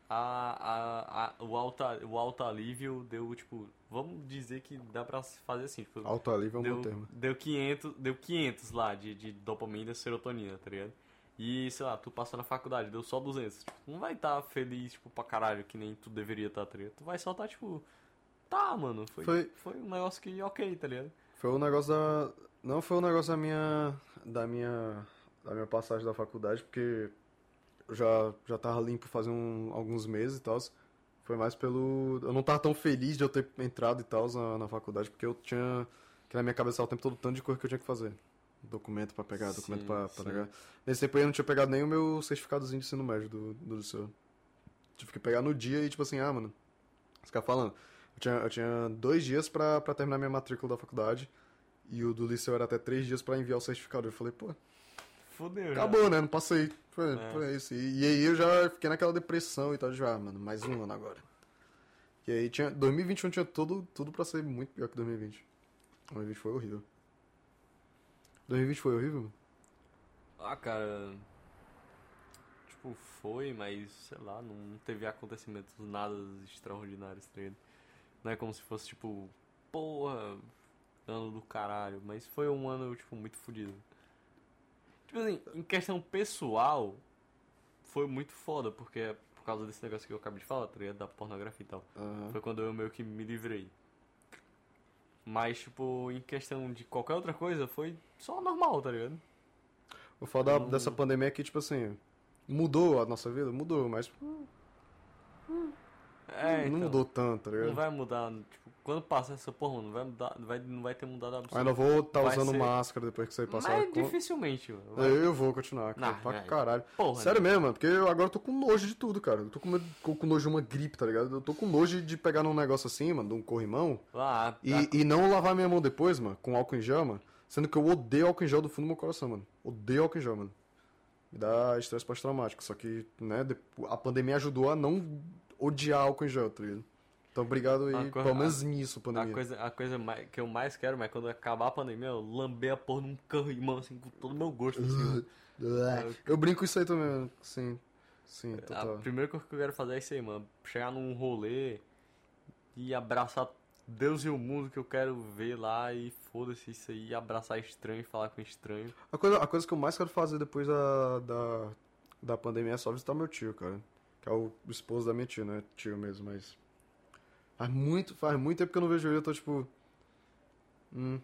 a, a, a, o, alta, o alto alívio deu, tipo, vamos dizer que dá pra fazer assim, tipo, Alto alívio é um deu, bom termo. deu quinhentos, deu quinhentos lá de, de dopamina e serotonina, tá ligado? E, sei lá, tu passou na faculdade, deu só duzentos. Tipo, tu não vai estar feliz, tipo, pra caralho, que nem tu deveria estar, tá ligado? Tu vai só estar, tipo, tá, mano, foi, Foi- foi um negócio que, ok, tá ligado? Foi o negócio da. Não foi o negócio da minha. Da minha. Da minha passagem da faculdade, porque eu já, já tava limpo fazia um, alguns meses e tal. Foi mais pelo. Eu não tava tão feliz de eu ter entrado e tal na, na faculdade, porque eu tinha. Que na minha cabeça tava o tempo todo tanto de coisa que eu tinha que fazer. Documento pra pegar, documento Sim, pra, pra sim. pegar. Nesse tempo aí eu não tinha pegado nem o meu certificadozinho de ensino médio do, do liceu. Tive que pegar no dia e tipo assim, ah, mano. Você fica falando. Eu tinha, eu tinha dois dias pra, pra terminar minha matrícula da faculdade. E o do liceu era até três dias pra enviar o certificado. Eu falei, pô, Fudeu, acabou, né? Não passei. Foi, É. foi isso. E, e aí eu já fiquei naquela depressão e tal. Já, ah, mano, mais um ano agora. E aí tinha. dois mil e vinte e um tinha tudo, tudo pra ser muito pior que dois mil e vinte. dois mil e vinte foi horrível. dois mil e vinte foi horrível, mano? Ah, cara. Tipo, foi, mas sei lá, não teve acontecimentos nada extraordinários, tá ligado? Não é como se fosse, tipo, porra, ano do caralho. Mas foi um ano, tipo, muito fodido. Tipo assim, em questão pessoal, foi muito foda, porque é por causa desse negócio que eu acabei de falar, tá ligado? Da pornografia e tal. Aham. Foi quando eu meio que me livrei. Mas, tipo, em questão de qualquer outra coisa, foi só normal, tá ligado? O foda Não- dessa pandemia é que, tipo assim, mudou a nossa vida? Mudou, mas É, não então, mudou tanto, tá não ligado? vai mudar, tipo, quando passar essa porra, não vai mudar, não vai, não vai ter mudado Ainda absolutamente. vou estar Vai usando ser- máscara depois que isso aí passar. Mas Com- dificilmente, mano. Vai- Eu, eu vou continuar, cara, Não, pra não, caralho. porra, Sério né? mesmo, mano, porque eu agora tô com nojo de tudo, cara. Eu tô com, medo- com com nojo de uma gripe, tá ligado? Eu tô com nojo de pegar num negócio assim, mano, de um corrimão, Ah, e, a- e não lavar minha mão depois, mano, com álcool em gel, mano. Sendo que eu odeio álcool em gel do fundo do meu coração, mano. Odeio álcool em gel, mano. Me dá estresse pós-traumático. Só que, né, depo- a pandemia ajudou a não odiar álcool em gel, tá ligado? Então, obrigado aí, A co- pelo menos a- nisso, a pandemia. coisa, a coisa mais, que eu mais quero, mas quando acabar a pandemia, eu lamber a porra num corrimão, assim, com todo o meu gosto, assim, mano. Eu brinco isso aí também, mano. Sim, sim, A total. primeira coisa que eu quero fazer é isso aí, mano. Chegar num rolê e abraçar Deus e o mundo que eu quero ver lá e foda-se isso aí, abraçar estranho e falar com estranho. A coisa, a coisa que eu mais quero fazer depois da, da, da pandemia é só visitar meu tio, cara. Que é o esposo da minha tia, né? Tio mesmo, mas. Faz muito, faz muito tempo que eu não vejo ele, eu tô tipo. Hum.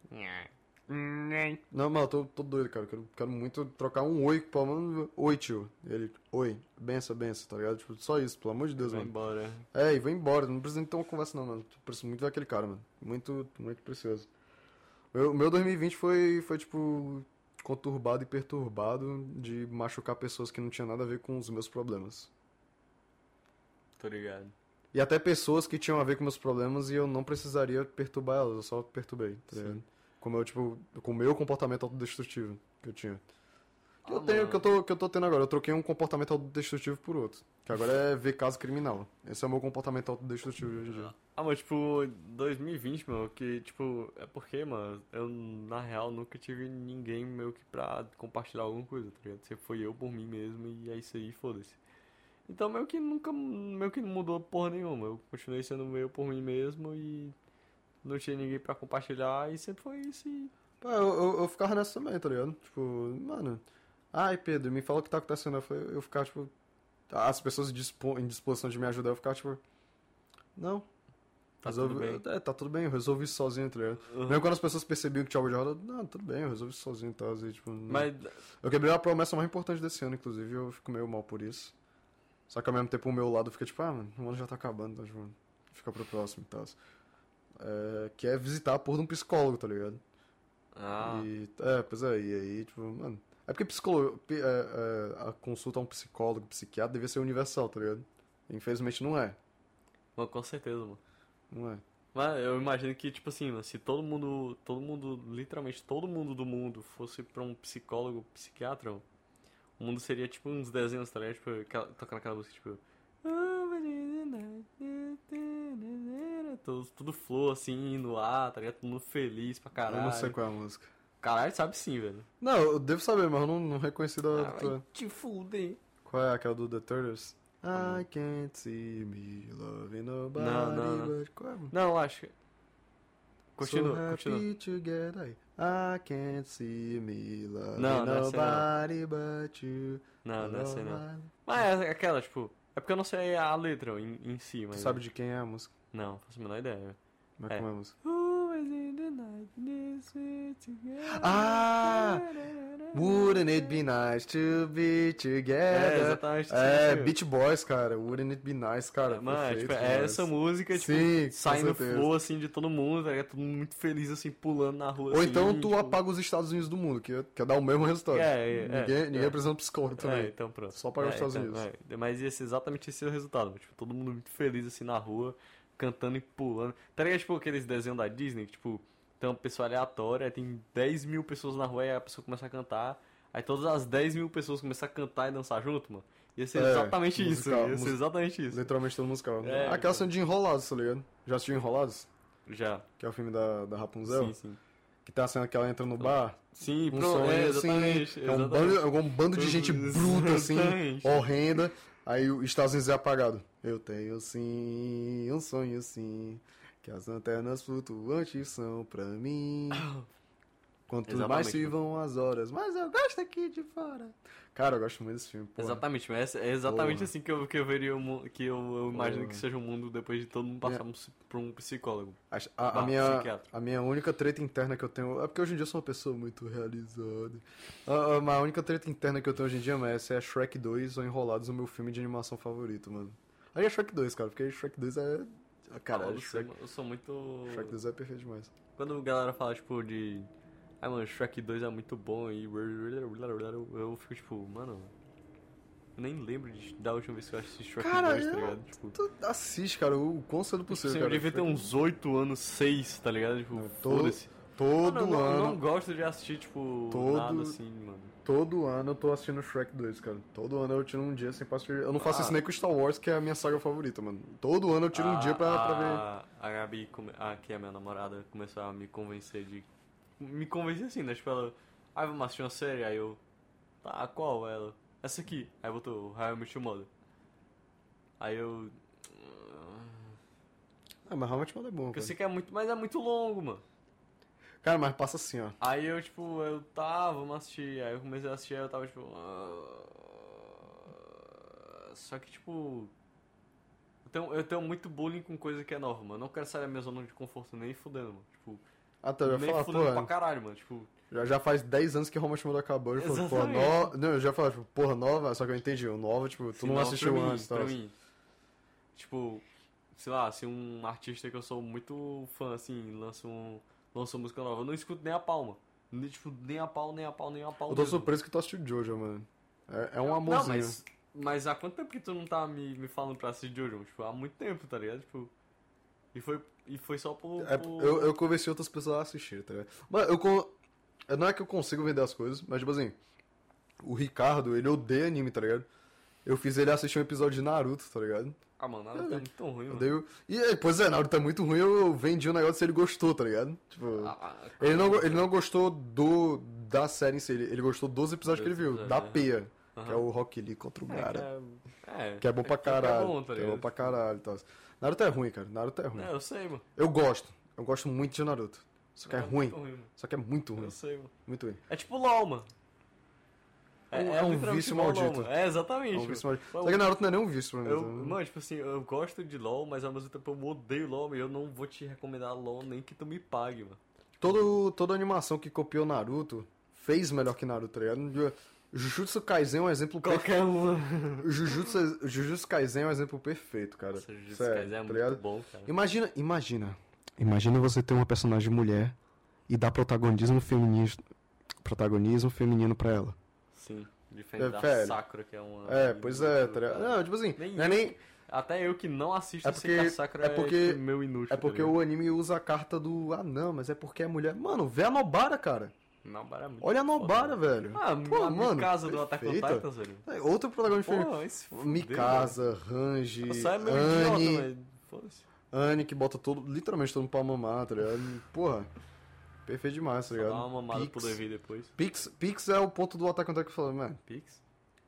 Não, mas eu tô, tô doido, cara. Quero, quero muito trocar um oi, pelo menos. Oi, tio. Ele, oi, benção, benção, tá ligado? Tipo, só isso, pelo amor de Deus, Vai mano. embora. É, e vou embora, não precisa nem ter uma conversa não, mano. Preciso muito ver aquele cara, mano. Muito, muito precioso. Meu, meu dois mil e vinte foi, foi, tipo, conturbado e perturbado de machucar pessoas que não tinham nada a ver com os meus problemas. Tô ligado. E até pessoas que tinham a ver com meus problemas e eu não precisaria perturbar elas, eu só perturbei, tá Sim. ligado? Como eu, tipo, com o meu comportamento autodestrutivo que eu tinha. Que eu Ah, tenho, mano. que eu, tô, que eu tô tendo agora. Eu troquei um comportamento autodestrutivo por outro. Que agora é ver caso criminal. Esse é o meu comportamento autodestrutivo de hoje em dia. Ah, mas tipo, dois mil e vinte, mano, que tipo, é porque, mano, eu na real nunca tive ninguém meio que pra compartilhar alguma coisa, tá ligado? Sempre foi eu por mim mesmo e é isso aí, foda-se. Então meio que nunca, meio que não mudou porra nenhuma. Eu continuei sendo eu por mim mesmo e não tinha ninguém pra compartilhar e sempre foi isso e... Pá, eu, eu, eu ficava nessa também, tá ligado? Tipo, mano. Ai, Pedro, me fala o que tá acontecendo. Eu, falei, eu ficava, tipo. As pessoas dispo, em disposição de me ajudar, eu ficava, tipo. Não. Tá resolvi, tudo bem. É, tá tudo bem, eu resolvi isso sozinho, tá ligado? Uhum. Mesmo quando as pessoas percebiam que tinha algo de errado, eu, não, tudo bem, eu resolvi isso sozinho e tal. E, tipo, não- Mas, Eu quebrei a promessa mais importante desse ano, inclusive, e eu fico meio mal por isso. Só que ao mesmo tempo o meu lado fica tipo, ah, mano, o ano já tá acabando, tá, tipo, fica pro próximo e tal. É, que é visitar a porra de um psicólogo, tá ligado? ah, E, é, pois é, e aí, tipo, mano. É porque psicólogo, pi- é, é, a consulta a um psicólogo, psiquiatra, devia ser universal, tá ligado? Infelizmente não é. mas com certeza, mano. Não é. Mas eu imagino que, tipo assim, mano, se todo mundo, todo mundo, literalmente todo mundo do mundo fosse pra um psicólogo, psiquiatra, mano, o mundo seria tipo uns desenhos, tá ligado? Tipo, aquela, tocando aquela música, tipo... Tudo, tudo flor, assim, no ar, tá ligado? Todo mundo feliz pra caralho. Eu não sei qual é a música. Caralho, sabe sim, velho. Não, eu devo saber, mas eu não, não reconheci da, Ah, da tua- vai te fuder. Qual é aquela do The Turtles? I can't see me loving nobody Não, não, não. but... Qual é? Não, acho que... Continua, so continua. happy together. I can't see me loving Não, não é essa nobody but you. Não, não é essa aí não. Nobody- Mas é aquela, tipo... É porque eu não sei a letra em, em si, Tu mas... sabe de quem é a música? Não, faço a menor ideia. Como é, É. como é a música? Who is in the night this way together? Ah! Wouldn't it be nice to be together? É, exatamente. É, sim, Beach Boys, cara. Wouldn't it be nice, cara. Mano, Perfeito, tipo, é demais. essa música, tipo, Sim, com sai no certeza. flow, assim, de todo mundo, tá ligado? Todo mundo muito feliz, assim, pulando na rua, Ou assim, então tu tipo... apaga os Estados Unidos do mundo, que que dá o mesmo resultado. É, é, ninguém é, ninguém é. precisa de um psicólogo É, também. então pronto. Só apagar é, os Estados então, Unidos. é. Mas ia ser exatamente esse o resultado, tipo, todo mundo muito feliz, assim, na rua, cantando e pulando. Tá ligado, tipo, aqueles desenhos da Disney, que, tipo, tem uma pessoa aleatória, aí tem dez mil pessoas na rua, e a pessoa começa a cantar, aí todas as dez mil pessoas começam a cantar e dançar junto, mano. Ia ser É, exatamente isso, musical, ia ser mus- exatamente isso. Literalmente todo musical. É, Aquela então. cena de Enrolados, tá ligado? Já assistiu Enrolados? Já. Que é o filme da, da Rapunzel? Sim, sim. Que tem a cena que ela entra no bar. Sim, Um pronto, sonho é, assim. exatamente. É um exatamente. bando, é um bando de gente bruta, assim, Exatamente. horrenda. Aí o Estados Unidos é apagado. Eu tenho sim, um sonho sim. Que as lanternas flutuantes são pra mim. Quanto mais Exatamente, se vão as horas, mas eu gosto aqui de fora. Cara, eu gosto muito desse filme. Porra. Exatamente, mas é exatamente Porra. assim que eu, que eu veria o mundo, que eu, eu imagino Porra. que seja o mundo depois de todo mundo passar por um psicólogo. A, a- a Bah, minha, psiquiatra. a minha única treta interna que eu tenho. É porque hoje em dia eu sou uma pessoa muito realizada. A, a, a única treta interna que eu tenho hoje em dia, mas é Shrek dois ou Enrolados, o meu filme de animação favorito, mano. Aí é Shrek dois, cara, porque Shrek dois é. ah, Cara, Ah, eu, Shrek, sou, eu sou muito. Shrek dois é perfeito demais. Quando a galera fala, tipo, de. Ai, mano, Shrek dois é muito bom e. Eu fico tipo, mano. Eu nem lembro de, da última vez que eu assisti Shrek Cara, dois, tá eu- ligado? Tipo, Tu assiste, cara, o quão cedo tipo possível, assim, eu cara. devia ter Shrek- uns oito anos, seis, tá ligado? Tipo, Não, todo- foda-se. Todo Mano, eu não, eu ano. não gosto de assistir, tipo, Todo- nada assim, mano. Todo ano eu tô assistindo Shrek dois, cara. Todo ano eu tiro um dia sem assistir. Eu não faço Ah. isso nem com Star Wars, que é a minha saga favorita, mano. Todo ano eu tiro um dia pra, pra ver. a, a Gabi, come- ah, que é a minha namorada, começou a me convencer de... Me convencer assim, né? Tipo, ela... Ah, vamos assistir uma série? Aí eu... Tá, qual? Ela... Essa aqui. Aí botou How I Met Your Mother. Aí eu... Ah, mas realmente é bom, Porque eu cara. sei que é muito... Mas é muito longo, mano. Cara, mas passa assim, ó. Aí eu, tipo, eu... Tá, vamos assistir. Aí eu comecei a assistir, aí eu tava, tipo... ah, Só que, tipo... Eu tenho, eu tenho muito bullying com coisa que é nova, mano. Eu não quero sair da minha zona de conforto nem fudendo, mano. Tipo... Ah, tá, eu nem ia falar, fudendo pra pô, caralho, mano. Tipo... já, já faz dez anos que Roma Mundo acabou. Eu falei, pô, Exatamente. no... Não, eu já falei, tipo, porra, nova, só que eu entendi. O nova, tipo, tu Se não, assistiu pra mim, antes, tá? pra mim. Tipo, sei lá, se um artista que eu sou muito fã, assim, lança, um, lança uma música nova, eu não escuto nem a palma. Nem, tipo, nem a pau, nem a pau, nem a pau Eu tô mesmo. surpreso que tu assistiu Jojo, mano. É, é um Não, amorzinho. mas, mas há quanto tempo que tu não tá me, me falando pra assistir Jojo? Tipo, há muito tempo, tá ligado? Tipo, e foi, e foi só por... É, por- eu, eu convenci outras pessoas a assistir, tá ligado? Mas eu con... não é que eu consigo vender as coisas, mas tipo assim, o Ricardo, ele odeia anime, tá ligado? Eu fiz ele assistir um episódio de Naruto, tá ligado? Ah, mano, nada tá muito ruim, Eu mano. dei o- E, é, pois é, Naruto é muito ruim, eu vendi um negócio se ele gostou, tá ligado? Tipo, Ah, ah, ele não, go- ele não gostou do da série em si, ele, ele gostou dos episódios que ele viu, Dos da episódios, Peia, aham. que é o Rock Lee contra o É, Gaara, que é, é, que é bom pra que caralho, É bom, tá que é bom ligado? pra caralho e tal. Naruto é ruim, cara, Naruto é ruim. É, eu sei, mano. Eu gosto, eu gosto muito de Naruto, só que é ruim, muito ruim, mano. só que é muito ruim, Eu sei, mano. muito ruim. É tipo LOL, mano. É um- é um literalmente vício igual maldito. LOL, mano. É, exatamente. É um mano. vício maldito. Mas Só que Naruto não é nem um vício pra mim. Eu, tá? mano, tipo assim, eu gosto de LOL, mas ao mesmo tempo eu odeio LOL e eu não vou te recomendar LOL nem que tu me pague, mano. Todo, toda animação que copiou Naruto fez melhor que Naruto, tá ligado? Jujutsu Kaisen é um exemplo Qualquer um. perfeito. Jujutsu, Jujutsu Kaisen é um exemplo perfeito, cara. Nossa, Jujutsu Sério, Kaisen é tá muito ligado? bom, cara. Imagina, imagina. Imagina você ter uma personagem mulher e dar protagonismo feminino, protagonismo feminino pra ela. Sim, diferente É, da velho. Sakura, que é uma... É, pois é, tá ligado? cara. Não, tipo assim, Nem não é eu- nem... Até eu que não assisto, É eu sei que porque- a Sakura é porque- tipo, meu inútil. É porque tá o anime usa a carta do... Ah, não, mas é porque é mulher. Mano, vê a Nobara, cara. ligado? Nobara é muito Olha a foda, Nobara, mano. velho. Ah, Pô, a mano, Mikasa do Attack on perfeita. Titans, velho. É, outro protagonista feminino. Porra, vai se fuder, Mikasa, Ranji, velho. Só é meio Anne, idiota, mas... Foda-se. Anne que bota todo, literalmente todo mundo pra mamar, tá ligado? Porra, perfeito demais, tá Só ligado? dá uma mamada pro Pix, Levi depois. Pix, Pix é o ponto do Attack on Titan que eu falei, mano. Pix?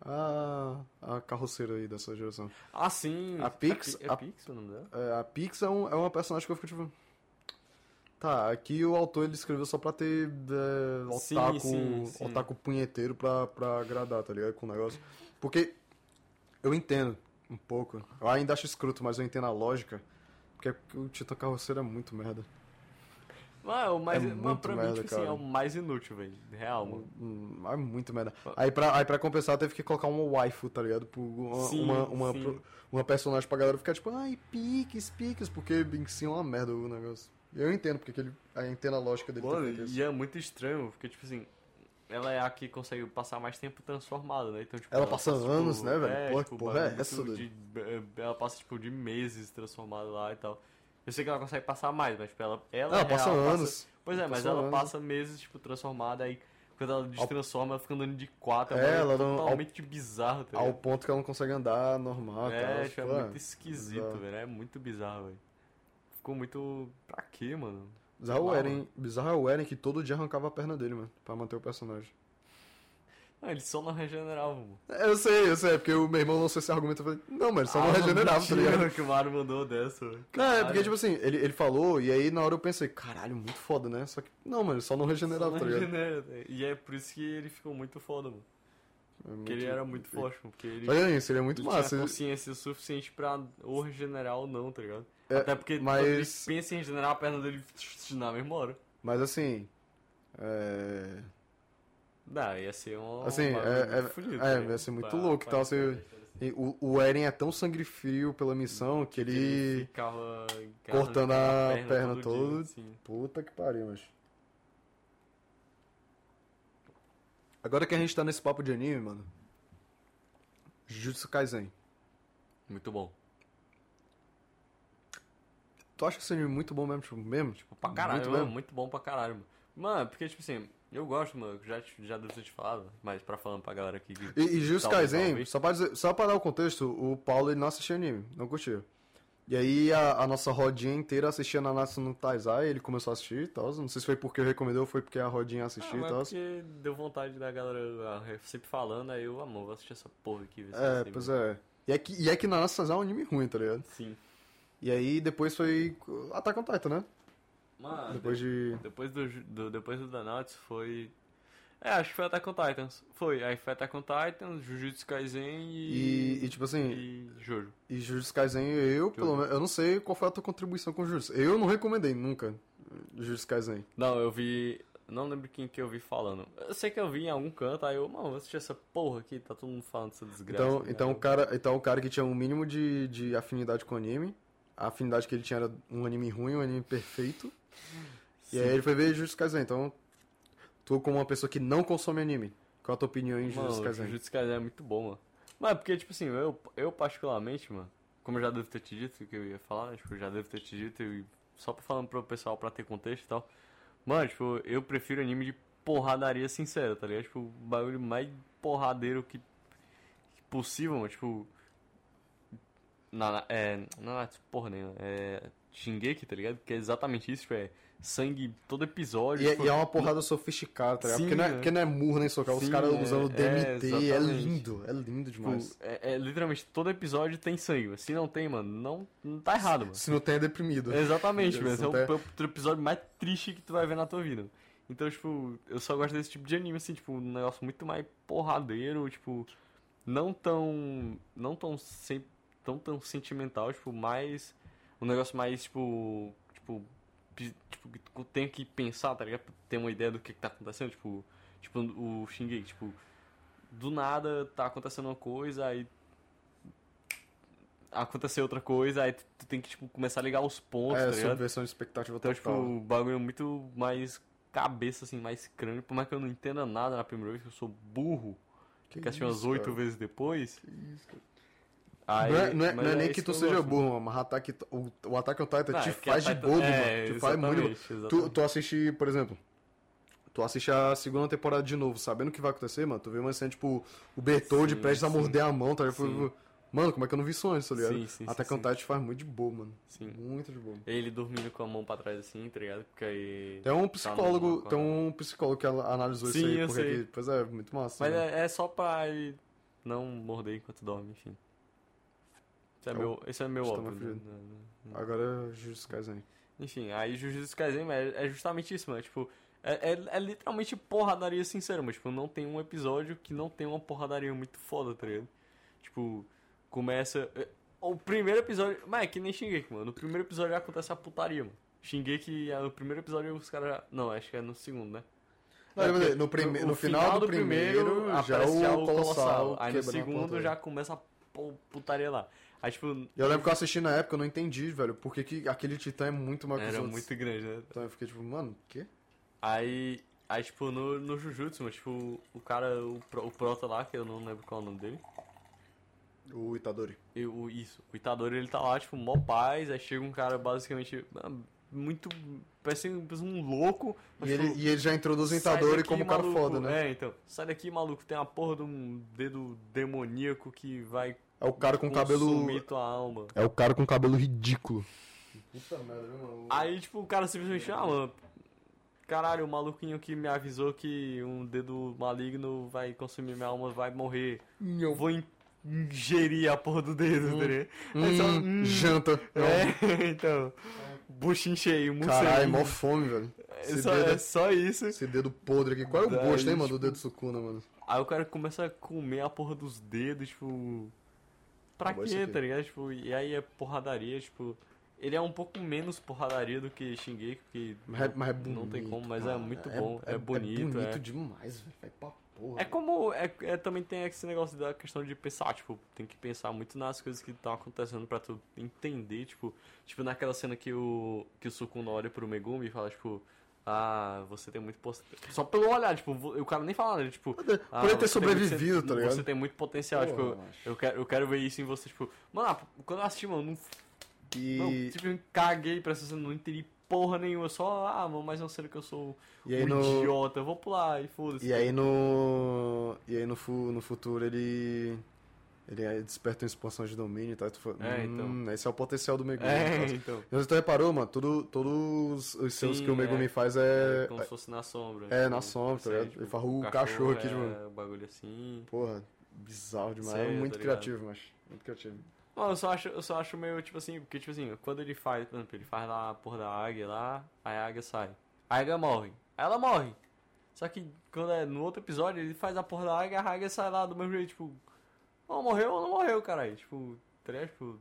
A, a carroceira aí dessa geração. Ah, sim. A Pix- É, Pi- é a- Pix o nome dela? É, a Pix é, um- é uma personagem que eu fico tipo. Tá, aqui o autor ele escreveu só pra ter é, Sim, otaku, sim, sim. otaku punheteiro pra, pra agradar, tá ligado? Com o negócio. Porque eu entendo um pouco. Eu ainda acho escroto, mas eu entendo a lógica. Porque o Titã Carroceiro é muito merda. Mas, é o mais, É mas muito pra mim, merda, tipo assim, cara. é o mais inútil, velho. Real, mano. Hum, É muito merda. Aí pra, aí pra compensar teve que colocar uma waifu, tá ligado? Por uma, Sim, uma, uma, sim. pro- uma personagem pra galera ficar tipo, ai, piques, piques, porque em si é uma merda o negócio. E eu entendo, porque ele, eu entendo a lógica dele ter Mano, feito isso. e é muito estranho, porque, tipo assim, ela é a que consegue passar mais tempo transformada, né? Então, tipo, Ela passa anos, tipo, né, velho? É, Porra, tipo, porra, é bagulho essa, muito doido? de- Ela passa, tipo, de meses transformada lá e tal. Eu sei que ela consegue passar mais, mas, tipo, ela... Ela Ela, real, passa anos. Pois é, mas Passa ela anos. passa meses, tipo, transformada, aí quando ela destransforma, ela fica andando de quatro. É, É, ela não- totalmente bizarro, tá Ao ligado? ponto que ela não consegue andar normal e É, tal. tipo, é Pô, muito esquisito, bizarro. velho. É muito bizarro, velho. Ficou muito... Pra quê, mano? Bizarro é o Mal, Eren, bizarro é o Eren que todo dia arrancava a perna dele, mano. Pra manter o personagem. Não, ele só não regenerava, mano. É, Eu sei, eu sei, é porque o meu irmão lançou esse argumento e eu falei, não, mas ele só não Ah, regenerava, tá mentira ligado? que o Mario mandou dessa, velho. Não, é porque, Caralho. tipo assim, ele, ele falou, e aí na hora eu pensei, caralho, muito foda, né? Só que, não, mano, ele só não Só regenerava, não tá ligado? regenera, tá? E é por isso que ele ficou muito foda, mano. É Porque muito- ele era muito forte, mano. Porque ele, Só que assim, seria muito ele massa. tinha ele- consciência suficiente pra ou regenerar ou não, tá ligado? É, Até porque mas- quando ele pensa em regenerar a perna dele na mesma hora. Mas assim, é... Dá, ia ser um Assim, bagulho é- muito é- fudido, é, tá ligado? ia ser muito Pra- louco e pra tal, história, você- pra história, assim. e o, o Eren é tão sangue frio pela missão que Ele ele... ficava em casa cortando arrancando a perna todo todo. dia, assim. Puta que pariu, mas... Agora que a gente tá nesse papo de anime, mano... Jujutsu Kaisen. Muito bom. Tu acha esse anime muito bom mesmo? Tipo, mesmo? Tipo, pra caralho, Muito mano, mesmo? muito bom pra caralho, mano. Mano, porque, tipo assim, eu gosto, mano, já, te- já devo ter te falado, mas pra falando pra galera aqui que... E, e Jujutsu talvez, Kaisen, talvez. só pra, dizer, só pra dar o contexto, o Paulo ele não assistia anime, não curtia. E aí a, a nossa rodinha inteira assistia Nanatsu no Taizai, ele começou a assistir e tal. Não sei se foi porque eu recomendei ou foi porque a rodinha Ah, assistiu e mas tal. porque deu vontade da galera ah, sempre falando, aí eu, amor, vou assistir essa porra aqui. ver se É, assim, pois mano. é. E é que, e é que Nanatsu no Taizai é um anime ruim, tá ligado? Sim. E aí depois foi Attack on Titan, né? Mano, Depois de... depois do, ju- do, depois do Danatsu foi... É, acho que foi Attack on Titans. Foi, aí foi Attack on Titans, Jujutsu Kaisen e... E, e tipo assim, E Jojo. e Jujutsu Kaisen, eu, pelo menos, eu não sei qual foi a tua contribuição com Jujutsu. Eu não recomendei nunca Jujutsu Kaisen. Não, eu vi... Não lembro quem que eu vi falando. Eu sei que eu vi em algum canto, aí eu, mano, vou assistir essa porra aqui, tá todo mundo falando dessa desgraça. Então, né? então, o cara, então o cara que tinha um mínimo de, de afinidade com anime, a afinidade que ele tinha era um anime ruim, um anime perfeito. E aí ele foi ver Jujutsu Kaisen. Então, tu como uma pessoa que não consome anime, qual a tua opinião em Jujutsu Mano, Kaisen? Jujutsu Kaisen é muito bom, mano. Mas porque, tipo assim, eu, eu particularmente, mano, como eu já devo ter te dito que eu ia falar, né? Tipo, eu já devo ter te dito, e só pra falando pro pessoal pra ter contexto e tal. Mano, tipo, eu prefiro anime de porradaria sincera, tá ligado? Tipo, o bagulho mais porradeiro que, que possível, mano. Tipo. Na, é. Não, porra nenhuma. É. Shingeki, tá ligado? Que é exatamente isso, tipo, é sangue todo episódio. E, é- tipo, e é uma porrada sofisticada, tá ligado? Sim, porque, não é, né? porque não é murro nem socar, os Sim, caras é- usando D M T, é, é, exatamente. lindo, é lindo tipo, demais. é, é literalmente todo episódio tem sangue. mano. Se não tem, mano, não, não tá errado, mano. Se não tem, é deprimido. Exatamente, Se mano. Esse é não o, tem- o episódio mais triste que tu vai ver na tua vida. Então, tipo, eu só gosto desse tipo de anime, assim, tipo, um negócio muito mais porradeiro, tipo, não tão. Não tão, sem, tão, tão sentimental, tipo, mais. Um negócio mais, tipo. Tipo. pi- Tipo, que tu tem que pensar, tá ligado? Pra ter uma ideia do que, que tá acontecendo, tipo. Tipo, o Shingeki, tipo. Do nada tá acontecendo uma coisa, aí. Aconteceu outra coisa, aí tu, tu tem que, tipo, começar a ligar os pontos, É, tá ligado? subversão de expectativa Então, tipo, total. o bagulho é muito mais cabeça, assim, mais crânio. Por mais que eu não entenda nada na primeira vez, que eu sou burro, que, que assisti umas isso, oito cara? vezes depois. Que isso, cara. Aí, não é, não é, mas não é nem isso que tu eu seja gosto. burro, mas ataque, o, o Attack on Titan Não, te é porque faz a de Titan- bobo, é, mano. Te faz muito bobo. exatamente, Tu, exatamente. tu assiste, por exemplo, tu assiste a segunda temporada de novo, sabendo o que vai acontecer, mano. Tu vê uma cena, tipo, o Bertold Sim, prestes a sim. morder a mão, tá ligado? Sim. Tipo, mano, como é que eu não vi isso antes, tá ligado? Sim, sim, Attack sim, on Titan te faz muito de bobo, mano. Sim. Muito de bobo. Ele dormindo com a mão pra trás, assim, tá ligado? Porque aí... Tem um Tá psicólogo, no- tem um psicólogo que analisou Sim, isso aí, eu porque sei. aqui, pois é, muito massa. Mas né? é, é só pra ele não morder enquanto dorme, enfim. Esse é Eu- meu, esse é meu Estou óbvio. mais né? feliz. Não- não- Agora é Jujutsu Kaisen. Enfim, aí Jujutsu Kaisen é, é justamente isso, mano. Tipo, é, é, é literalmente porradaria sincera, mas tipo, não tem um episódio que não tem uma porradaria muito foda, tá ligado? Tipo, começa. é, O primeiro episódio. Mas é que nem Shingeki, mano. No primeiro episódio já acontece a putaria, mano. Shingeki, é, no primeiro episódio os caras já. Não, acho que é no segundo, né? Não, É eu vou dizer, porque no, prime... o no final, do primeiro, já aparece já o Colossal Aí no quebrando a segundo porta. já começa a pô- putaria lá. Aí tipo. Eu lembro que eu assisti na época, eu não entendi, velho, porque que aquele titã é muito maior que os Era outros. muito grande, né? Então eu fiquei tipo, mano, o quê? Aí, aí tipo, no, no Jujutsu, mas, tipo, o cara, o, pro- o prota lá, que eu não lembro qual é o nome dele, O Itadori. e o, isso, o Itadori, ele tá lá, tipo, mó paz, aí chega um cara basicamente ah, muito, parece um, parece um louco, mas, E ele, tipo, e ele já introduz o sai Itadori daqui, como um cara maluco. foda, né? É, então, sai daqui, maluco, tem a porra de um dedo demoníaco que vai É o cara com cabelo. consumir tua alma. É o cara com cabelo ridículo. Puta merda, viu, mano? Aí, tipo, o cara simplesmente, ah, mano, caralho, o maluquinho que me avisou que um dedo maligno vai consumir minha alma, vai morrer. Eu vou in- ingerir a porra do dedo, tá ligado? É só, Hum, hum, janta. É, então, buchinho cheio, Caralho, morcego. mó fome, velho. É Esse, só, dedo, é só isso. esse dedo podre aqui. Qual é o Daí, gosto, hein, mano, do tipo, dedo Sukuna, mano? Aí o cara começa a comer a porra dos dedos, tipo... Pra Acabou isso quê, aqui. tá ligado? Tipo, e aí é porradaria, tipo... Ele é um pouco menos porradaria do que Shingeki, porque Mas é, mas é bonito. não tem como, mas é cara. muito bom, é, É bonito, bonito é... demais, velho. Vai pra porra. É como. É, é- também tem esse negócio da questão de pensar, tipo, tem que pensar muito nas coisas que estão acontecendo pra tu entender, tipo, tipo naquela cena que o. Que o Sukuna olha pro Megumi e fala, tipo, ah, você tem muito potencial. Só pelo olhar, tipo, vo- o cara nem fala, né? Tipo, Por ah, ele ter você tem muito- sobrevivido, você- tá ligado? Você tem muito potencial, Porra, tipo, macho. eu quero, eu quero ver isso em você, tipo, mano, ah, quando eu assisti, mano, não, não, E, tipo, eu caguei pra essa cena, não entendi porra nenhuma, só, ah, mano, mais uma cena que eu sou e aí um no. idiota, eu vou pular e foda-se. E aí no. E aí no, fu, no futuro ele. Ele aí desperta uma expansão de domínio e tal. E tu fala, É, hum, esse é o potencial do Megumi. É, no caso. então. Mas tu reparou, mano, tudo, todos os seus Sim, que o Megumi é. faz É é. como se fosse na sombra. É, tipo, na sombra, tá sei, ligado? tipo, Ele fala, o cachorro aqui, é, tipo- o bagulho assim. Porra, bizarro demais. Sei, é muito tá ligado. criativo, mas. Muito criativo. Não, eu só acho, eu só acho meio, tipo assim, porque, tipo assim, quando ele faz, por exemplo, ele faz lá a porra da águia lá, aí a águia sai. A águia morre. Aí ela morre. Só que quando é no outro episódio, ele faz a porra da águia, a águia sai lá do mesmo jeito, tipo, oh, morreu ou não morreu, caralho? Tipo, tá ligado? Tipo,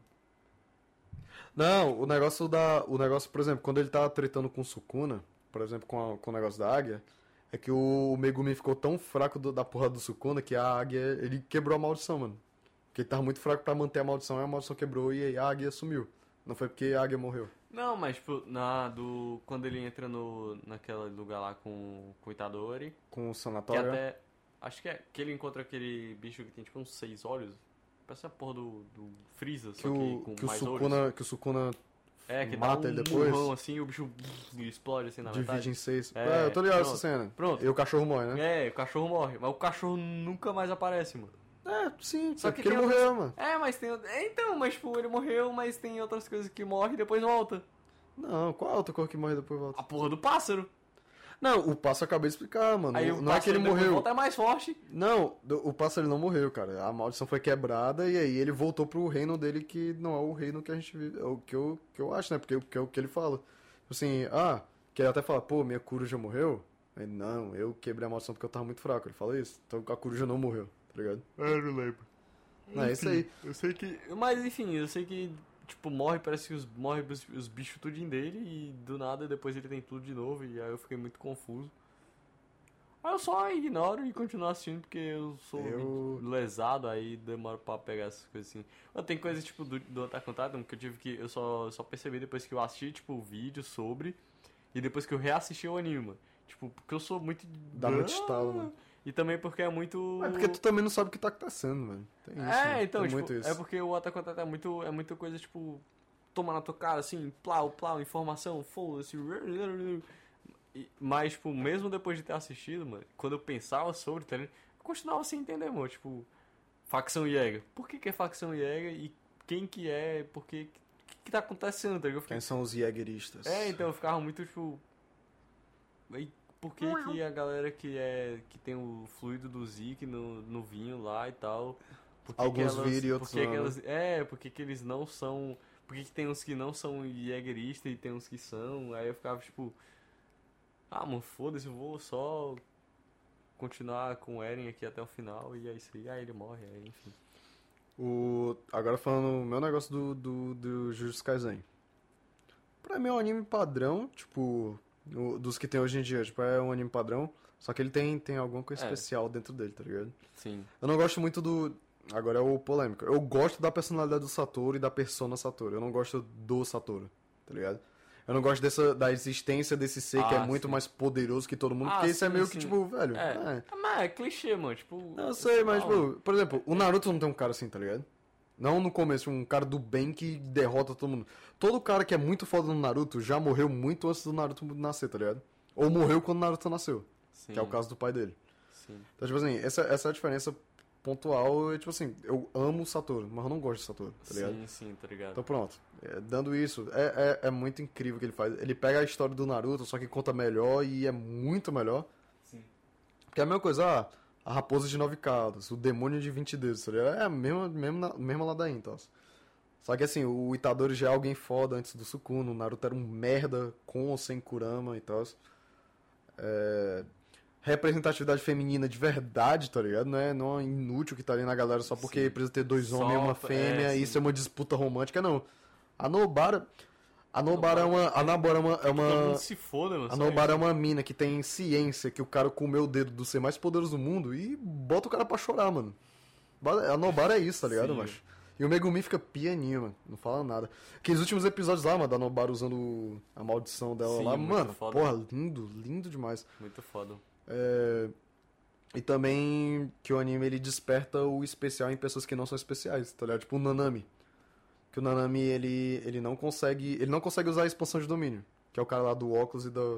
Não, o negócio da. O negócio, por exemplo, quando ele tá tretando com o Sukuna, por exemplo, com, a- com o negócio da águia, é que o Megumi ficou tão fraco do- da porra do Sukuna que a águia. Ele quebrou a maldição, mano. Porque ele tava muito fraco pra manter a maldição, aí a maldição quebrou e aí a águia sumiu. Não foi porque a águia morreu. não, mas, tipo, na, do, quando ele entra no, naquele lugar lá com, com o Itadori, Com o que sanatório. até, acho que é, que ele encontra aquele bicho que tem, tipo, uns seis olhos, parece a porra do, do Freeza, Que só que o, com que o mais olhos. Sukuna. Que o Sukuna É, que mata dá um ele depois. murrão assim e o bicho explode assim na divide metade. em seis. É, É, eu tô ligado pronto. essa cena. Pronto. E o cachorro morre, né? É, o cachorro morre, mas o cachorro nunca mais aparece, mano. É, sim, Só só que que ele tem morreu, mano. É, mas tem. É, então, mas tipo, ele morreu, mas tem outras coisas que morrem e depois volta. Não, qual é a outra cor que morre e depois volta? A porra do pássaro. Não, o pássaro acabei de explicar, mano. Aí o não é que ele pássaro depois morreu. volta é mais forte. Não, do- o pássaro ele não morreu, cara. A maldição foi quebrada e aí ele voltou pro reino dele que não é o reino que a gente vive. É o que eu, que eu acho, né? Porque que é o que ele fala. Tipo assim, ah, que ele até fala, pô, minha coruja morreu? Aí, não, eu quebrei a maldição porque eu tava muito fraco. Ele fala isso. Então a coruja não morreu, tá ligado? É, eu não lembro. Não, é isso aí. Eu sei que. Mas enfim, eu sei que, tipo, morre, parece que os, morre os, os bichos tudinho dele e do nada depois ele tem tudo de novo e aí eu fiquei muito confuso. Aí eu só ignoro e continuo assistindo porque eu sou Eu- lesado, aí demora pra pegar essas coisas assim. Mas tem coisas tipo do, do Attack on Titan que eu tive que. Eu só, só percebi depois que eu assisti, tipo, o vídeo sobre e depois que eu reassisti o anime, mano. Tipo, porque eu sou muito. Dá muito estalo, mano. E também porque é muito. É porque tu também não sabe o que tá acontecendo, velho. Tem isso, É, né? então, Tem tipo, muito isso. é porque o Attack on Titan é muito, é muita coisa, tipo, toma na tua cara, assim, plau, plau, informação, foda-se. E- Mas, tipo, mesmo depois de ter assistido, mano, quando eu pensava sobre, tá ligado? Eu continuava sem entender, mano, tipo, facção Jäger. Por que que é facção Jäger e quem que é, por que, que que tá acontecendo, tá ligado? Eu fiquei- Quem são os Jägeristas? É, então eu ficava muito, tipo... "Ei, por que, que a galera que, é, que tem o fluido do Zeke no, no vinho lá e tal... Por que Alguns que elas, viram e outros por que não, que né? elas, É, por que que eles não são... Por que que tem uns que não são jägeristas e tem uns que são? Aí eu ficava tipo... Ah, mano, foda-se, eu vou só continuar com o Eren aqui até o final e é isso aí. Aí ele morre, aí enfim. O... Agora falando o meu negócio do, do, do Jujutsu Kaisen. Pra mim é um anime padrão, tipo, o- dos que tem hoje em dia. Tipo, é um anime padrão, só que ele tem, tem alguma coisa É. especial dentro dele, tá ligado? Sim. Eu não gosto muito do... Agora é o polêmico. Eu gosto da personalidade do Satoru e da persona Satoru. Eu não gosto do Satoru, tá ligado? Eu não gosto dessa, da existência desse ser que é Ah, muito sim. mais poderoso que todo mundo, Ah, porque isso é sim, meio sim. que, tipo, velho... É. é. Ah, mas é clichê, mano. Tipo. Eu sei, mas, não. tipo, por exemplo, o Naruto não tem um cara assim, tá ligado? Não no começo, um cara do bem que derrota todo mundo. Todo cara que é muito foda no Naruto já morreu muito antes do Naruto nascer, tá ligado? Ou morreu quando o Naruto nasceu, Sim, que é o caso do pai dele. sim. Então, tipo assim, essa, essa é a diferença pontual. Tipo assim, eu amo o Satoru, mas eu não gosto de Satoru, tá ligado? Sim, sim, tá ligado? Então pronto, É, dando isso, é, é, é muito incrível o que ele faz. Ele pega a história do Naruto, só que conta melhor e é muito melhor. Sim. Porque é a mesma coisa, ah, a raposa de nove caudas, o demônio de vinte dedos, tá ligado? É a mesma, mesma, mesma ladainha, então. Só que assim, o Itadori já é alguém foda antes do Sukuna, o Naruto era um merda com ou sem Kurama e tal. É... Representatividade feminina de verdade, tá ligado? Não é, não é inútil que tá ali na galera só porque Sim. precisa ter dois Só homens e uma pra- fêmea é, e sim. isso é uma disputa romântica, não. A Nobara... A Nobara é uma... A Nobara é uma... É Todo uma... mundo se foda, mano. A só Nobara é isso. uma mina que tem ciência que o cara comeu o dedo do ser mais poderoso do mundo e bota o cara pra chorar, mano. A Nobara é isso, tá ligado, Sim. macho? E o Megumi fica pianinho, mano. Não fala nada. Aqueles últimos episódios lá, mano, da Nobara usando a maldição dela Sim, lá. muito Mano, foda. porra, lindo, lindo demais. Muito foda. É... E também que o anime ele desperta o especial em pessoas que não são especiais, tá ligado? Tipo o Nanami. Que o Nanami, ele, ele não consegue. Ele não consegue usar a expansão de domínio. Que é o cara lá do óculos e da.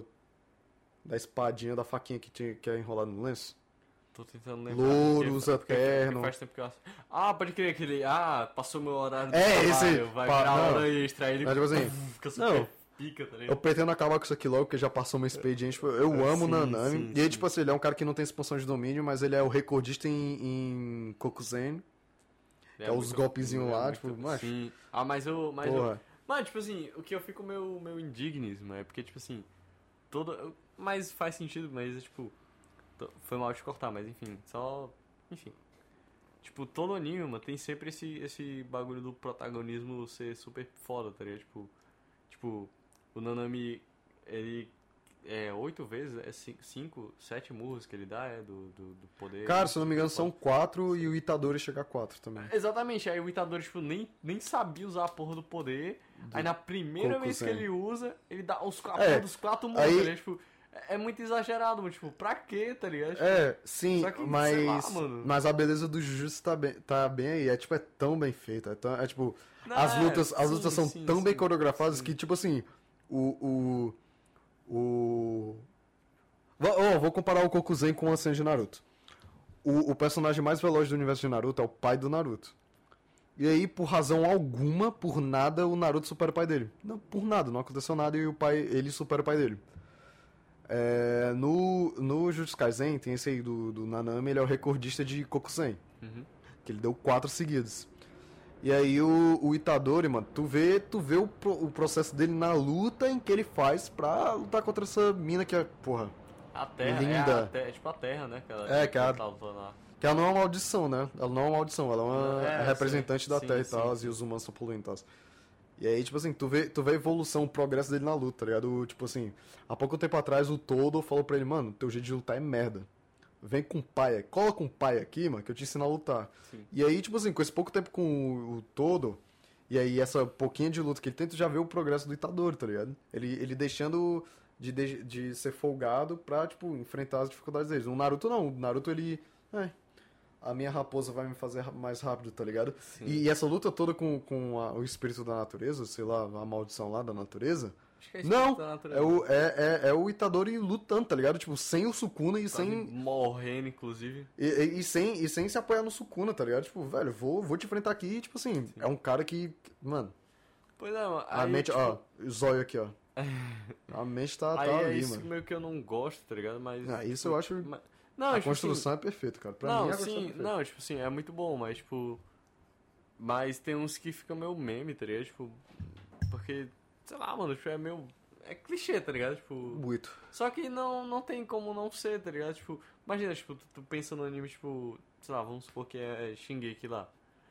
Da espadinha, da faquinha que, tinha, que é enrolada no lenço. Tô tentando lembrar. Louro, porque- usa porque- terno. porque Faz tempo que eu... Ah, pode crer aquele... Ah, passou meu horário do É, trabalho, esse- vai pá, virar não. hora extra. Aí ele Mas, tipo assim, fica não. super pica, tá Eu ligado? pretendo acabar com isso aqui logo, porque já passou uma expediente. Tipo, eu É, amo o sim, Nanami. sim, E aí, sim. tipo assim, ele é um cara que não tem expansão de domínio, mas ele é o recordista em, em Kokuzen. É que é os muito- golpezinhos lá, muito- tipo, macho. Sim. Ah, mas eu... Mas eu... Porra. Mas, tipo assim, o que eu fico meio, meio indignismo é porque, tipo assim... Todo... Mas faz sentido, mas, é, tipo... to- Foi mal de cortar, mas enfim. Só... Enfim. Tipo, todo anime, mano, tem sempre esse, esse bagulho do protagonismo ser super foda, tá ligado? Tipo... Tipo... O Nanami... Ele... É oito vezes, é cinco, cinco, sete murros que ele dá, é, do, do, do poder. Cara, se eu não me engano, são quatro e o Itadori chega a quatro também. Exatamente, aí o Itadori, tipo, nem, nem sabia usar a porra do poder. Aí na primeira vez que Kokusen. ele usa, ele dá os quatro, É, dos quatro murros, aí- tá ligado? Tipo, é é muito exagerado, mano. Tipo, pra quê, tá ligado? Tipo, É, sim, Só que, sei mas. lá, mano. Mas a beleza do Jujutsu tá bem, tá bem aí. É tipo, é tão bem feita. É, tão- é tipo. Não, as é, lutas, as sim, lutas são sim, tão sim, bem coreografadas sim. que, tipo assim, o. O. O. Vou, oh, vou comparar o Kokuzen com o Ansem de Naruto. O, o personagem mais veloz do universo de Naruto é o pai do Naruto. E aí, por razão alguma, por nada, o Naruto supera o pai dele. Não, por nada, não aconteceu nada e o pai, ele supera o pai dele. É, no, no Jujutsu Kaisen, tem esse aí do, do Nanami, ele é o recordista de Kokusen. Uhum. Que ele deu quatro seguidos. E aí o, o Itadori, mano, tu vê, tu vê o, pro- o processo dele na luta em que ele faz pra lutar contra essa mina que é, porra... A terra, é, Linda. a terra, é tipo a terra, né? Que ela, É, que a- tá lutando lá. Que ela não é uma maldição, né? Ela não é uma maldição, ela é uma É, representante sim, da sim, Terra e sim, tal, sim. e os humanos estão poluindo e tal. E aí, tipo assim, tu vê, tu vê a evolução, o progresso dele na luta, tá ligado? Tipo assim, há pouco tempo atrás o Todo falou pra ele, mano, teu jeito de lutar é merda. Vem com pai, cola com pai aqui, mano, que eu te ensino a lutar. Sim. E aí, tipo assim, com esse pouco tempo com o, o Todo, e aí essa pouquinha de luta que ele tem, tu já vê o progresso do Itadori, tá ligado? Ele, ele deixando de, de, de ser folgado pra, tipo, enfrentar as dificuldades deles. O Naruto não, o Naruto ele... É, a minha raposa vai me fazer mais rápido, tá ligado? Sim. E, e essa luta toda com, com a- o espírito da natureza, sei lá, a maldição lá da natureza... Acho que é Não, espírito da natureza. é o, é, é, é o Itadori lutando, tá ligado? Tipo, sem o Sukuna e Tá sem... morrendo, inclusive. E, e- e sem, e sem se apoiar no Sukuna, tá ligado? Tipo, velho, vou, vou te enfrentar aqui, tipo assim, é um cara que, mano, Pois é, mano. a Aí, mente, tipo, ó, o zóio aqui, ó. A mente tá, Aí tá é ali, isso mano. meio que eu não gosto, tá ligado? Mas. Ah, isso eu acho. mas- Não, A tipo construção assim, é perfeita, cara. Pra não, mim, a construção é sim, perfeita. não, tipo assim, é muito bom, mas tipo. Mas tem uns que ficam meio meme, tá ligado? Tipo. Porque, sei lá, mano, tipo, é meio. É clichê, tá ligado? Tipo. Muito. Só que não, não tem como não ser, tá ligado? Tipo, imagina, tipo, tu, tu pensa no anime, tipo, sei lá, vamos supor que é Shingeki lá.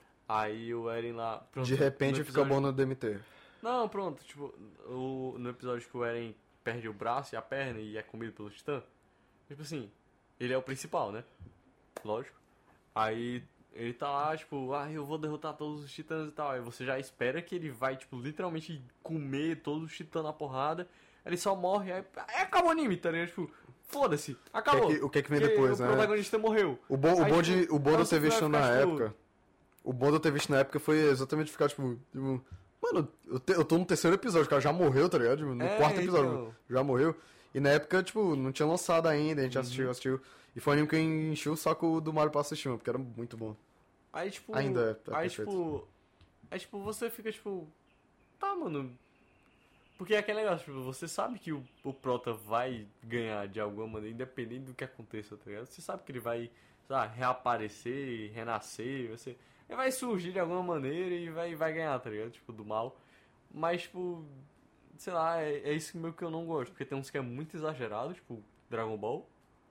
Aí o Eren lá. Pronto, De repente no fica episódio- bom no D M T. Não, pronto, tipo, o, no episódio que o Eren perde o braço e a perna e é comido pelo Titã. Tipo assim, ele é o principal, né? Lógico. Aí ele tá lá, tipo, ah, eu vou derrotar todos os titãs e tal. Aí você já espera que ele vai, tipo, literalmente comer todos os titãs na porrada. Ele só morre, aí, aí acaba o anime, tá ligado? Tipo, foda-se, acabou. O que é que- o que é que vem Porque depois, o né? protagonista morreu. O bom, o Aí, bom, tipo, de, o bom de eu aí você ter visto vai na ficar, tipo, época. O bom de eu ter visto na época foi exatamente ficar, tipo. tipo, mano, eu, te- eu tô no terceiro episódio, o cara já morreu, tá ligado? Tipo, no É, quarto episódio, então. já morreu. E na época, tipo, não tinha lançado ainda, a gente Uhum. assistiu, assistiu. E foi um anime que eu enchi o saco do Mario pra assistir, mano, porque era muito bom. Aí, tipo. Ainda é, é aí, perfeito. tipo. Aí, tipo, você fica, tipo. Tá, mano. Porque é aquele negócio, tipo, você sabe que o, o Prota vai ganhar de alguma maneira, independente do que aconteça, tá ligado? Você sabe que ele vai, sei lá, reaparecer, renascer, você. Ele vai surgir de alguma maneira e vai, vai ganhar, tá ligado? Tipo, do mal. Mas, tipo. Sei lá, é, é isso meio que eu não gosto. Porque tem uns que é muito exagerado, tipo, Dragon Ball.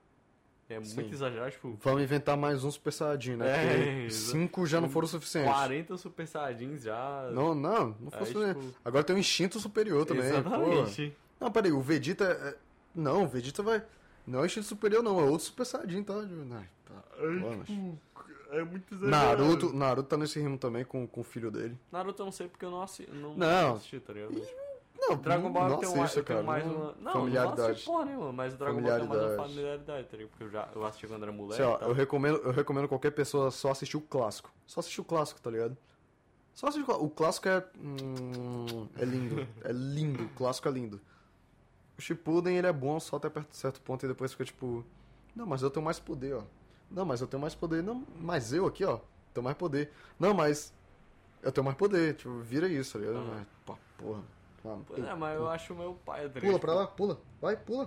É muito Sim. exagerado, tipo. Vamos inventar mais um Super Saiyajin, né? É, Porque exa- cinco já não foram suficientes. quarenta Super Saiyajins já. Não, não, não foi Aí, suficiente. tipo, Agora tem um instinto superior também, pô. Exatamente. Não, peraí, o Vegeta é... Não, o Vegeta vai... Não é instinto superior, não. É outro Super Saiyajin, tá? Ai, tá. Pô, mas- É muito exagerado. Naruto, Naruto tá nesse rimo também com, com o filho dele. Naruto eu não sei porque eu não, assi não, Não. assisti, tá ligado? Mas, tipo, Não, Dragon Ball não eu tenho, mais, assista, eu tenho cara. mais não- uma. Não, não vou familiaridade. assistir porra nenhuma, mas o Dragon Ball tem mais uma Familiaridade. familiaridade, tá ligado? Porque eu já eu assisti quando era moleque. Sei lá, e tal. eu recomendo, eu recomendo qualquer pessoa só assistir o clássico. Só assistir o clássico, tá ligado? Só assistir o clássico. O clássico é... hum, é lindo. É lindo. O clássico é lindo. O Shippuden, ele é bom só até perto de certo ponto e depois fica tipo... Não, mas eu tenho mais poder, ó. Não, mas eu tenho mais poder. Não, mas eu aqui, ó, tenho mais poder. Não, mas eu tenho mais poder. Tipo, vira isso, tá ligado? Ah. Mas, pô, porra. Mano, Pois é, mas eu acho meu pai, tá ligado? Pula pra lá, pula. Vai, pula.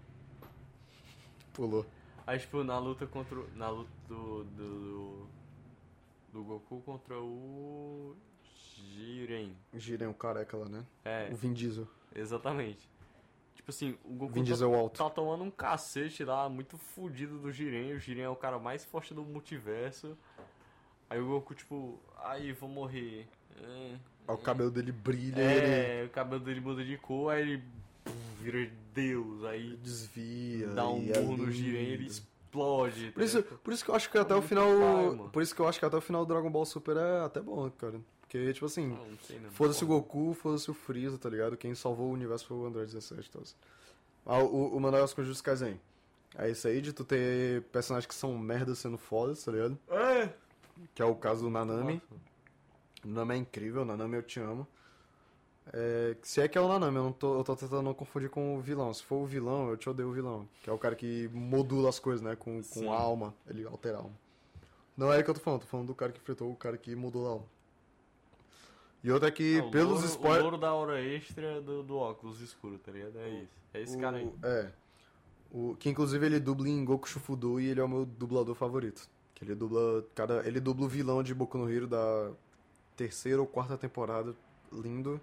Pulou. Aí, tipo, na luta contra. o- Na luta do. do. do Goku contra o. Jiren. Girem o careca lá, né? É, O Vin Diesel. exatamente. Tipo assim, o Goku Vin tá, Diesel alto. tá tomando um cacete lá, muito fudido do Jiren. O Jiren é o cara mais forte do multiverso. Aí o Goku, tipo, aí vou morrer. É, Aí o cabelo dele brilha e ele é, o cabelo dele muda de cor, aí ele pum, vira Deus. Aí desvia. dá um e é murro no lindo. Jiren e ele explode. Por isso, tá ligado? por isso que eu acho que até o Muito final. pai, mano. Por isso que eu acho que até o final do Dragon Ball Super é até bom, cara. Porque, tipo assim, Não, não sei não. foda-se o Goku, foda-se o Freeza, tá ligado? Quem salvou o universo foi o Android dezessete e tal. Ah, o, o meu negócio com o Jujutsu Kaisen. É isso aí de tu ter personagens que são merda sendo fodas, tá ligado? É! Que é o caso do Nanami. Nossa. O Nanami é incrível, o Nanami eu te amo. É, se é que é o Nanami, eu, não tô, eu tô tentando não confundir com o vilão. Se for o vilão, eu te odeio o vilão. Que é o cara que modula as coisas, né? Com, Sim. com a alma. Ele altera a alma. Não é ele que eu tô falando, tô falando do cara que enfrentou o cara que modula a alma. E outra é que, Ah, o pelos louro- O spoilers. louro da hora extra do, do óculos escuro, tá ligado? É isso. É esse cara aí. É. O, que inclusive ele dubla em Goku Shufudo e ele é o meu dublador favorito. Que ele dubla. Cada, ele dubla o vilão de Boku no Hero da terceira ou quarta temporada. Lindo.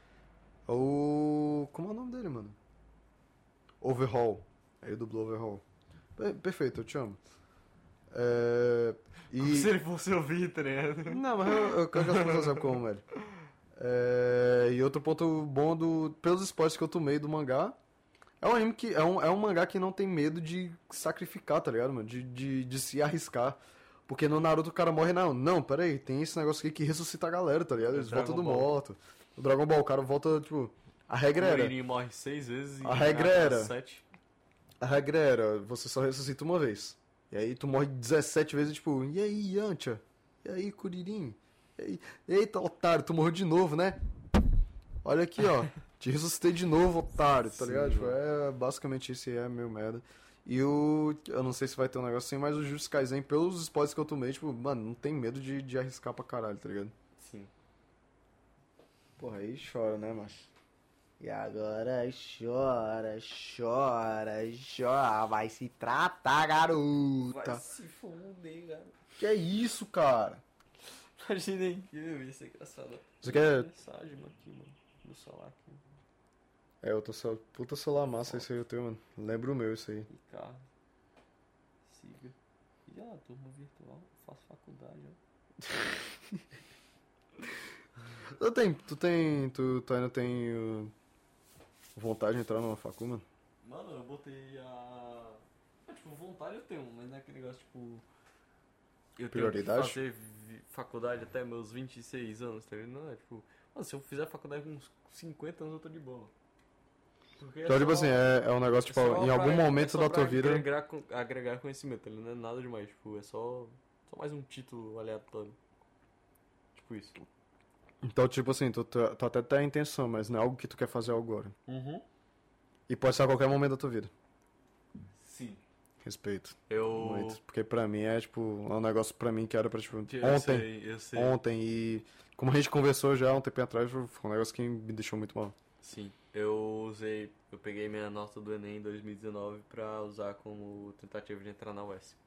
O. Como é o nome dele, mano? Overhaul. Ele dublou Overhaul. Per- Perfeito, eu te amo. É, Como e... se ele fosse ouvir, tá ligado? Não, mas eu, eu quero que as pessoas saibam como, velho. É, e outro ponto bom do. Pelos spoilers que eu tomei do mangá. É um anime que. É um, é um mangá que não tem medo de sacrificar, tá ligado, mano? De, de, de se arriscar. Porque no Naruto o cara morre, não. Não, peraí, tem esse negócio aqui que ressuscita a galera, tá ligado? É Eles Dragon voltam do Ball. morto. O Dragon Ball, o cara volta, tipo. A regra O era. Moririnho morre seis vezes e A regra Naruto era- sete. A regra era, você só ressuscita uma vez. E aí tu morre dezessete vezes, tipo, e aí, Yantia? E aí, Kuririn? E aí, eita, otário, tu morreu de novo, né? Olha aqui, ó. Te ressuscitei de novo, otário, tá Sim, ligado? Tipo, mano. é basicamente isso aí, é meio merda. E o. Eu não sei se vai ter um negócio assim, mas o Jujutsu Kaisen, pelos spoilers que eu tomei, tipo, mano, não tem medo de, de arriscar pra caralho, tá ligado? Sim. Porra, aí chora, né, macho? E agora chora, chora, chora. Vai se tratar, garota. Vai se fuder, cara. Que é isso, cara? Imagina aqui, meu, isso é engraçado. Você quer... Mensagem, mano, aqui, mano. No celular aqui. É, eu tô só... Puta celular massa esse aí eu tenho, mano. Lembro o meu isso aí. Ricardo. Siga. E ó, turma virtual. Faço faculdade, ó. Tu tem... Tu tem... Tu, tu ainda tem... Uh, vontade de entrar numa facu, mano? Mano, eu botei a... Ah, tipo, vontade eu tenho, mas não é aquele negócio, tipo... Eu Prioridade? tenho que fazer vi- faculdade até meus vinte e seis anos, tá ligado? Não, é tipo... Mano, se eu fizer faculdade com uns cinquenta anos, eu tô de boa. Porque Então, é tipo só- assim, é, é um negócio, tipo, é só em algum pra- momento é só da pra tua vida... Agregar, con- agregar conhecimento, tá ligado? Não é nada demais, tipo, é só... Só mais um título aleatório. Tipo isso. Então, tipo assim, tu, tu, tu até tem a intenção, mas não é algo que tu quer fazer agora. Uhum. E pode ser a qualquer momento da tua vida. Sim. Respeito. Eu... Muito. Porque pra mim é, tipo, um negócio pra mim que era pra, tipo, Eu ontem. sei, eu sei. Ontem. E como a gente conversou já um tempo atrás, foi um negócio que me deixou muito mal. Sim, eu usei, eu peguei minha nota do Enem em dois mil e dezenove pra usar como tentativa de entrar na U E S.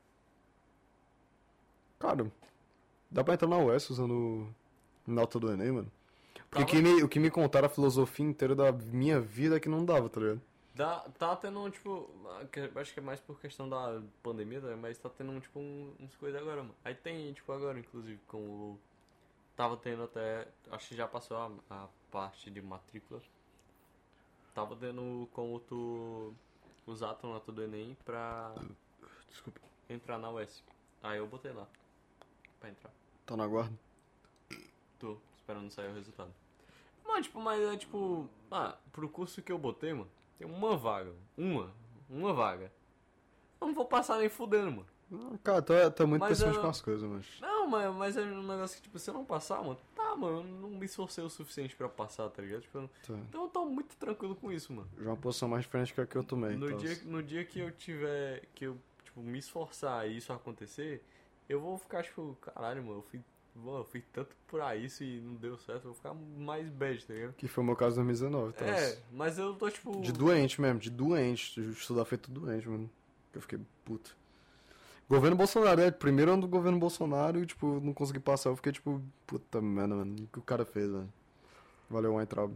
Cara, dá pra entrar na U E S usando nota do Enem, mano? Porque o Tava- que, me, o que me contaram a filosofia inteira da minha vida é que não dava, tá ligado? Dá, tá tendo, tipo, que- acho que é mais por questão da pandemia, né? Mas tá tendo, tipo, um, uns coisas agora, mano. Aí tem, tipo, agora, inclusive, com o... Tava tendo até, acho que já passou a, a parte de matrícula. Tava tendo como tu usar a tua nota do Enem pra Desculpa. entrar na U E S. Aí eu botei lá, pra entrar. Tá na guarda? Tô esperando sair o resultado. Mano, tipo, mas é tipo... Ah, pro curso que eu botei, mano, tem uma vaga. Uma. Uma vaga. Eu não vou passar nem fudendo, mano. Ah, cara, tu é, tu é muito Mas pessimista eu- com as coisas, mas... Não, mas, mas é um negócio que, tipo, se eu não passar, mano... Tá, mano, eu não me esforcei o suficiente pra passar, tá ligado? Tipo, eu não- Tá. então eu tô muito tranquilo com isso, mano. Já é uma posição mais diferente que a que eu tomei, No então... dia, no dia que eu tiver... Que eu, tipo, me esforçar e isso acontecer... Eu vou ficar, tipo... Caralho, mano, eu fui... Mano, eu fiz tanto pra isso e não deu certo. Eu vou ficar mais bad, tá ligado? Que foi o meu caso em dois mil e dezenove, tá? É, mas eu tô, tipo... De doente mesmo, de doente. De estudar feito doente, mano. Eu fiquei puto. Governo Bolsonaro, é, primeiro ano do governo Bolsonaro e, tipo, não consegui passar. Eu fiquei, tipo, puta merda, mano. O que o cara fez, mano? Valeu, Weintraub.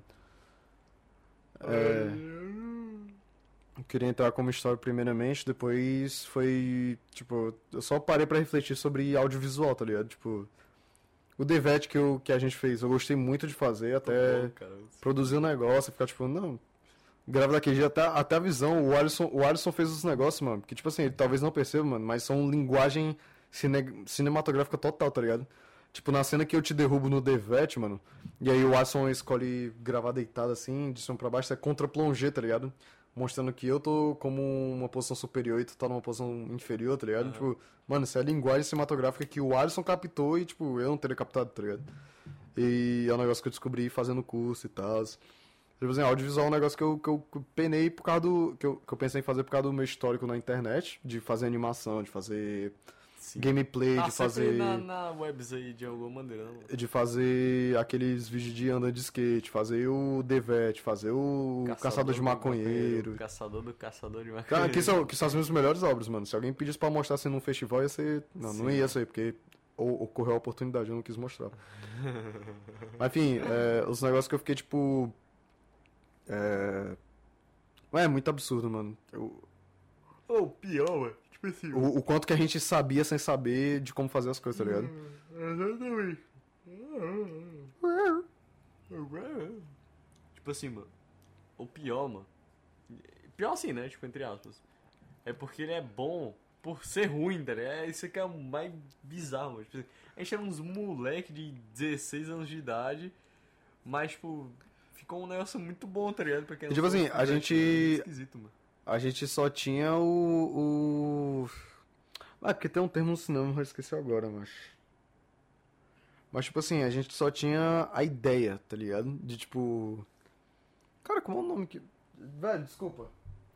É, eu queria entrar como história primeiramente, depois foi, tipo, eu só parei pra refletir sobre audiovisual, tá ligado? Tipo, o D V E T que, eu, que a gente fez, eu gostei muito de fazer, até Bom, cara. produzir um negócio, ficar tipo, não, grava daquele jeito, até, até a visão, o Alisson, o Alisson fez os negócios, mano, que tipo assim, ele talvez não perceba, mano, mas são linguagem cine, cinematográfica total, tá ligado? Tipo, na cena que eu te derrubo no D V E T, mano, e aí o Alisson escolhe gravar deitado assim, de cima pra baixo, é contra plongé, tá ligado? Mostrando que eu tô como uma posição superior e tu tá numa posição inferior, tá ligado? Aham. Tipo, mano, isso é a linguagem cinematográfica que o Alisson captou e, tipo, eu não teria captado, tá ligado? E é um negócio que eu descobri fazendo curso e tal. Tipo assim, audiovisual é um negócio que eu, que eu que eu penei por causa do... Que eu, que eu pensei em fazer por causa do meu histórico na internet, de fazer animação, de fazer Sim. gameplay, Ah, de sempre fazer... na, na webs aí de alguma maneira, né, mano? De fazer aqueles vídeos de andando de skate, fazer o D V E T, fazer o Caçador, de do Maconheiro. Caçador do Caçador de Maconheiro. Cara, que são, que são as minhas melhores obras, mano. Se alguém pedisse pra mostrar assim num festival, ia ser. Não, não Sim. ia ser, porque ou- ocorreu a oportunidade, eu não quis mostrar. Mas enfim, é, os negócios que eu fiquei tipo. É. É muito absurdo, mano. Eu- Ô, pior, mano. Tipo assim. o, o quanto que a gente sabia sem saber de como fazer as coisas, tá ligado? Exatamente. Tipo assim, mano. O pior, mano. Pior assim, né? Tipo, entre aspas. É porque ele é bom por ser ruim, tá ligado? É isso que é o mais bizarro, mano. Tipo assim, a gente era uns moleque de dezesseis anos de idade, mas, tipo, ficou um negócio muito bom, tá ligado? Porque E, tipo assim, a gente- É esquisito, mano. A gente só tinha o. o... Ah, porque tem um termo no cinema, eu esqueci agora, mas. Mas, tipo assim, a gente só tinha a ideia, tá ligado? De tipo. Cara, como é o nome que. Velho, desculpa.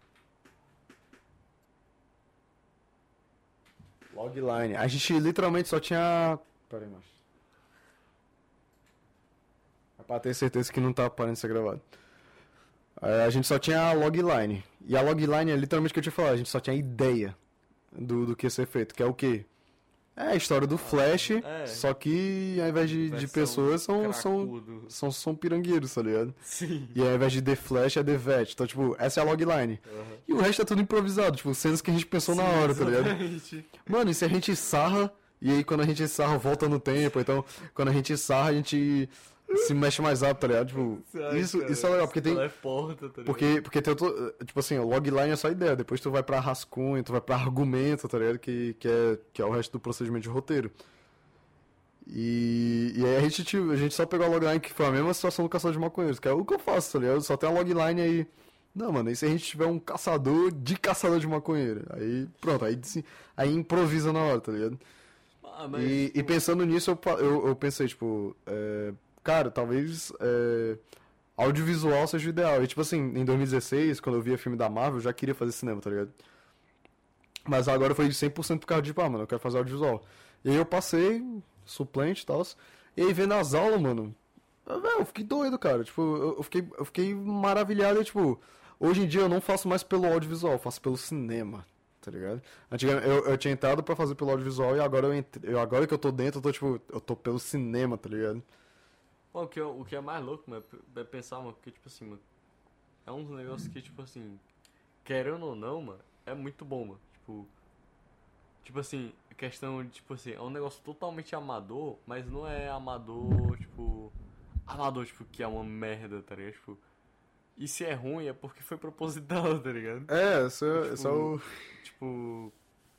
Logline. A gente literalmente só tinha. Pera aí, macho. É pra ter certeza que não tá parando de ser gravado. É, a gente só tinha a logline. E a logline é literalmente o que eu tinha falado, a gente só tinha a ideia do, do que ia ser feito, que é o quê? É a história do Flash, é. só que ao invés de, de Versão pessoas são, são, cracudo. são, são pirangueiros, tá ligado? Sim. E ao invés de The Flash é The Vet. Então, tipo, essa é a logline. Uhum. E o resto é tudo improvisado, tipo, cenas que a gente pensou Sim, na hora, tá ligado? exatamente. Mano, e se a gente sarra, e aí quando a gente sarra volta no tempo, então quando a gente sarra a gente se mexe mais rápido, tá ligado? Tipo, Ai, isso, cara, isso é legal, porque tem... teleporta, tá ligado? Porque, porque tem outro, tipo assim, o logline é só ideia, depois tu vai pra rascunho, tu vai pra argumento, tá ligado? Que, que, é, que é o resto do procedimento de roteiro. E, e aí a gente, tipo, a gente só pegou a logline que foi a mesma situação do caçador de maconheiros, que é o que eu faço, tá ligado? Só tem a logline aí. Não, mano, e se a gente tiver um caçador de caçador de maconheiro? Aí, pronto, aí, aí improvisa na hora, tá ligado? Ah, mas, E, tipo, e pensando nisso, eu, pa- eu, eu pensei, tipo, é, cara, talvez é, audiovisual seja o ideal. E, tipo assim, em dois mil e dezesseis, quando eu via filme da Marvel, eu já queria fazer cinema, tá ligado? Mas agora foi cem por cento por causa de, pá, mano, eu quero fazer audiovisual. E aí eu passei, suplente e tal, e aí vendo as aulas, mano, eu, velho, eu fiquei doido, cara. Tipo, eu, eu fiquei, eu fiquei maravilhado e, tipo, hoje em dia eu não faço mais pelo audiovisual, eu faço pelo cinema. Tá ligado? Antigamente eu, eu tinha entrado pra fazer pelo audiovisual e agora eu, entre, eu agora que eu tô dentro, eu tô tipo, eu tô pelo cinema, tá ligado? Bom, o que, é- o que é mais louco, mano, é pensar, mano, porque, tipo assim, mano, é um negócio que, tipo assim, querendo ou não, mano, é muito bom, mano. Tipo, tipo assim, questão de, tipo assim, é um negócio totalmente amador, mas não é amador, tipo, amador, tipo, que é uma merda, tá ligado? Tipo, e se é ruim é porque foi proposital, tá ligado? É, esse é, Tipo, esse é o. Tipo,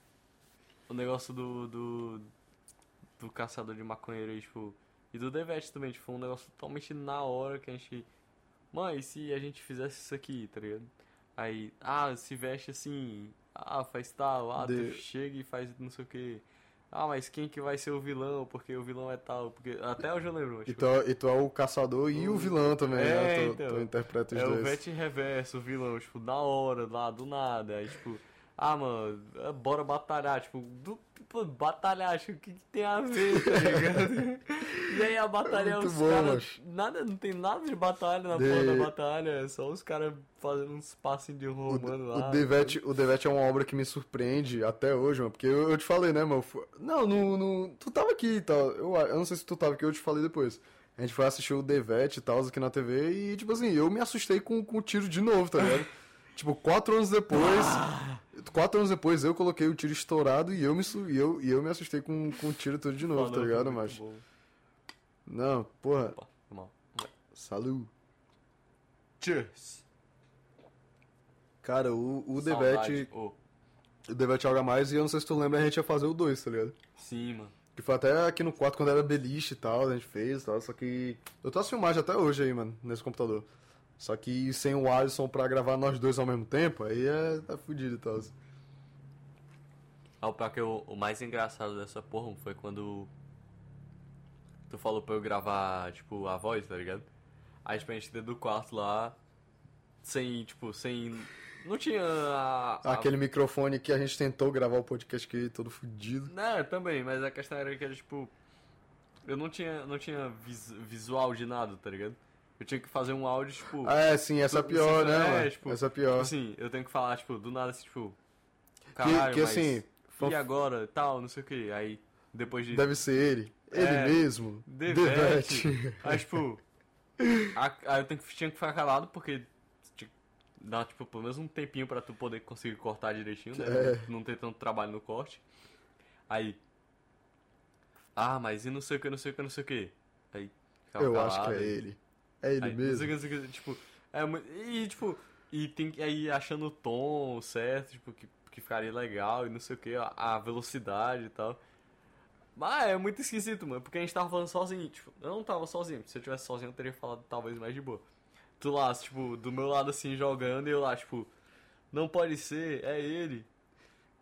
o negócio do, do, do caçador de maconheiro aí, tipo, e do Devete também, tipo, foi um negócio totalmente na hora que a gente, mãe, e se a gente fizesse isso aqui, tá ligado? Aí, ah, se veste assim, ah, faz tal, ah, De- tu chega e faz não sei o que. Ah, mas quem que vai ser o vilão? Porque o vilão é tal, porque até hoje eu lembro, mas, E tipo, tu, é- e tu é o caçador e o, O- vilão também, É, né? Tu, então. tu interpreta os é o dois. Vete Reverso, o vilão, tipo, na hora, lá, do nada. Aí, tipo, ah, mano, é, bora batalhar. Tipo, do, pô, batalhar, acho que o que, que tem a ver, tá ligado? E aí a batalha é muito os bom, caras. macho. Nada, não tem nada de batalha na De- porra da batalha. É só os caras fazendo uns passinhos de O, romano lá. o Devete, o Devete é uma obra que me surpreende até hoje, mano. Porque eu, eu te falei, né, mano? Fu- Não, no, no- tu tava aqui e tal. Eu, eu não sei se tu tava aqui, eu te falei depois. A gente foi assistir o Devete e tal aqui na T V e, tipo assim, eu me assustei com, com o tiro de novo, tá ligado? Tipo, quatro anos depois. Quatro anos depois eu coloquei o tiro estourado e eu me, su- e eu, e eu me assustei com, com o tiro todo de novo, Falou, tá ligado, foi muito macho? bom. Não, porra. Opa, foi mal. Salu. Cheers. Cara, o, o Saudade. Devete. Ô, O Devete joga mais e eu não sei se tu lembra, a gente ia fazer o dois, tá ligado? sim, mano. Que foi até aqui no quarto quando era beliche e tal, a gente fez e tal, só que. Eu tô as filmagens até hoje aí, mano, nesse computador. Só que sem o Alisson pra gravar nós dois ao mesmo tempo, aí é. Tá fudido e tal. Ah, o pior que eu- o mais engraçado dessa porra foi quando tu falou pra eu gravar, tipo, a voz, tá ligado? Aí, tipo, a gente dentro do quarto lá, sem, tipo, sem... Não tinha a... a- Aquele microfone que a gente tentou gravar o podcast aqui todo fudido. Né, também, mas a questão era que era, tipo... Eu não tinha, não tinha vis- visual de nada, tá ligado? Eu tinha que fazer um áudio, tipo... Ah, é, sim, essa é tu- pior, você- né, é, mano? tipo, Essa é Tipo pior. assim, eu tenho que falar, tipo, do nada, assim, tipo... Que, Caralho, que mas... assim, E agora, tal, não sei o que. Aí, depois de... deve ser ele. Ele É, mesmo. Devete. Devete. Aí, tipo... a- Aí eu tenho que, tinha que ficar calado, porque... tinha que dar, tipo, pelo menos um tempinho pra tu poder conseguir cortar direitinho, né? É. Não ter tanto trabalho no corte. Aí... Ah, mas e não sei o que, não sei o que, não sei o que. Aí... ficava Eu calado, acho que é aí- ele. É ele Aí, não sei o mesmo. que, não sei o que, tipo... É, mu- e, tipo... E tem que ir achando o tom certo, tipo, que, que ficaria legal e não sei o que, a, a velocidade e tal. Mas é muito esquisito, mano, porque a gente tava falando sozinho, tipo, eu não tava sozinho, se eu tivesse sozinho eu teria falado talvez mais de boa. Tu lá, tipo, do meu lado assim, jogando e eu lá, tipo, não pode ser, é ele.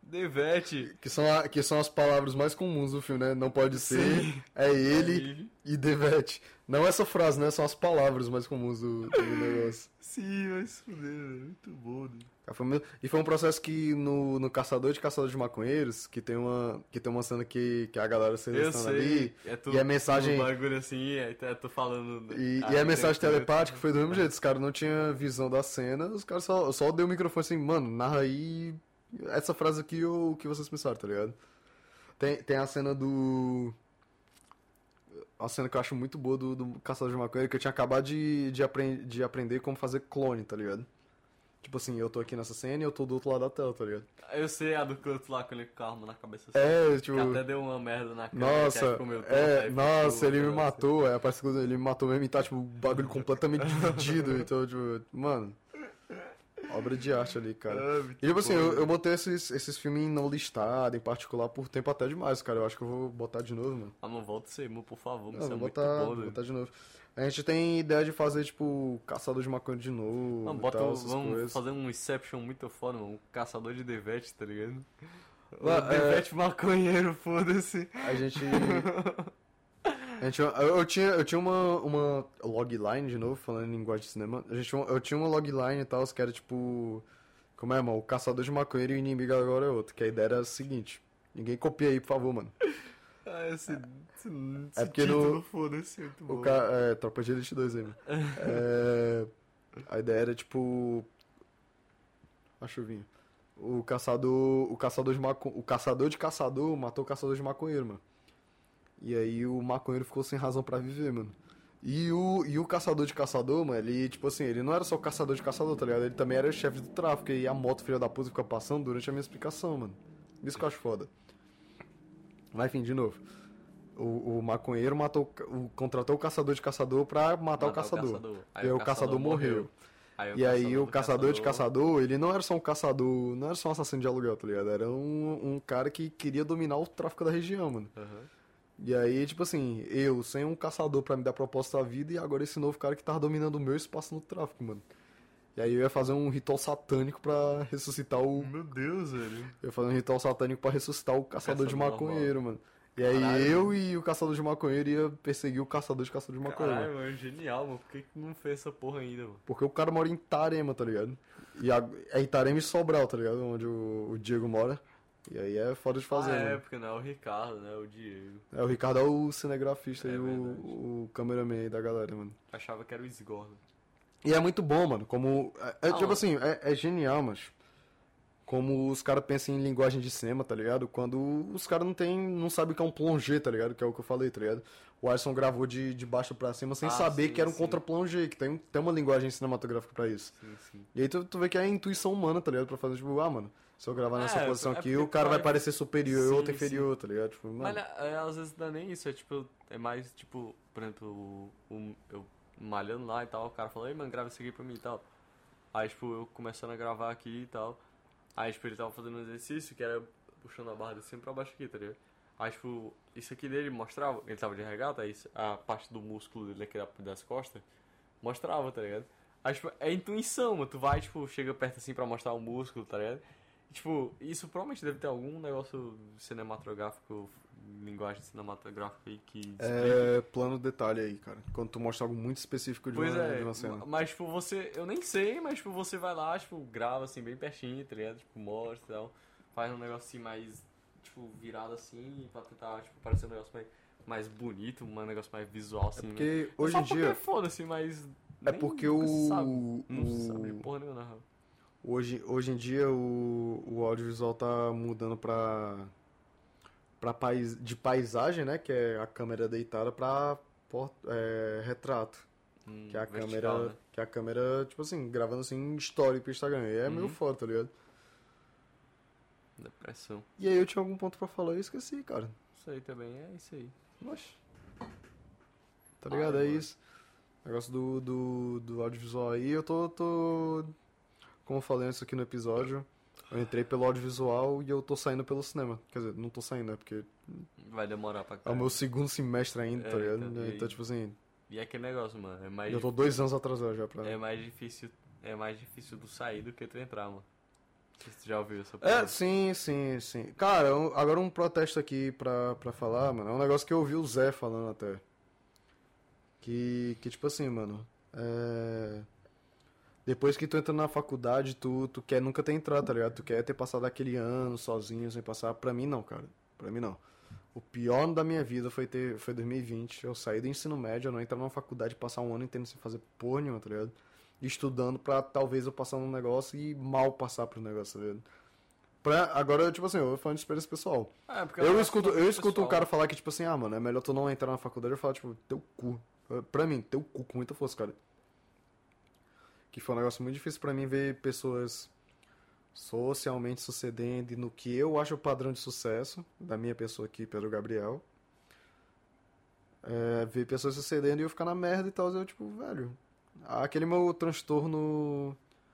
Devete. Que são, a- que são as palavras mais comuns do filme, né? Não pode ser, Sim. é ele Ele. e Devete. Não essa frase, né? São as palavras mais comuns do, do negócio. Sim, vai se fuder, velho. Muito bom, né? Cara, foi meio- E foi um processo que no, no Caçador de Caçador de Maconheiros, que tem uma, que tem uma cena que, que a galera se Eu seleciona ali. sei. É tu, e a mensagem- Um bagulho assim, aí tu- tu falando. E, Ah, e a mensagem tem- telepática foi do mesmo jeito. Os caras não tinham visão da cena, os caras só, só deu o microfone assim, mano, narra aí essa frase aqui ou o que vocês pensaram, tá ligado? Tem, tem a cena do. A cena que eu acho muito boa do, do Caçador de Maconheiro, que eu tinha acabado de, de, apren de aprender como fazer clone, tá ligado? Tipo assim, eu tô aqui nessa cena e eu tô do outro lado da tela, tá ligado? Eu sei a do canto lá com ele com a arma na cabeça assim. É, tipo. Que até deu uma merda na câmera. que Nossa, aí ficou meio tonto, é, aí nossa, ficou- ele me assim. matou, é, parece que ele me matou mesmo e tá, tipo, o bagulho completamente dividido, então, tipo, mano, obra de arte ali, cara. Ah, muito E, tipo assim, bom, eu, né? eu botei esses, esses filmes não listados, em particular, por tempo até demais, cara, eu acho que eu vou botar de novo, mano. Ah, não volta isso aí, mano, por favor, Não, isso é vou muito botar, bom, vou né? botar de novo. A gente tem ideia de fazer, tipo, Caçador de Maconha de novo, Mano, e bota, tal, um- essas vamos coisas. fazer um Inception muito foda, mano. Um caçador de Devete, tá ligado? O Lá, é- Devete maconheiro, foda-se. A gente... A gente, eu, eu tinha, eu tinha uma, uma logline, de novo, falando em linguagem de cinema. A gente, eu tinha uma logline e tal, que era tipo... Como é, mano? O caçador de maconheiro e o inimigo agora é outro. Que a ideia era a seguinte. Ninguém copia aí, por favor, mano. Ah, esse, esse, É esse porque título, no- foda-se, muito bom. O ca... É, Tropa de Elite dois aí, mano. É, a ideia era tipo... A chuvinha. O caçador... O caçador de maco... O caçador de caçador matou o caçador de maconheiro, mano. E aí o maconheiro ficou sem razão pra viver, mano. E o, e o caçador de caçador, mano, ele, tipo assim, ele não era só o caçador de caçador, tá ligado? Ele também era o chefe do tráfico. E a moto, filha da puta, fica passando durante a minha explicação, mano. Isso que eu acho foda. Mas enfim, de novo. O, o maconheiro matou, o ca- o, contratou o caçador de caçador pra matar, o caçador. Aí E aí o caçador morreu. E aí o do caçador de caçador, ele não era só um caçador, não era só um assassino de aluguel, tá ligado? Era um, um cara que queria dominar o tráfico da região, mano. Aham. E aí, tipo assim, eu sem um caçador pra me dar propósito à vida e agora esse novo cara que tava dominando o meu espaço no tráfico, mano. E aí eu ia fazer um ritual satânico pra ressuscitar o... Meu Deus, velho. Eu ia fazer um ritual satânico pra ressuscitar o caçador de caçador maconheiro, mano. E aí Caralho. eu e o caçador de maconheiro ia perseguir o caçador de caçador de maconheiro. Caralho, mano. mano, genial, mano. Por que que não fez essa porra ainda, mano? Porque o cara mora em Itarema, tá ligado? E a... é Itarema e Sobral, tá ligado? Onde o, o Diego mora. E aí é foda de fazer, ah, é, mano. porque não é o Ricardo, né? É o Diego. É, o Ricardo é o cinegrafista É e o, verdade. o cameraman aí da galera, mano. Achava que era o Esgordo. E é muito bom, mano. Como. É, é, Ah, tipo assim, é, é genial, mas. Como os caras pensam em linguagem de cinema, tá ligado? Quando os caras não tem, não sabem o que é um plongé, tá ligado? Que é o que eu falei, tá ligado? O Alisson gravou de, de baixo pra cima sem Ah, saber sim, que era um sim. contra-plongé, que tem, tem uma linguagem cinematográfica pra isso. Sim, sim. E aí tu, tu vê que é a intuição humana, tá ligado? Pra fazer, tipo, ah, mano, se eu gravar nessa É, posição é aqui, porque o cara vai- vai parecer superior e o Sim, outro sim. inferior, tá ligado? Tipo, mano, Mas é, às vezes não é nem isso, é tipo, é mais tipo, por exemplo, o, o- eu malhando lá e tal, o cara falou, ei mano, grava isso aqui pra mim e tal. Aí tipo, eu começando a gravar aqui e tal. Aí tipo, ele tava fazendo um exercício que era puxando a barra de cima pra baixo aqui, tá ligado? Aí tipo, isso aqui dele mostrava, ele tava de regata, aí a parte do músculo dele aqui da- das costas mostrava, tá ligado? Aí tipo, é intuição, mano, tu vai, tipo, chega perto assim pra mostrar o músculo, tá ligado? E, tipo, isso provavelmente deve ter algum negócio cinematográfico, linguagem cinematográfica aí que explique. é plano detalhe aí, cara. Quando tu mostra algo muito específico de, Pois uma, é, de uma cena. mas tipo, você, eu nem sei, mas tipo, você vai lá, tipo, grava assim bem pertinho, tá ligado? Tipo, mostra e tal, faz um negócio assim mais, tipo, virado assim, pra tentar, tipo, parecer um negócio mais, mais bonito, um negócio mais visual assim, né? Porque hoje Só em dia. porque foda-se, mas É nem porque nunca o- se sabe. Não se o- sabe porra nenhuma, na real. Hoje, hoje em dia o, o audiovisual tá mudando pra, pra pais, de paisagem, né? Que é a câmera deitada pra por- é, retrato. Hum, Que é a vertical, câmera. né? Que é a câmera, tipo assim, gravando assim story pro Instagram. E é meio Uhum. foda, tá ligado? Depressão. E aí eu tinha algum ponto pra falar e eu esqueci, cara. Isso aí também é isso aí. Oxe. Tá ligado? Ai, é mano. isso. Negócio do, do, do audiovisual aí, eu tô, tô. Como eu falei antes aqui no episódio, eu entrei pelo audiovisual e eu tô saindo pelo cinema. Quer dizer, não tô saindo, né? Porque Vai demorar pra é o caralho. meu segundo semestre ainda, É, tá ligado? então, e Então, aí? tipo assim, E é aquele negócio, mano. É mais, eu tô dois anos atrasado já pra. é mais difícil. É mais difícil do sair do que tu entrar, mano. Você já ouviu essa É, parada? sim, sim, sim. Cara, um- agora um protesto aqui pra, pra falar, mano. É um negócio que eu ouvi o Zé falando até. Que, que tipo assim, mano. É... Depois que tu entra na faculdade, tu, tu quer nunca ter entrado, tá ligado? Tu quer ter passado aquele ano sozinho, sem passar. Pra mim, não, cara. Pra mim, não. O pior ano da minha vida foi ter, foi dois mil e vinte. Eu saí do ensino médio, eu não entrar numa faculdade, passar um ano inteiro sem fazer porra nenhuma, tá ligado? Estudando pra talvez eu passar num negócio e mal passar pro negócio, tá ligado? Pra, agora, tipo assim, eu falando de experiência pessoal. Ah, é porque Eu acho escuto, que eu escuto um pessoal- cara falar que, tipo assim, ah, mano, é melhor tu não entrar na faculdade. Eu falo, tipo, teu cu. Pra mim, teu cu com muita força, cara. Que foi um negócio muito difícil pra mim ver pessoas socialmente sucedendo e no que eu acho o padrão de sucesso da minha pessoa aqui, Pedro Gabriel. É, ver pessoas sucedendo e eu ficar na merda e tal. Eu, tipo, velho. Aquele meu transtorno.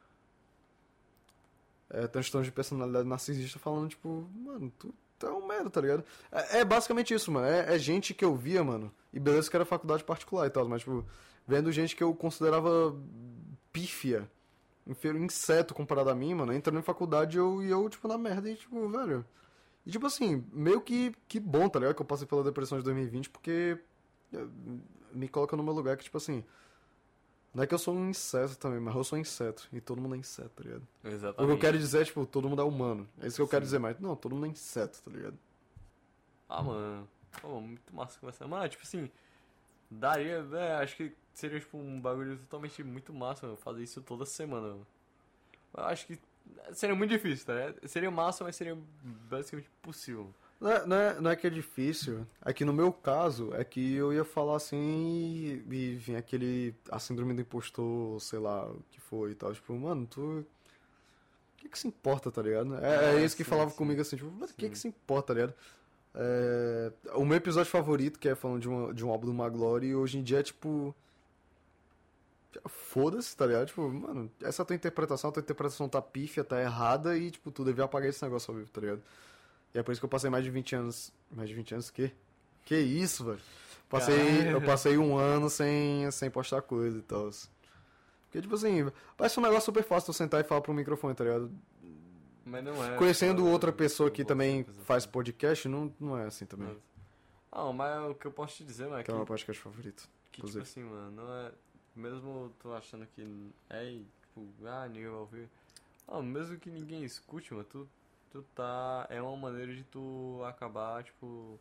É, transtorno de personalidade narcisista falando, tipo, mano, tu, tu é um merda, tá ligado? É, é basicamente isso, mano. É, é gente que eu via, mano. E beleza que era faculdade particular e tal, mas, tipo, vendo gente que eu considerava pífia, inferior, inseto comparado a mim, mano. Entrando em faculdade eu, e eu, tipo, na merda e, tipo, velho. E, tipo assim, meio que, que bom, tá ligado? Que eu passei pela depressão de dois mil e vinte, porque é, me coloca no meu lugar que, tipo assim, não é que eu sou um inseto também, mas eu sou um inseto. E todo mundo é inseto, tá ligado? O que eu Exatamente. quero dizer é, tipo, todo mundo é humano. É isso que eu quero Sim. dizer, mas não, todo mundo é inseto, tá ligado? Ah, mano. Pô, muito massa conversar. Mano, tipo assim, daria, é, acho que seria tipo um bagulho totalmente muito massa, mano, fazer isso toda semana, mano. Eu acho que seria muito difícil, tá ligado? Seria massa, mas seria basicamente impossível. Não é, não é, não é que é difícil, é que no meu caso, é que eu ia falar assim e, e vinha aquele, a síndrome do impostor, sei lá, o que foi e tal. Tipo, mano, tu. O que que se importa, tá ligado? É, é É, isso que sim, falava sim. comigo assim, tipo, mas o que Sim. que se importa, tá ligado? É, o meu episódio favorito, que é falando de, uma, de um álbum do Maglory, hoje em dia é tipo. Foda-se, tá ligado? Tipo, mano, essa é a tua interpretação, a tua interpretação tá pífia, tá errada e, tipo, tu devia apagar esse negócio ao vivo, tá ligado? E é por isso que eu passei mais de vinte anos. Mais de vinte anos o quê? Que isso, velho? Passei, Caralho. eu passei um ano sem, sem postar coisa e tal. Porque, tipo assim, parece um negócio super fácil tu sentar e falar pro microfone, tá ligado? Mas não é. Conhecendo só- outra pessoa que só também você, faz podcast, não, não é assim também. Mas- Ah, mas o que eu posso te dizer, mano, é Que que, é o meu podcast favorito. que tipo inclusive. assim, mano, não é. Mesmo tu achando que é, tipo, ah, ninguém vai ouvir. Ah, mesmo que ninguém escute, mano, tu, tu tá. É uma maneira de tu acabar, tipo.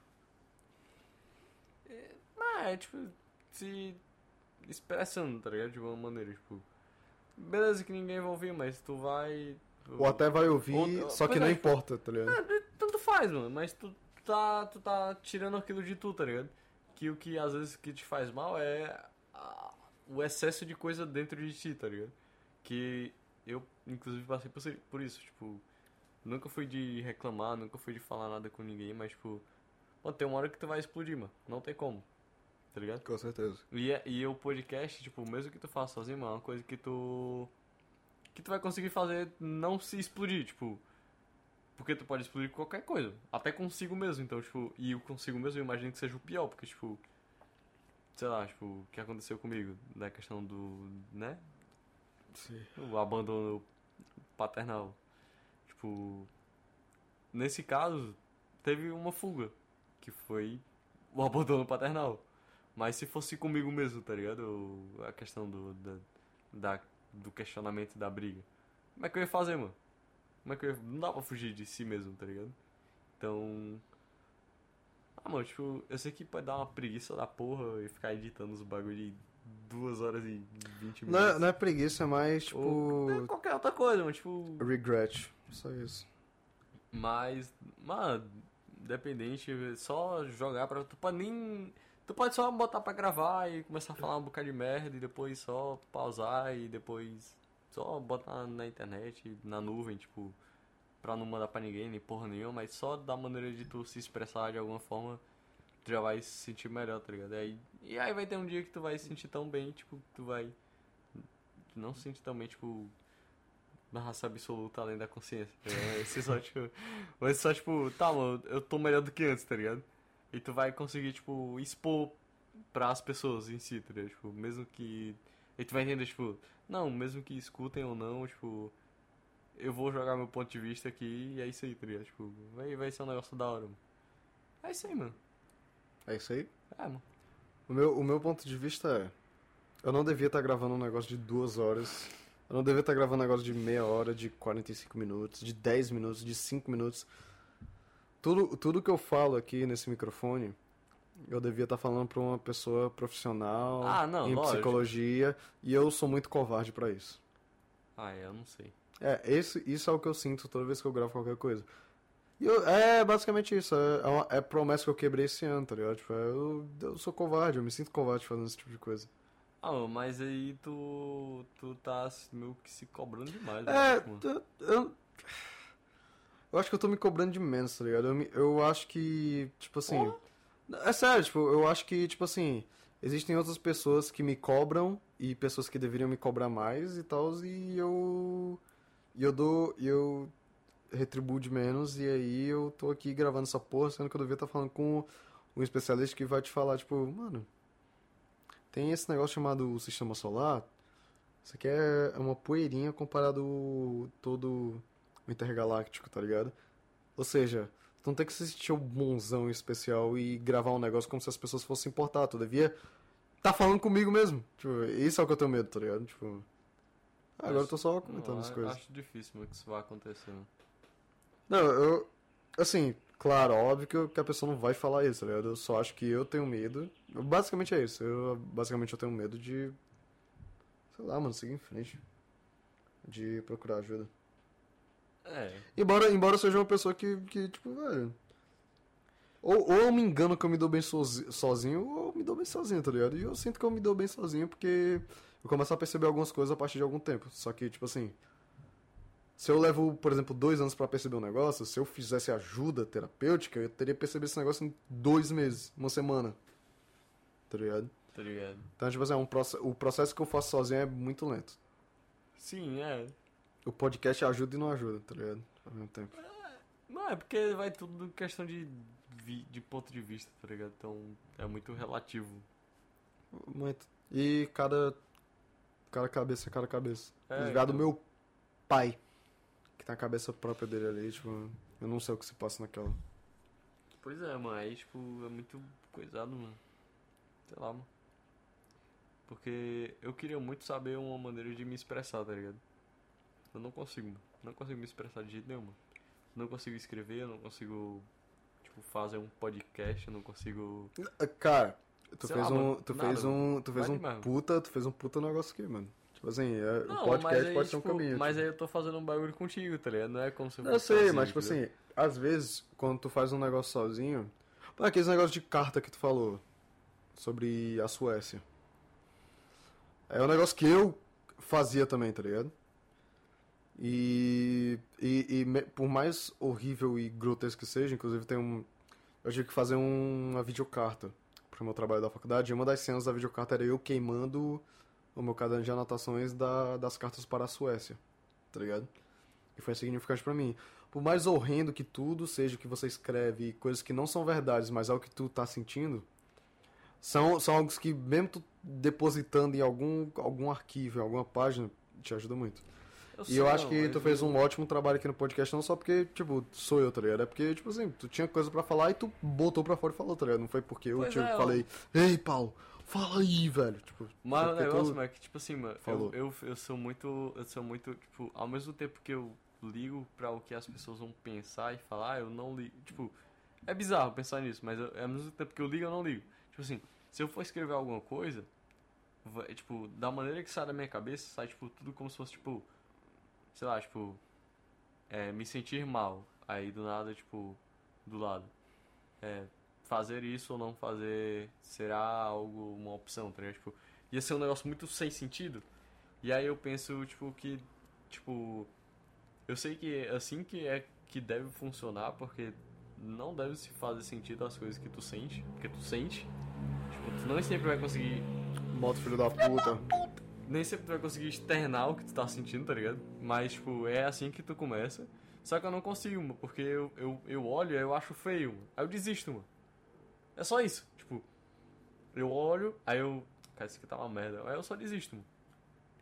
É, ah, é tipo, se expressando, tá ligado? De uma maneira, tipo. Beleza que ninguém vai ouvir, mas tu vai. Tu, Ou até vai ouvir, Ou- só que pois não é, tipo, importa, tá ligado? tanto faz, mano, mas tu tá, tu tá tirando aquilo de tu, tá ligado? Que o que às vezes que te faz mal é a- o excesso de coisa dentro de ti, tá ligado? Que eu, inclusive, passei por, se- por isso, tipo, nunca fui de reclamar, nunca fui de falar nada com ninguém, mas, tipo, mano, tem uma hora que tu vai explodir, mano, não tem como, tá ligado? Com certeza. E, é- e o podcast, tipo, mesmo que tu faça sozinho, mano, é uma coisa que tu. Que tu vai conseguir fazer não se explodir, tipo. Porque tu pode explodir qualquer coisa, até consigo mesmo, então, tipo, e o consigo mesmo eu imagino que seja o pior, porque, tipo, sei lá, tipo, o que aconteceu comigo, da questão do, né, Sim. o abandono paternal, tipo, nesse caso, teve uma fuga, que foi o abandono paternal, mas se fosse comigo mesmo, tá ligado, O- a questão do, da, da- do questionamento da briga, como é que eu ia fazer, mano? Como é que eu ia... Não dá pra fugir de si mesmo, tá ligado? Então. Ah, mano, tipo, eu sei que pode dar uma preguiça da porra e ficar editando os bagulho de duas horas e vinte Não, minutos. é- não é preguiça, é mais, tipo. Ou é qualquer outra coisa, mano, tipo. Regret. Só isso. Mas, mano, independente, só jogar pra. Tu pode nem. Tu pode só botar pra gravar e começar a falar um bocado de merda e depois só pausar e depois só botar na internet, na nuvem, tipo, pra não mandar pra ninguém, nem porra nenhuma, mas só da maneira de tu se expressar de alguma forma, tu já vai se sentir melhor, tá ligado? Aí, e aí vai ter um dia que tu vai se sentir tão bem, tipo, tu vai não se sentir tão bem, tipo, na raça absoluta além da consciência, tá ligado? Vai ser só, tipo, vai ser só, tipo, tá, mano, eu tô melhor do que antes, tá ligado? E tu vai conseguir, tipo, expor pras pessoas em si, tá ligado? Tipo, mesmo que... E tu vai entender, tipo, não, mesmo que escutem ou não, tipo... eu vou jogar meu ponto de vista aqui e é isso aí, tá ligado? Tipo, vai, vai ser um negócio da hora, mano. É isso aí, mano. É isso aí? É, mano. O meu, o meu ponto de vista é... Eu não devia estar gravando um negócio de duas horas. Eu não devia estar gravando um negócio de meia hora, de quarenta e cinco minutos, de dez minutos, de cinco minutos. Tudo, tudo que eu falo aqui nesse microfone, eu devia estar falando para uma pessoa profissional Ah, não, em lógico. psicologia. E eu sou muito covarde para isso. Ah, é, eu não sei. É, esse, isso é o que eu sinto toda vez que eu gravo qualquer coisa. E eu, é basicamente isso. É, é, uma, é promessa que eu quebrei esse ano, tá ligado? Tipo, é, eu, eu sou covarde, eu me sinto covarde fazendo esse tipo de coisa. Ah, mano, mas aí tu, tu tá meio que se cobrando demais, eu É, acho, mano. eu, eu, eu acho que eu tô me cobrando de menos, tá ligado? Eu, me- eu acho que, tipo assim. Porra. É sério, tipo, eu acho que, tipo assim. Existem outras pessoas que me cobram e pessoas que deveriam me cobrar mais e tal, e eu. E eu dou. E eu retribuo de menos, e aí eu tô aqui gravando essa porra, sendo que eu devia estar falando com um especialista que vai te falar, tipo, mano, tem esse negócio chamado Sistema Solar. Isso aqui é é uma poeirinha comparado ao todo o intergaláctico, tá ligado? Ou seja, tu não tem que se sentir um bonzão especial e gravar um negócio como se as pessoas fossem se importar. Tu devia tá falando comigo mesmo. Tipo, isso é o que eu tenho medo, tá ligado? Tipo, agora eu tô só comentando Não, as a- coisas. acho difícil, mano, que isso vai acontecer, mano. Não, eu. Assim, claro, óbvio que, eu- que a pessoa não vai falar isso, tá ligado? Eu só acho que eu tenho medo. Basicamente é isso. Eu, basicamente eu tenho medo de. Sei lá, mano, seguir em frente. De procurar ajuda. É, Embora, embora eu seja uma pessoa que, que tipo, velho. Ou, ou eu me engano que eu me dou bem sozi- sozinho, ou eu me dou bem sozinho, tá ligado? E eu sinto que eu me dou bem sozinho porque eu começo a perceber algumas coisas a partir de algum tempo. Só que, tipo assim. Se eu levo, por exemplo, dois anos pra perceber um negócio, se eu fizesse ajuda terapêutica, eu teria percebido esse negócio em dois meses, uma semana. Tá ligado? tá ligado? Então, tipo assim, é um proce- o processo que eu faço sozinho é muito lento. Sim, é. O podcast ajuda e não ajuda, tá ligado? Ao mesmo tempo. Não, é porque vai tudo questão de, vi- de ponto de vista, tá ligado? Então é muito relativo. Muito. E cada. Cada cabeça é cada cabeça. É, Inclusive, a do então. meu pai, que tem a cabeça própria dele ali, tipo, eu não sei o que se passa naquela. Pois é, mano, aí tipo, é muito coisado, mano. Sei lá, mano. Porque eu queria muito saber uma maneira de me expressar, tá ligado? Eu não consigo, mano. Não consigo me expressar de jeito nenhum, mano. Não consigo escrever, eu não consigo, tipo, fazer um podcast, eu não consigo. Cara, tu Sei fez lá, um. mano, Tu nada, fez um. Tu fez vai um demais, mano. puta. Tu fez um puta negócio aqui, mano. Tipo assim, é, o Não, podcast mas aí, pode ser um tipo, caminho. Mas tipo. aí eu tô fazendo um bagulho contigo, tá ligado? Não é como se eu Eu fosse sei, sozinho, mas tipo entendeu? assim, às vezes, quando tu faz um negócio sozinho. Pô, aqueles negócios de carta que tu falou sobre a Suécia. É um negócio que eu fazia também, tá ligado? E, e, e me- por mais horrível e grotesco que seja, inclusive tem um. Eu tive que fazer um- uma videocarta pro meu trabalho da faculdade. E uma das cenas da videocarta era eu queimando o meu caderno de anotações da- das cartas para a Suécia, tá ligado? E foi significante pra mim. Por mais horrendo que tudo seja que você escreve, e coisas que não são verdades, mas é o que tu tá sentindo, são, são algo que, mesmo tu depositando em algum, algum arquivo, em alguma página, te ajuda muito. E sei, eu acho não, que mas tu fez eu- um ótimo trabalho aqui no podcast, não só porque, tipo, sou eu, tá ligado? É porque, tipo assim, tu tinha coisa pra falar e tu botou pra fora e falou, tá ligado? Não foi porque eu Pois te é, eu- falei, ei, Paulo, fala aí, velho. Tipo, Mas foi o porque negócio, tu... mano, é que, tipo assim, mano, eu, Falou. eu, eu sou muito, eu sou muito, tipo, ao mesmo tempo que eu ligo pra o que as pessoas vão pensar e falar, eu não ligo, tipo, é bizarro pensar nisso, mas eu, ao mesmo tempo que eu ligo, eu não ligo. Tipo assim, se eu for escrever alguma coisa, vai, tipo, da maneira que sai da minha cabeça, sai, tipo, tudo como se fosse, tipo, sei lá, tipo, é, me sentir mal, aí do nada, tipo, do lado, é, fazer isso ou não fazer será algo, uma opção, tá ligado? Tipo, ia ser um negócio muito sem sentido. E aí eu penso, tipo, que, tipo, eu sei que é assim que é que deve funcionar, porque não deve se fazer sentido as coisas que tu sente, porque tu sente. Tipo, tu não sempre vai conseguir, Bota filho da puta. nem sempre tu vai conseguir externar o que tu tá sentindo, tá ligado? Mas, tipo, é assim que tu começa. Só que eu não consigo, mano, porque eu, eu, eu olho e eu acho feio, mano. Aí eu desisto, mano. É só isso. Tipo, eu olho, aí eu. Cara, isso aqui tá uma merda. Aí eu só desisto, mano.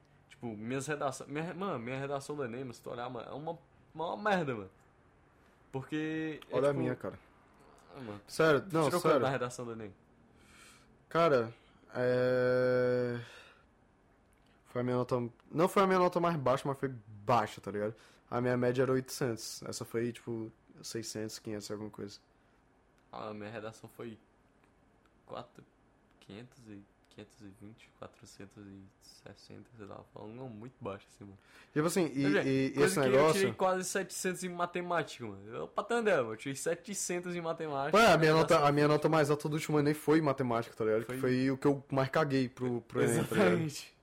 Tipo, minhas redações... Minha, mano, minha redação do Enem, se tu olhar, mano, é uma, uma merda, mano. Porque... É, Olha tipo, a minha, cara. Ah, mano. Sério, não, Tirou quanto sério. na redação do Enem? Cara, é... Foi a minha nota... Não foi a minha nota mais baixa, mas foi baixa, tá ligado? A minha média era oitocentos. Essa foi, tipo, seiscentos, quinhentos, alguma coisa. Ah, a minha redação foi quatro, quinhentos e quinhentos e vinte, quatrocentos e sessenta, sei lá, falando não, muito baixo assim, mano. Tipo assim, e, Mas, e coisa esse que negócio... Eu tirei quase setecentos em matemática, mano. Eu, pra entender, eu tirei setecentos em matemática. Ué, a minha, nota, redação a minha foi, nota mais alta do último Enem foi matemática, tá ligado? Foi- Que foi o que eu mais caguei pro, pro Enem, tá ligado? Exatamente.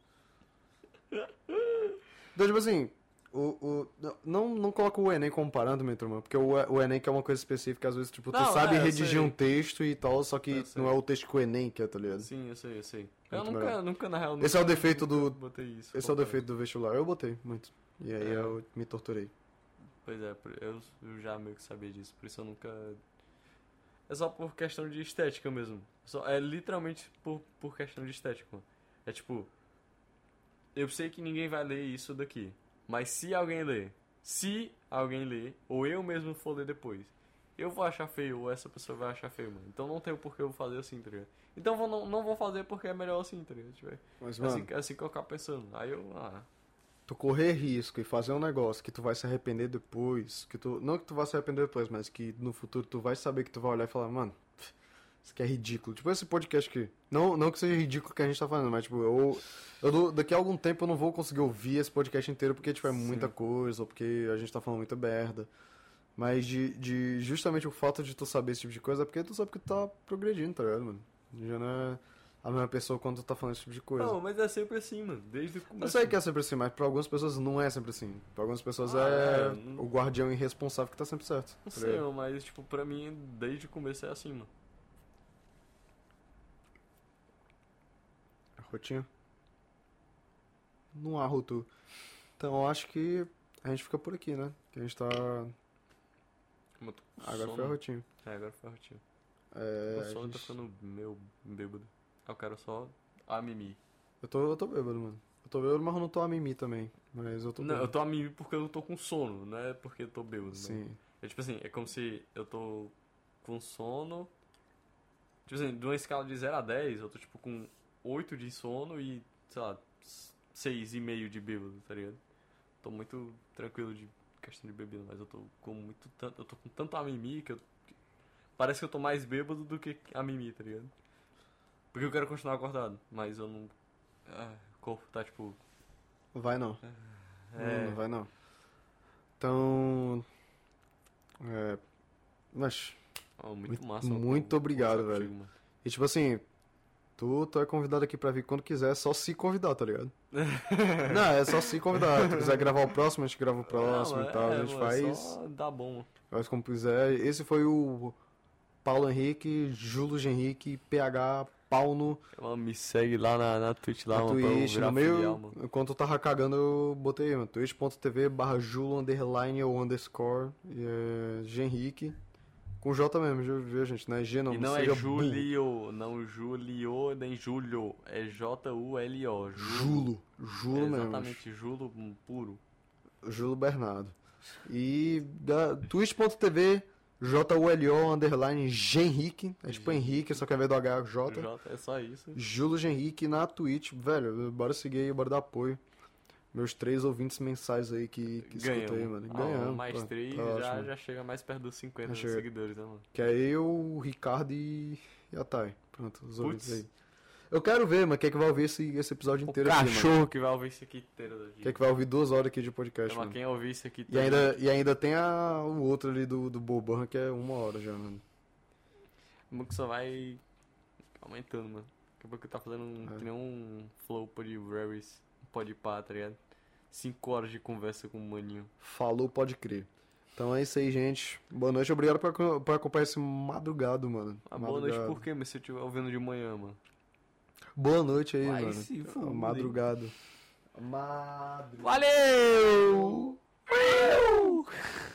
Então, tipo assim, o, o, não, não coloca o Enem como parâmetro, turma, porque o, o Enem que é uma coisa específica, às vezes, tipo, tu Não, sabe é, eu redigir sei. um texto e tal, só que Eu sei. não é o texto que o Enem quer, tá ligado? Sim, eu sei, eu sei. Eu Muito nunca, melhor. nunca, na real, Esse é o nunca- defeito nunca do- botei isso. Esse é o comparando. defeito do vestibular, eu botei muito. E aí É. eu me torturei. Pois é, por- eu, eu já meio que sabia disso, por isso eu nunca... É só por questão de estética mesmo. Só, é literalmente por, por questão de estética, mano. É tipo... Eu sei que ninguém vai ler isso daqui. Mas se alguém ler, se alguém ler, ou eu mesmo for ler depois, eu vou achar feio, ou essa pessoa vai achar feio, mano. Então não tem o porquê eu vou fazer assim, tá ligado? Então vou, não, não vou fazer porque é melhor assim, tá ligado? Tipo, é Mas, assim, mano, é assim que eu ficar pensando. Aí eu... Ah, tu correr risco e fazer um negócio que tu vai se arrepender depois, que tu, não que tu vai se arrepender depois, mas que no futuro tu vai saber que tu vai olhar e falar, mano, isso aqui é ridículo. Tipo esse podcast aqui. Não, não que seja ridículo o que a gente tá fazendo, mas tipo, eu, eu dou- daqui a algum tempo eu não vou conseguir ouvir esse podcast inteiro porque tipo, é muita Sim. coisa, ou porque a gente tá falando muita merda. Mas de, de justamente o fato de tu saber esse tipo de coisa é porque tu sabe que tu tá progredindo, tá ligado, mano? Já não é a mesma pessoa quando tu tá falando esse tipo de coisa. não, mas é sempre assim, mano. Desde o Eu começo. sei que é sempre assim, mas pra algumas pessoas não é sempre assim. Pra algumas pessoas Ah, é é, não- o guardião irresponsável que tá sempre certo. Não tá sei, ligado? mano, mas tipo, pra mim, desde o começo é assim, mano. Rotinha? Não há roto. Então eu acho que a gente fica por aqui, né? Que a gente tá. Como eu tô com Agora sono. foi a rotinha. É, agora foi a rotina. É, o a sono tá gente- ficando meio bêbado. Eu quero só a mimi. eu, tô, eu tô bêbado, mano. Eu tô bêbado, mas eu não tô a mimimi também. Mas eu tô Não, bêbado. eu tô a mimi porque eu tô com sono, não é porque eu tô bêbado. Né? Sim. É tipo assim, é como se eu tô com sono. Tipo assim, de uma escala de zero a dez, eu tô tipo com oito de sono e, sei lá, seis e meio de bêbado, tá ligado? Tô muito tranquilo de questão de bebida, mas eu tô com muito tanto. Eu tô com tanto a mimi que eu. Parece que eu tô mais bêbado do que a mimi, tá ligado? Porque eu quero continuar acordado, mas eu não. Ah, o corpo tá tipo. Vai não. Não, É. não vai não. Então. É. Mas. ó, muito, Muito- massa. muito con- obrigado, conversar velho. contigo, mano. E tipo assim. Tu, tu é convidado aqui pra vir quando quiser, é só se convidar, tá ligado? Não, é só se convidar. Se tu quiser gravar o próximo, a gente grava o próximo Não, e tal. é, a gente mano, faz. Só dá bom. Faz como quiser. Esse foi o Paulo Henrique, Júlio Henrique, P H, Paulo Mano, me segue lá na, na Twitch, lá, na mano, pra eu Twitch. virar No meio, filial, mano. enquanto eu tava cagando, eu botei aí, mano. twitch.tv barra Julo underline ou underscore e é, G Henrique. Com J mesmo, viu, viu, gente? Não é G não. E não é seja burro. Julio, não Julio, nem Julio, é J U L O. Julo. Julo É mesmo. exatamente, Julo um, puro. Julo Bernardo. E da twitch.tv J U L O underline G Henrique. É tipo Henrique, só que ao invés do H, J. J é só isso. Júlio Henrique na Twitch. Velho, bora seguir aí, bora dar apoio. Meus três ouvintes mensais aí que, que escutam aí, mano. Ah, Ganhamos. mais pô, três tá já, ótimo. já chega mais perto dos cinquenta Já chega. seguidores, né, mano? Que é eu, o Ricardo e, e a Thay. Pronto, os ouvintes Putz. aí. Eu quero ver, mas quem é que vai ouvir esse, esse episódio O inteiro aqui, mano? cachorro que vai ouvir isso aqui inteiro daqui. Quem é que vai ouvir duas horas aqui de podcast, Mas mano? quem ouvir isso aqui E ainda, e ainda tem a, o outro ali do, do Boban, que é uma hora já, mano. O que só vai aumentando, mano. Daqui a pouco tá fazendo um, É. que nem um flow pod rares, um pod pá, tá ligado? Cinco horas de conversa com o maninho. Falou, pode crer. Então é isso aí, gente. Boa noite, obrigado por, acom- por acompanhar esse madrugado, mano. Ah, boa noite Madrugado. por quê? Mas se eu estiver ouvindo de manhã, mano. Boa noite aí, Vai mano. se fuder. Madrugado. Madrugado. Valeu!